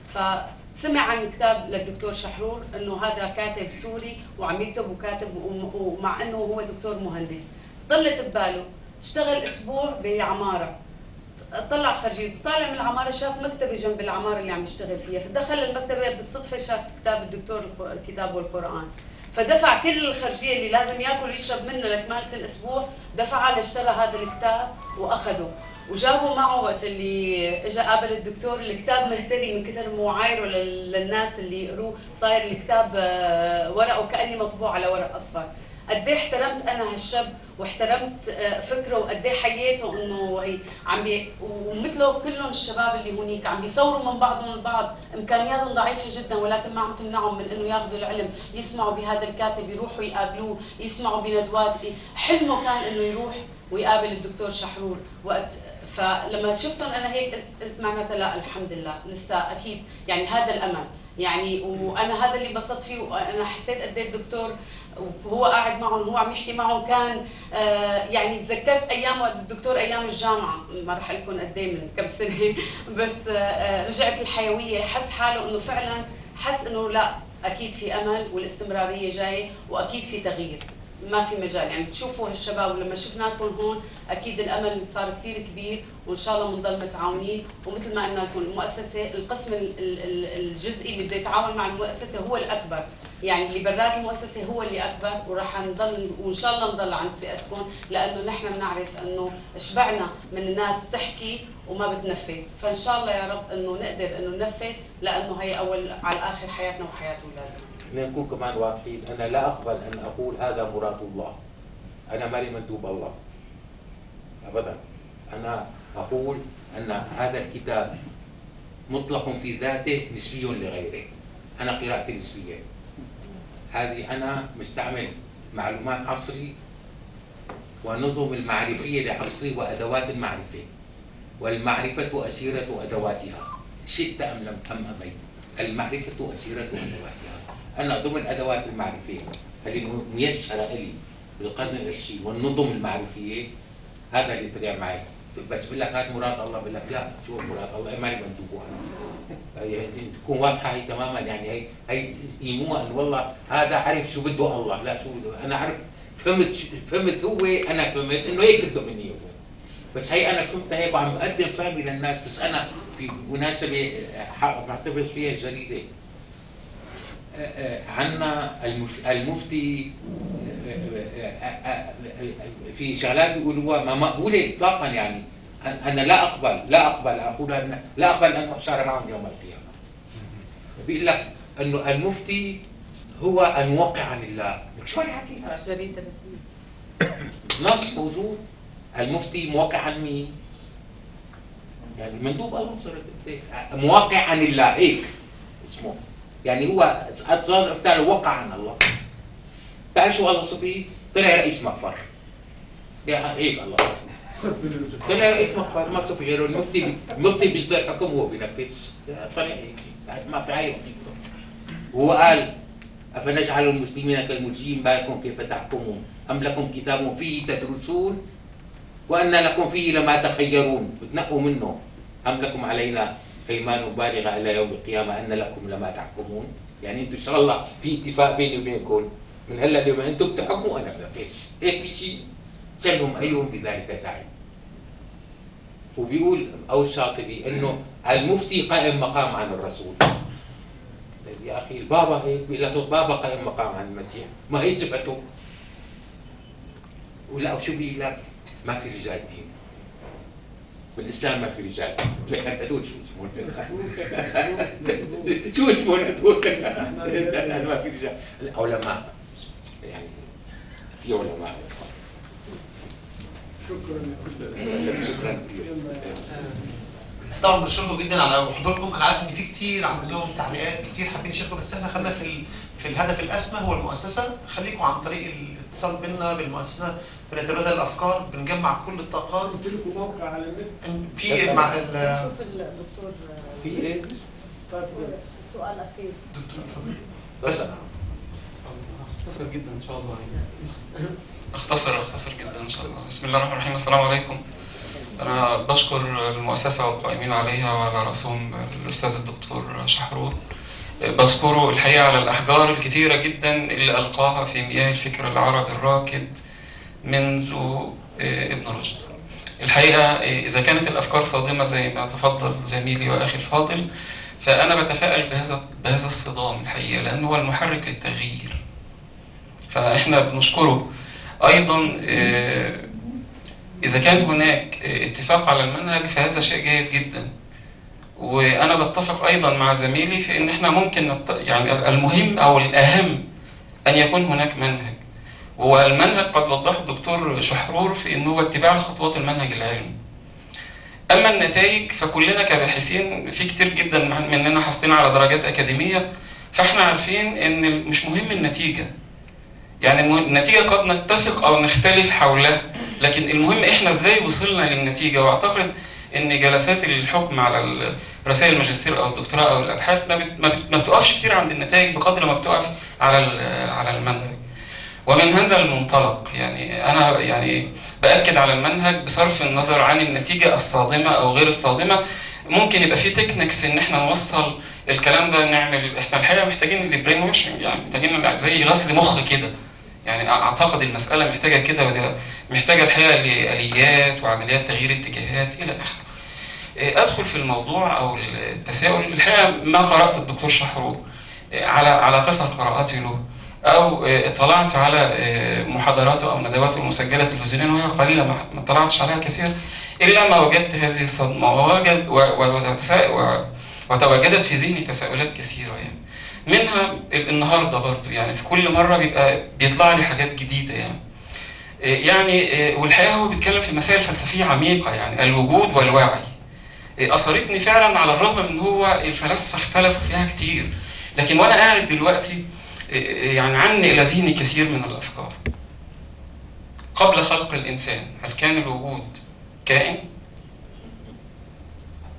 فسمع عن كتاب للدكتور شحرور انه هذا كاتب سوري وعم يكتب وكاتب، ومع انه هو دكتور مهندس، ضلت بباله. اشتغل اسبوع بعماره، طلع خرجيته، طالع من العماره شاف مكتبه جنب العماره اللي عم يشتغل فيها، فدخل المكتبه بالصدفه شاف كتاب الدكتور الكتاب والقران، فدفع كل الخرجيه اللي لازم ياكل ويشرب منه لكمالة الاسبوع، دفعها لاشترى هذا الكتاب واخذه وجابه معه. وقت اللي اجى قابل الدكتور الكتاب مهتري من كثر موعايره للناس اللي يقروه، صاير الكتاب ورقه كاني مطبوع على ورق اصفر. قد ايه احترمت انا هالشاب واحترمت فكره، وقد ايه حياته انه هي عم بي ومثله كلهم الشباب اللي هونيك عم بيصوروا من بعضهم البعض، امكانياتهم ضعيفه جدا ولكن ما عم تمنعهم من انه ياخذوا العلم، يسمعوا بهذا الكاتب، يروحوا يقابلوه، يسمعوا بندوات. حلمه كان انه يروح ويقابل الدكتور شحرور. وقت فلما شفتهم انا هيك قلت معناتها لا الحمد لله لسه اكيد يعني هذا الامل يعني، وانا هذا اللي انبسطت فيه. وانا حسيت قد ايه الدكتور وهو قاعد معهم وهو عم يحكي معهم كان آه يعني تذكرت ايام وقت الدكتور ايام الجامعه، ما رح اقول لكم قد ايه من كم سنه بس آه رجعت الحيويه، حس حاله انه فعلا حس انه لا اكيد في امل والاستمراريه جايه واكيد في تغيير، ما في مجال. يعني تشوفوا هالشباب ولما شفناكم هون اكيد الامل صار كثير كبير، وان شاء الله بنضل متعاونين. ومثل ما قلنا لكم المؤسسه القسم الجزئي اللي بده يتعاون مع المؤسسه هو الاكبر، يعني اللي برات المؤسسه هو اللي اكبر، وراح نضل وان شاء الله نضل عند ثقتكم، لانه نحن بنعرف انه شبعنا من الناس تحكي وما بتنفذ، فان شاء الله يا رب انه نقدر انه ننفذ، لانه هي اول على الاخر حياتنا وحياه اولادنا. نكون كمان واضحين، انا لا اقبل ان اقول هذا مراد الله، انا مالي مندوب الله ابدا. انا اقول ان هذا الكتاب مطلق في ذاته نسبي لغيره، انا قراءتي نسبيه، هذه انا مستعمل معلومات عصري ونظم المعرفيه لعصري وادوات المعرفه، والمعرفه اسيره ادواتها. شئت أم لم أم أبيت، المعرفة أسيرة أدواتها. أنا ضمن أدوات المعرفة اللي ميسرة لي بالقرن العشرين والنظم المعرفية، هذا اللي طلع معي. بس بقول لك هذا مراد الله، بقول لك لا، شو مراد الله؟ ما مندوبها. هي تكون واضحة هي تماما، يعني هي هي يموها ان والله هذا عرف شو بده الله، لا شو بده، أنا عرف فهمت فهمت هو، أنا فهمت إنه هيك بده مني هو. بس هي أنا فهمتها هيك وعم بقدم فهمي للناس. بس أنا في مناسبة بعتبر فيها جريدة عنا المفتي في شغلات بيقولوها ما مقبولة إطلاقا، يعني أنا لا أقبل لا أقبل أقول لا أقبل أن أحشر معهم يوم القيامة. بيقول لك أنه المفتي هو الموقع عن الله. شو الحكي هذا؟ جريدة رسمية نص موجود. المفتي موقع عن مين؟ يعني مندوب الله صرت موقع عن الله، هيك اسمه. يعني هو صار بتاع وقع عن الله. تعرف شو الله صبي؟ طلع رئيس مخفر. يا هيك الله طلع رئيس مخفر، ما صفي غيره. المفتي المفتي بيصدر حكم وهو بينفذ. طلع هيك ما في عيب. هو قال أفنجعل المسلمين كالمجرمين ما لكم كيف تحكمون أم لكم كتاب فيه تدرسون وأن لكم فيه لما تخيرون، بتنقوا منه أم لكم علينا أيمان بالغة إلى يوم القيامة أن لكم لما تحكمون. يعني أنتم إن شاء الله في اتفاق بيني وبينكم من هلا لما أنتم بتحكموا أنا بنفذ. هيك في شيء سلهم أيهم بذلك سعيد. وبيقول أو الشاطبي إنه المفتي قائم مقام عن الرسول. يا أخي البابا هيك بيقول لك بابا قائم مقام عن المسيح، ما هي صفته. ولا شو بيقول لك؟ ما في رجال دين. بالإسلام ما في رجال دين. هدول شو اسمهم؟ شو اسمهم هدول؟ ما في رجال. العلماء يعني في علماء. شكرا شكرا طبعا بنشكركم جدا على حضوركم. انا عارف ان في كتير عندهم تعليقات كتير حابين يشاركوا، بس احنا خدنا في ال... في الهدف الاسمى هو المؤسسه. خليكم عن طريق الاتصال بينا بالمؤسسه بنتبادل الافكار، بنجمع كل الطاقات. قلت لكم موقع على النت في مع ال شوف الدكتور في ايه؟ سؤال اخير دكتور اتفضل. بس اختصر جدا ان شاء الله. اختصر اختصر جدا ان شاء الله. بسم الله الرحمن الرحيم. السلام عليكم. انا بشكر المؤسسه والقائمين عليها وعلى راسهم الاستاذ الدكتور شحرور. بشكره الحقيقه على الاحجار الكثيره جدا اللي القاها في مياه الفكر العربي الراكد منذ ابن رشد. الحقيقه اذا كانت الافكار صادمه زي ما تفضل زميلي واخي الفاضل، فانا بتفائل بهذا بهذا الصدام الحقيقه، لانه هو المحرك للتغيير. فاحنا بنشكره ايضا. إذا كان هناك اتفاق على المنهج فهذا شيء جيد جدا، وأنا بتفق أيضا مع زميلي في إن إحنا ممكن نت... يعني المهم أو الأهم أن يكون هناك منهج، والمنهج قد وضحه الدكتور شحرور في إنه هو اتباع خطوات المنهج العلمي. أما النتائج فكلنا كباحثين في كتير جدا مننا حاصلين على درجات أكاديمية، فإحنا عارفين إن مش مهم النتيجة. يعني النتيجة قد نتفق أو نختلف حولها، لكن المهم إحنا إزاي وصلنا للنتيجة. وأعتقد إن جلسات الحكم على رسائل الماجستير أو الدكتوراه أو الأبحاث ما بتقفش كتير عند النتائج بقدر ما بتقف على على المنهج. ومن هذا المنطلق يعني أنا يعني بأكد على المنهج بصرف النظر عن النتيجة الصادمة أو غير الصادمة. ممكن يبقى في تكنيكس إن إحنا نوصل الكلام ده، نعمل إحنا الحقيقة محتاجين البرين واشنج، يعني محتاجين زي غسل مخ كده. يعني أعتقد المسألة محتاجة كده، محتاجة الحقيقة لآليات وعمليات تغيير اتجاهات إلى آخره. أدخل في الموضوع أو التساؤل. الحقيقة ما قرأت الدكتور شحرور على على قصر قراءاتي له، أو اطلعت على محاضراته أو ندواته المسجلة تلفزيونيا وهي قليلة، ما اطلعتش عليها كثير، إلا ما وجدت هذه الصدمة ووجد وتواجدت في ذهني تساؤلات كثيرة. يعني منها النهارده برضه، يعني في كل مرة بيبقى بيطلع لي حاجات جديدة. يعني يعني والحقيقة هو بيتكلم في مسائل فلسفية عميقة، يعني الوجود والوعي. أثرتني فعلا على الرغم من هو الفلاسفة اختلفوا فيها كتير، لكن وأنا قاعد دلوقتي يعني عني إلى ذهني كثير من الأفكار. قبل خلق الإنسان هل كان الوجود كائن؟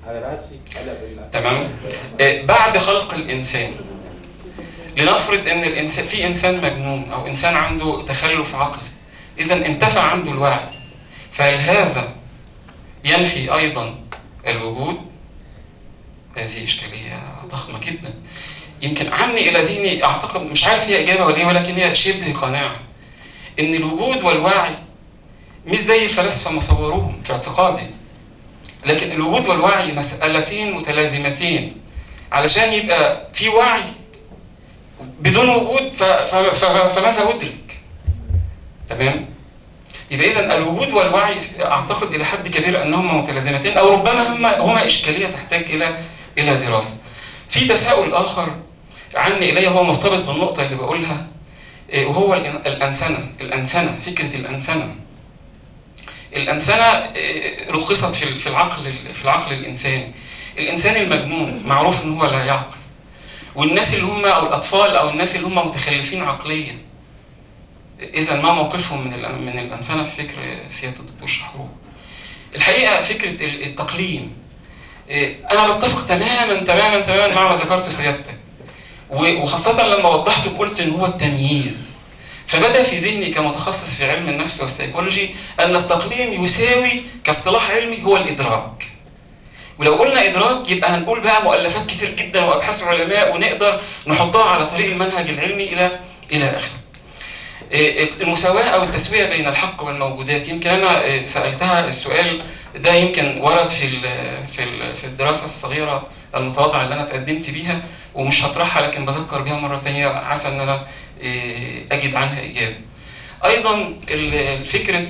على راسي هلا بالله. تمام. آه، بعد خلق الانسان لنفرض ان الانسان في انسان مجنون او انسان عنده تخلف عقلي، اذا انتفع عنده الوعي، فهل هذا ينفي ايضا الوجود؟ هذه اشكاليه ضخمه جدا. يمكن عني الى ذهني اعتقد، مش عارف هي اجابه ولا ايه، ولكن هي شبه قناعه ان الوجود والوعي مش زي الفلاسفه ما صوروهم في اعتقادي، لكن الوجود والوعي مسألتين متلازمتين. علشان يبقى في وعي بدون وجود فماذا أدرك؟ تمام؟ يبقى إذن الوجود والوعي أعتقد إلى حد كبير أنهما متلازمتين، أو ربما هما, هما إشكالية تحتاج إلى إلى دراسة. في تساؤل آخر عني إليه هو مرتبط بالنقطة اللي بقولها، وهو الأنسنة. الأنسنة، فكرة الأنسنة. الأنسنة رخصت في العقل في العقل الإنساني. الإنسان المجنون معروف إن هو لا يعقل، والناس اللي هم أو الأطفال أو الناس اللي هم متخلفين عقليا، إذا ما موقفهم من من الأنسنة في فكر سيادة الدكتور شحرور؟ الحقيقة فكرة التقليم، أنا بتفق تماما تماما تماما مع ما ذكرت سيادتك، وخاصة لما وضحت وقلت إن هو التمييز. فبدأ في ذهني كمتخصص في علم النفس والسيكولوجي أن التقليم يساوي كاصطلاح علمي هو الإدراك. ولو قلنا إدراك يبقى هنقول بقى مؤلفات كتير جدا وأبحاث علماء ونقدر نحطها على طريق المنهج العلمي إلى إلى آخره. المساواة أو التسوية بين الحق والموجودات، يمكن أنا سألتها السؤال ده، يمكن ورد في في في الدراسة الصغيرة المتواضعة اللي أنا تقدمت بيها، ومش هطرحها لكن بذكر بيها مرة ثانية عسى أن أنا أجد عنها إجابة. أيضا فكرة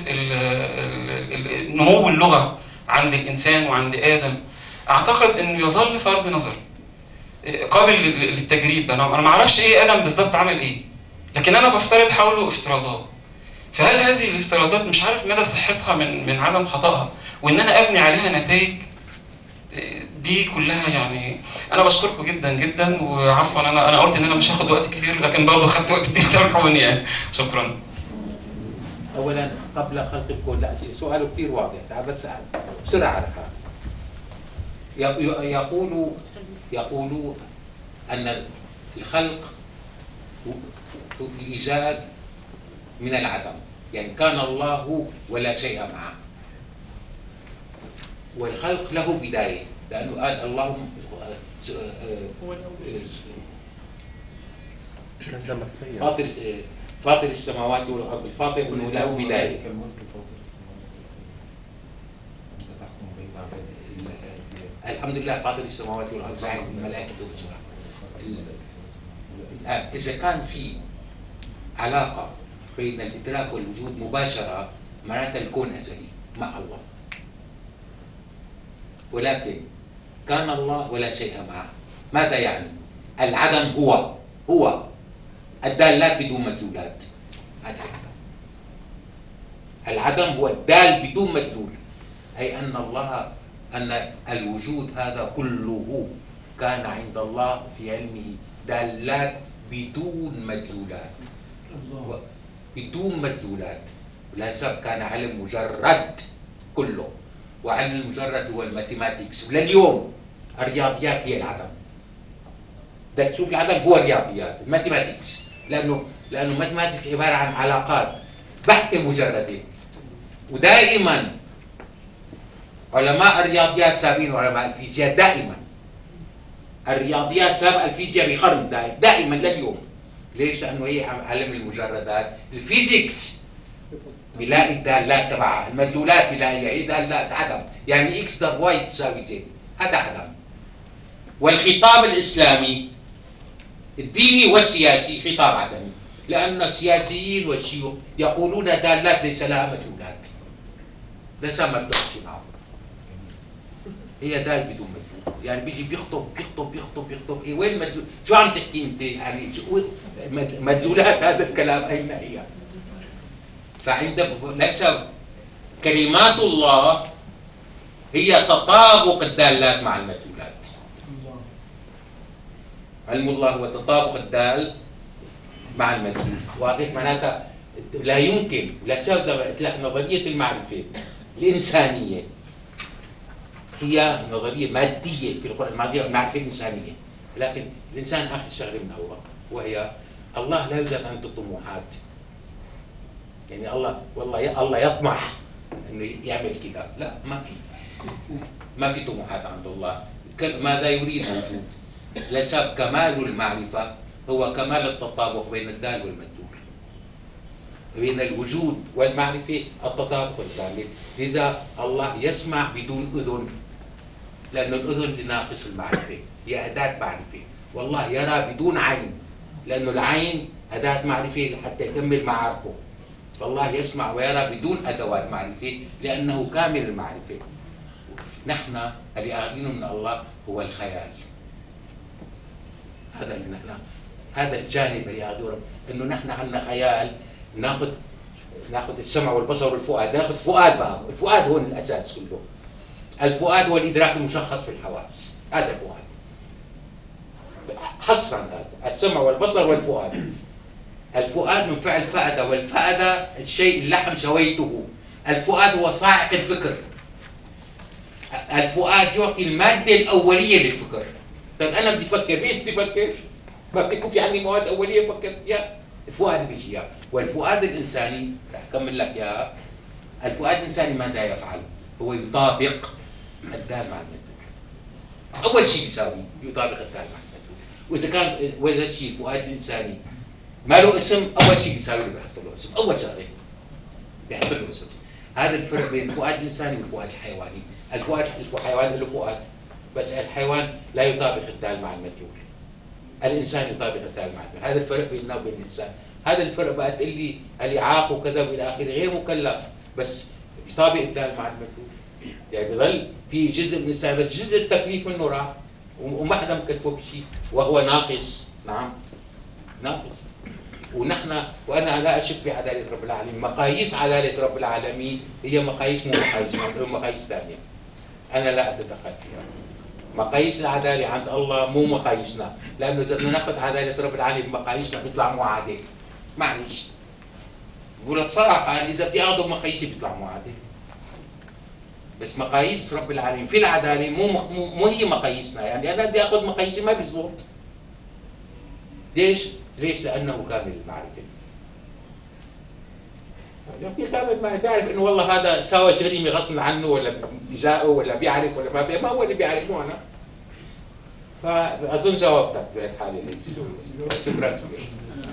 نمو اللغة عند الإنسان وعند آدم، أعتقد أنه يظل فرض نظر قابل للتجريب. أنا ما أعرفش إيه آدم بالضبط عمل إيه، لكن أنا بفترض حوله افتراضات. فهل هذه الافتراضات مش عارف مدى صحتها من من عدم خطأها، وإن أنا أبني عليها نتائج دي كلها؟ يعني أنا بشكركم جدا جدا، وعفوا أنا أنا قلت إن أنا مش هاخد وقت كتير، لكن برضه خدت وقت كتير، سامحوني يعني. شكرا. أولا قبل خلق الكون، لا سؤاله كثير واضح، تعال بس بسرعة على حاجة. يقول يقول أن الخلق الإيجاد من العدم، يعني كان الله ولا شيء معه، والخلق له بداية، لأنه قال اللهم فاطر فاطر السماوات والأرض، الفاطر أنه له بداية. الحمد لله فاطر السماوات والأرض زاعم الملائكة والجبال. الآن إذا كان في علاقة بين الإدراك والوجود مباشرة، معناتها الكون أزلي مع الله، ولكن كان الله ولا شيء معه. ماذا يعني؟ العدم هو هو الدالات بدون مدلولات. هذا العدم هو الدال بدون مدلول، أي أن الله أن الوجود هذا كله كان عند الله في علمه دالات بدون مدلولات، بدون مدلولات. لا شك كان علم مجرد كله، وعلم المجرد هو الماثيماتكس. ولليوم الرياضيات هي العدم. بدك تشوف العدم هو الرياضيات، الماثيماتكس، لأنه لأنه الماثيماتكس عبارة عن علاقات بحتة مجردة. ودائما علماء الرياضيات سابقين علماء الفيزياء، دائما الرياضيات سابقة الفيزياء بقرن دائما لليوم. ليش؟ لأنه هي علم المجردات. الفيزيكس بيلاقي الدالات تبعها، المدلولات بيلاقيها ايه؟ دالات عدم، يعني اكس ضرب واي تساوي زد، هذا عدم. والخطاب الإسلامي الديني والسياسي خطاب عدمي، لأن السياسيين والشيوخ يقولون دالات ليس لها مدلولات، ليس مدلول معه، هي دال بدون مدلول. يعني بيجي بيخطب بيخطب بيخطب بيخطب إيه وين مدلول؟ شو عم تحكي أنت؟ يعني شو مدلولات هذا الكلام أين هي؟ فعند ليس كلمات الله هي تطابق الدالات مع المدلولات. علم الله هو تطابق الدال مع المدلول. واضح؟ معناتها لا يمكن، لا شك نظرية المعرفة الإنسانية هي نظرية مادية في القرآن، المعرفة الإنسانية، لكن الإنسان أخذ شغلة من الله، وهي الله لا يوجد عنده طموحات. يعني الله والله الله يطمح انه يعمل كذا، لا ما في ما في طموحات عند الله. ماذا يريد وجود؟ ليس كمال المعرفة هو كمال التطابق بين الدال والمدلول، بين الوجود والمعرفة التطابق الكامل. لذا الله يسمع بدون أذن، لأن الأذن لناقص المعرفة، هي أداة معرفة. والله يرى بدون عين، لأن العين أداة معرفة حتى يكمل معارفه. فالله يسمع ويرى بدون أدوات معرفة لأنه كامل المعرفة. نحن اللي أخذينه من الله هو الخيال. هذا اللي نحن، هذا الجانب اللي أخذوه، إنه نحن عندنا خيال. ناخذ ناخذ السمع والبصر والفؤاد، ناخذ فؤاد بقى، الفؤاد هو الأساس كله. الفؤاد هو الإدراك المشخص في الحواس، هذا الفؤاد حصرا، هذا السمع والبصر والفؤاد. الفؤاد من فعل فأد، والفأد الشيء اللحم شويته. الفؤاد هو صاعق الفكر. الفؤاد يعطي المادة الأولية للفكر. طيب أنا بدي أفكر، مين بدي أفكر؟ ما بتكون في عندي مواد أولية أفكر فيها؟ الفؤاد بيجي. والفؤاد الإنساني رح أكمل لك إياها. الفؤاد الإنساني ماذا يفعل؟ هو يطابق الدال مع المدلول. أول شيء بيساوي يطابق الدال مع المدلول. وإذا كان وإذا شيء الفؤاد الإنساني ما له اسم، أول شيء بيساوي له بيحط له اسم، أول شغلة بيحط له اسم. هذا الفرق بين الفؤاد الإنساني والفؤاد الحيواني. الفؤاد الحيوان له فؤاد، بس الحيوان لا يطابق الدال مع المدلول. الإنسان يطابق الدال مع المدلول. هذا الفرق بيننا وبين الإنسان. هذا الفرق بقى تقول لي الإعاق وكذا وإلى آخره غير مكلف، بس يطابق الدال مع المدلول. يعني بظل في جزء من الإنسان، بس جزء التكليف منه راح وما حدا مكلفه بشيء، وهو ناقص. نعم ناقص. ونحن وأنا لا أشك في عدالة رب العالمين. مقاييس عدالة رب العالمين هي مقاييس مو مقاييس، مقاييس ثانية أنا لا أتدخل فيها. مقاييس العدالة عند الله مو مقاييسنا، لأنه إذا بدنا ناخذ عدالة رب العالمين مقاييسنا بيطلع مو عادل. معلش بقول بصراحة، إذا بدي أخذه بمقاييسي بيطلع مو عادل. بس مقاييس رب العالمين في العدالة مو مو, مو هي مقاييسنا. يعني أنا بدي أخذ مقاييسي ما بيزبط. ليش؟ ليش؟ لأنه كامل المعرفة. في كامل المعرفة، يعرف إنه والله هذا سوى جريمة غصب عنه، ولا بيجاءه، ولا بيعرف، ولا ما بيعرف. ما هو اللي بيعرف، مو أنا. فأظن جاوبتك بهالحالة. شكرا.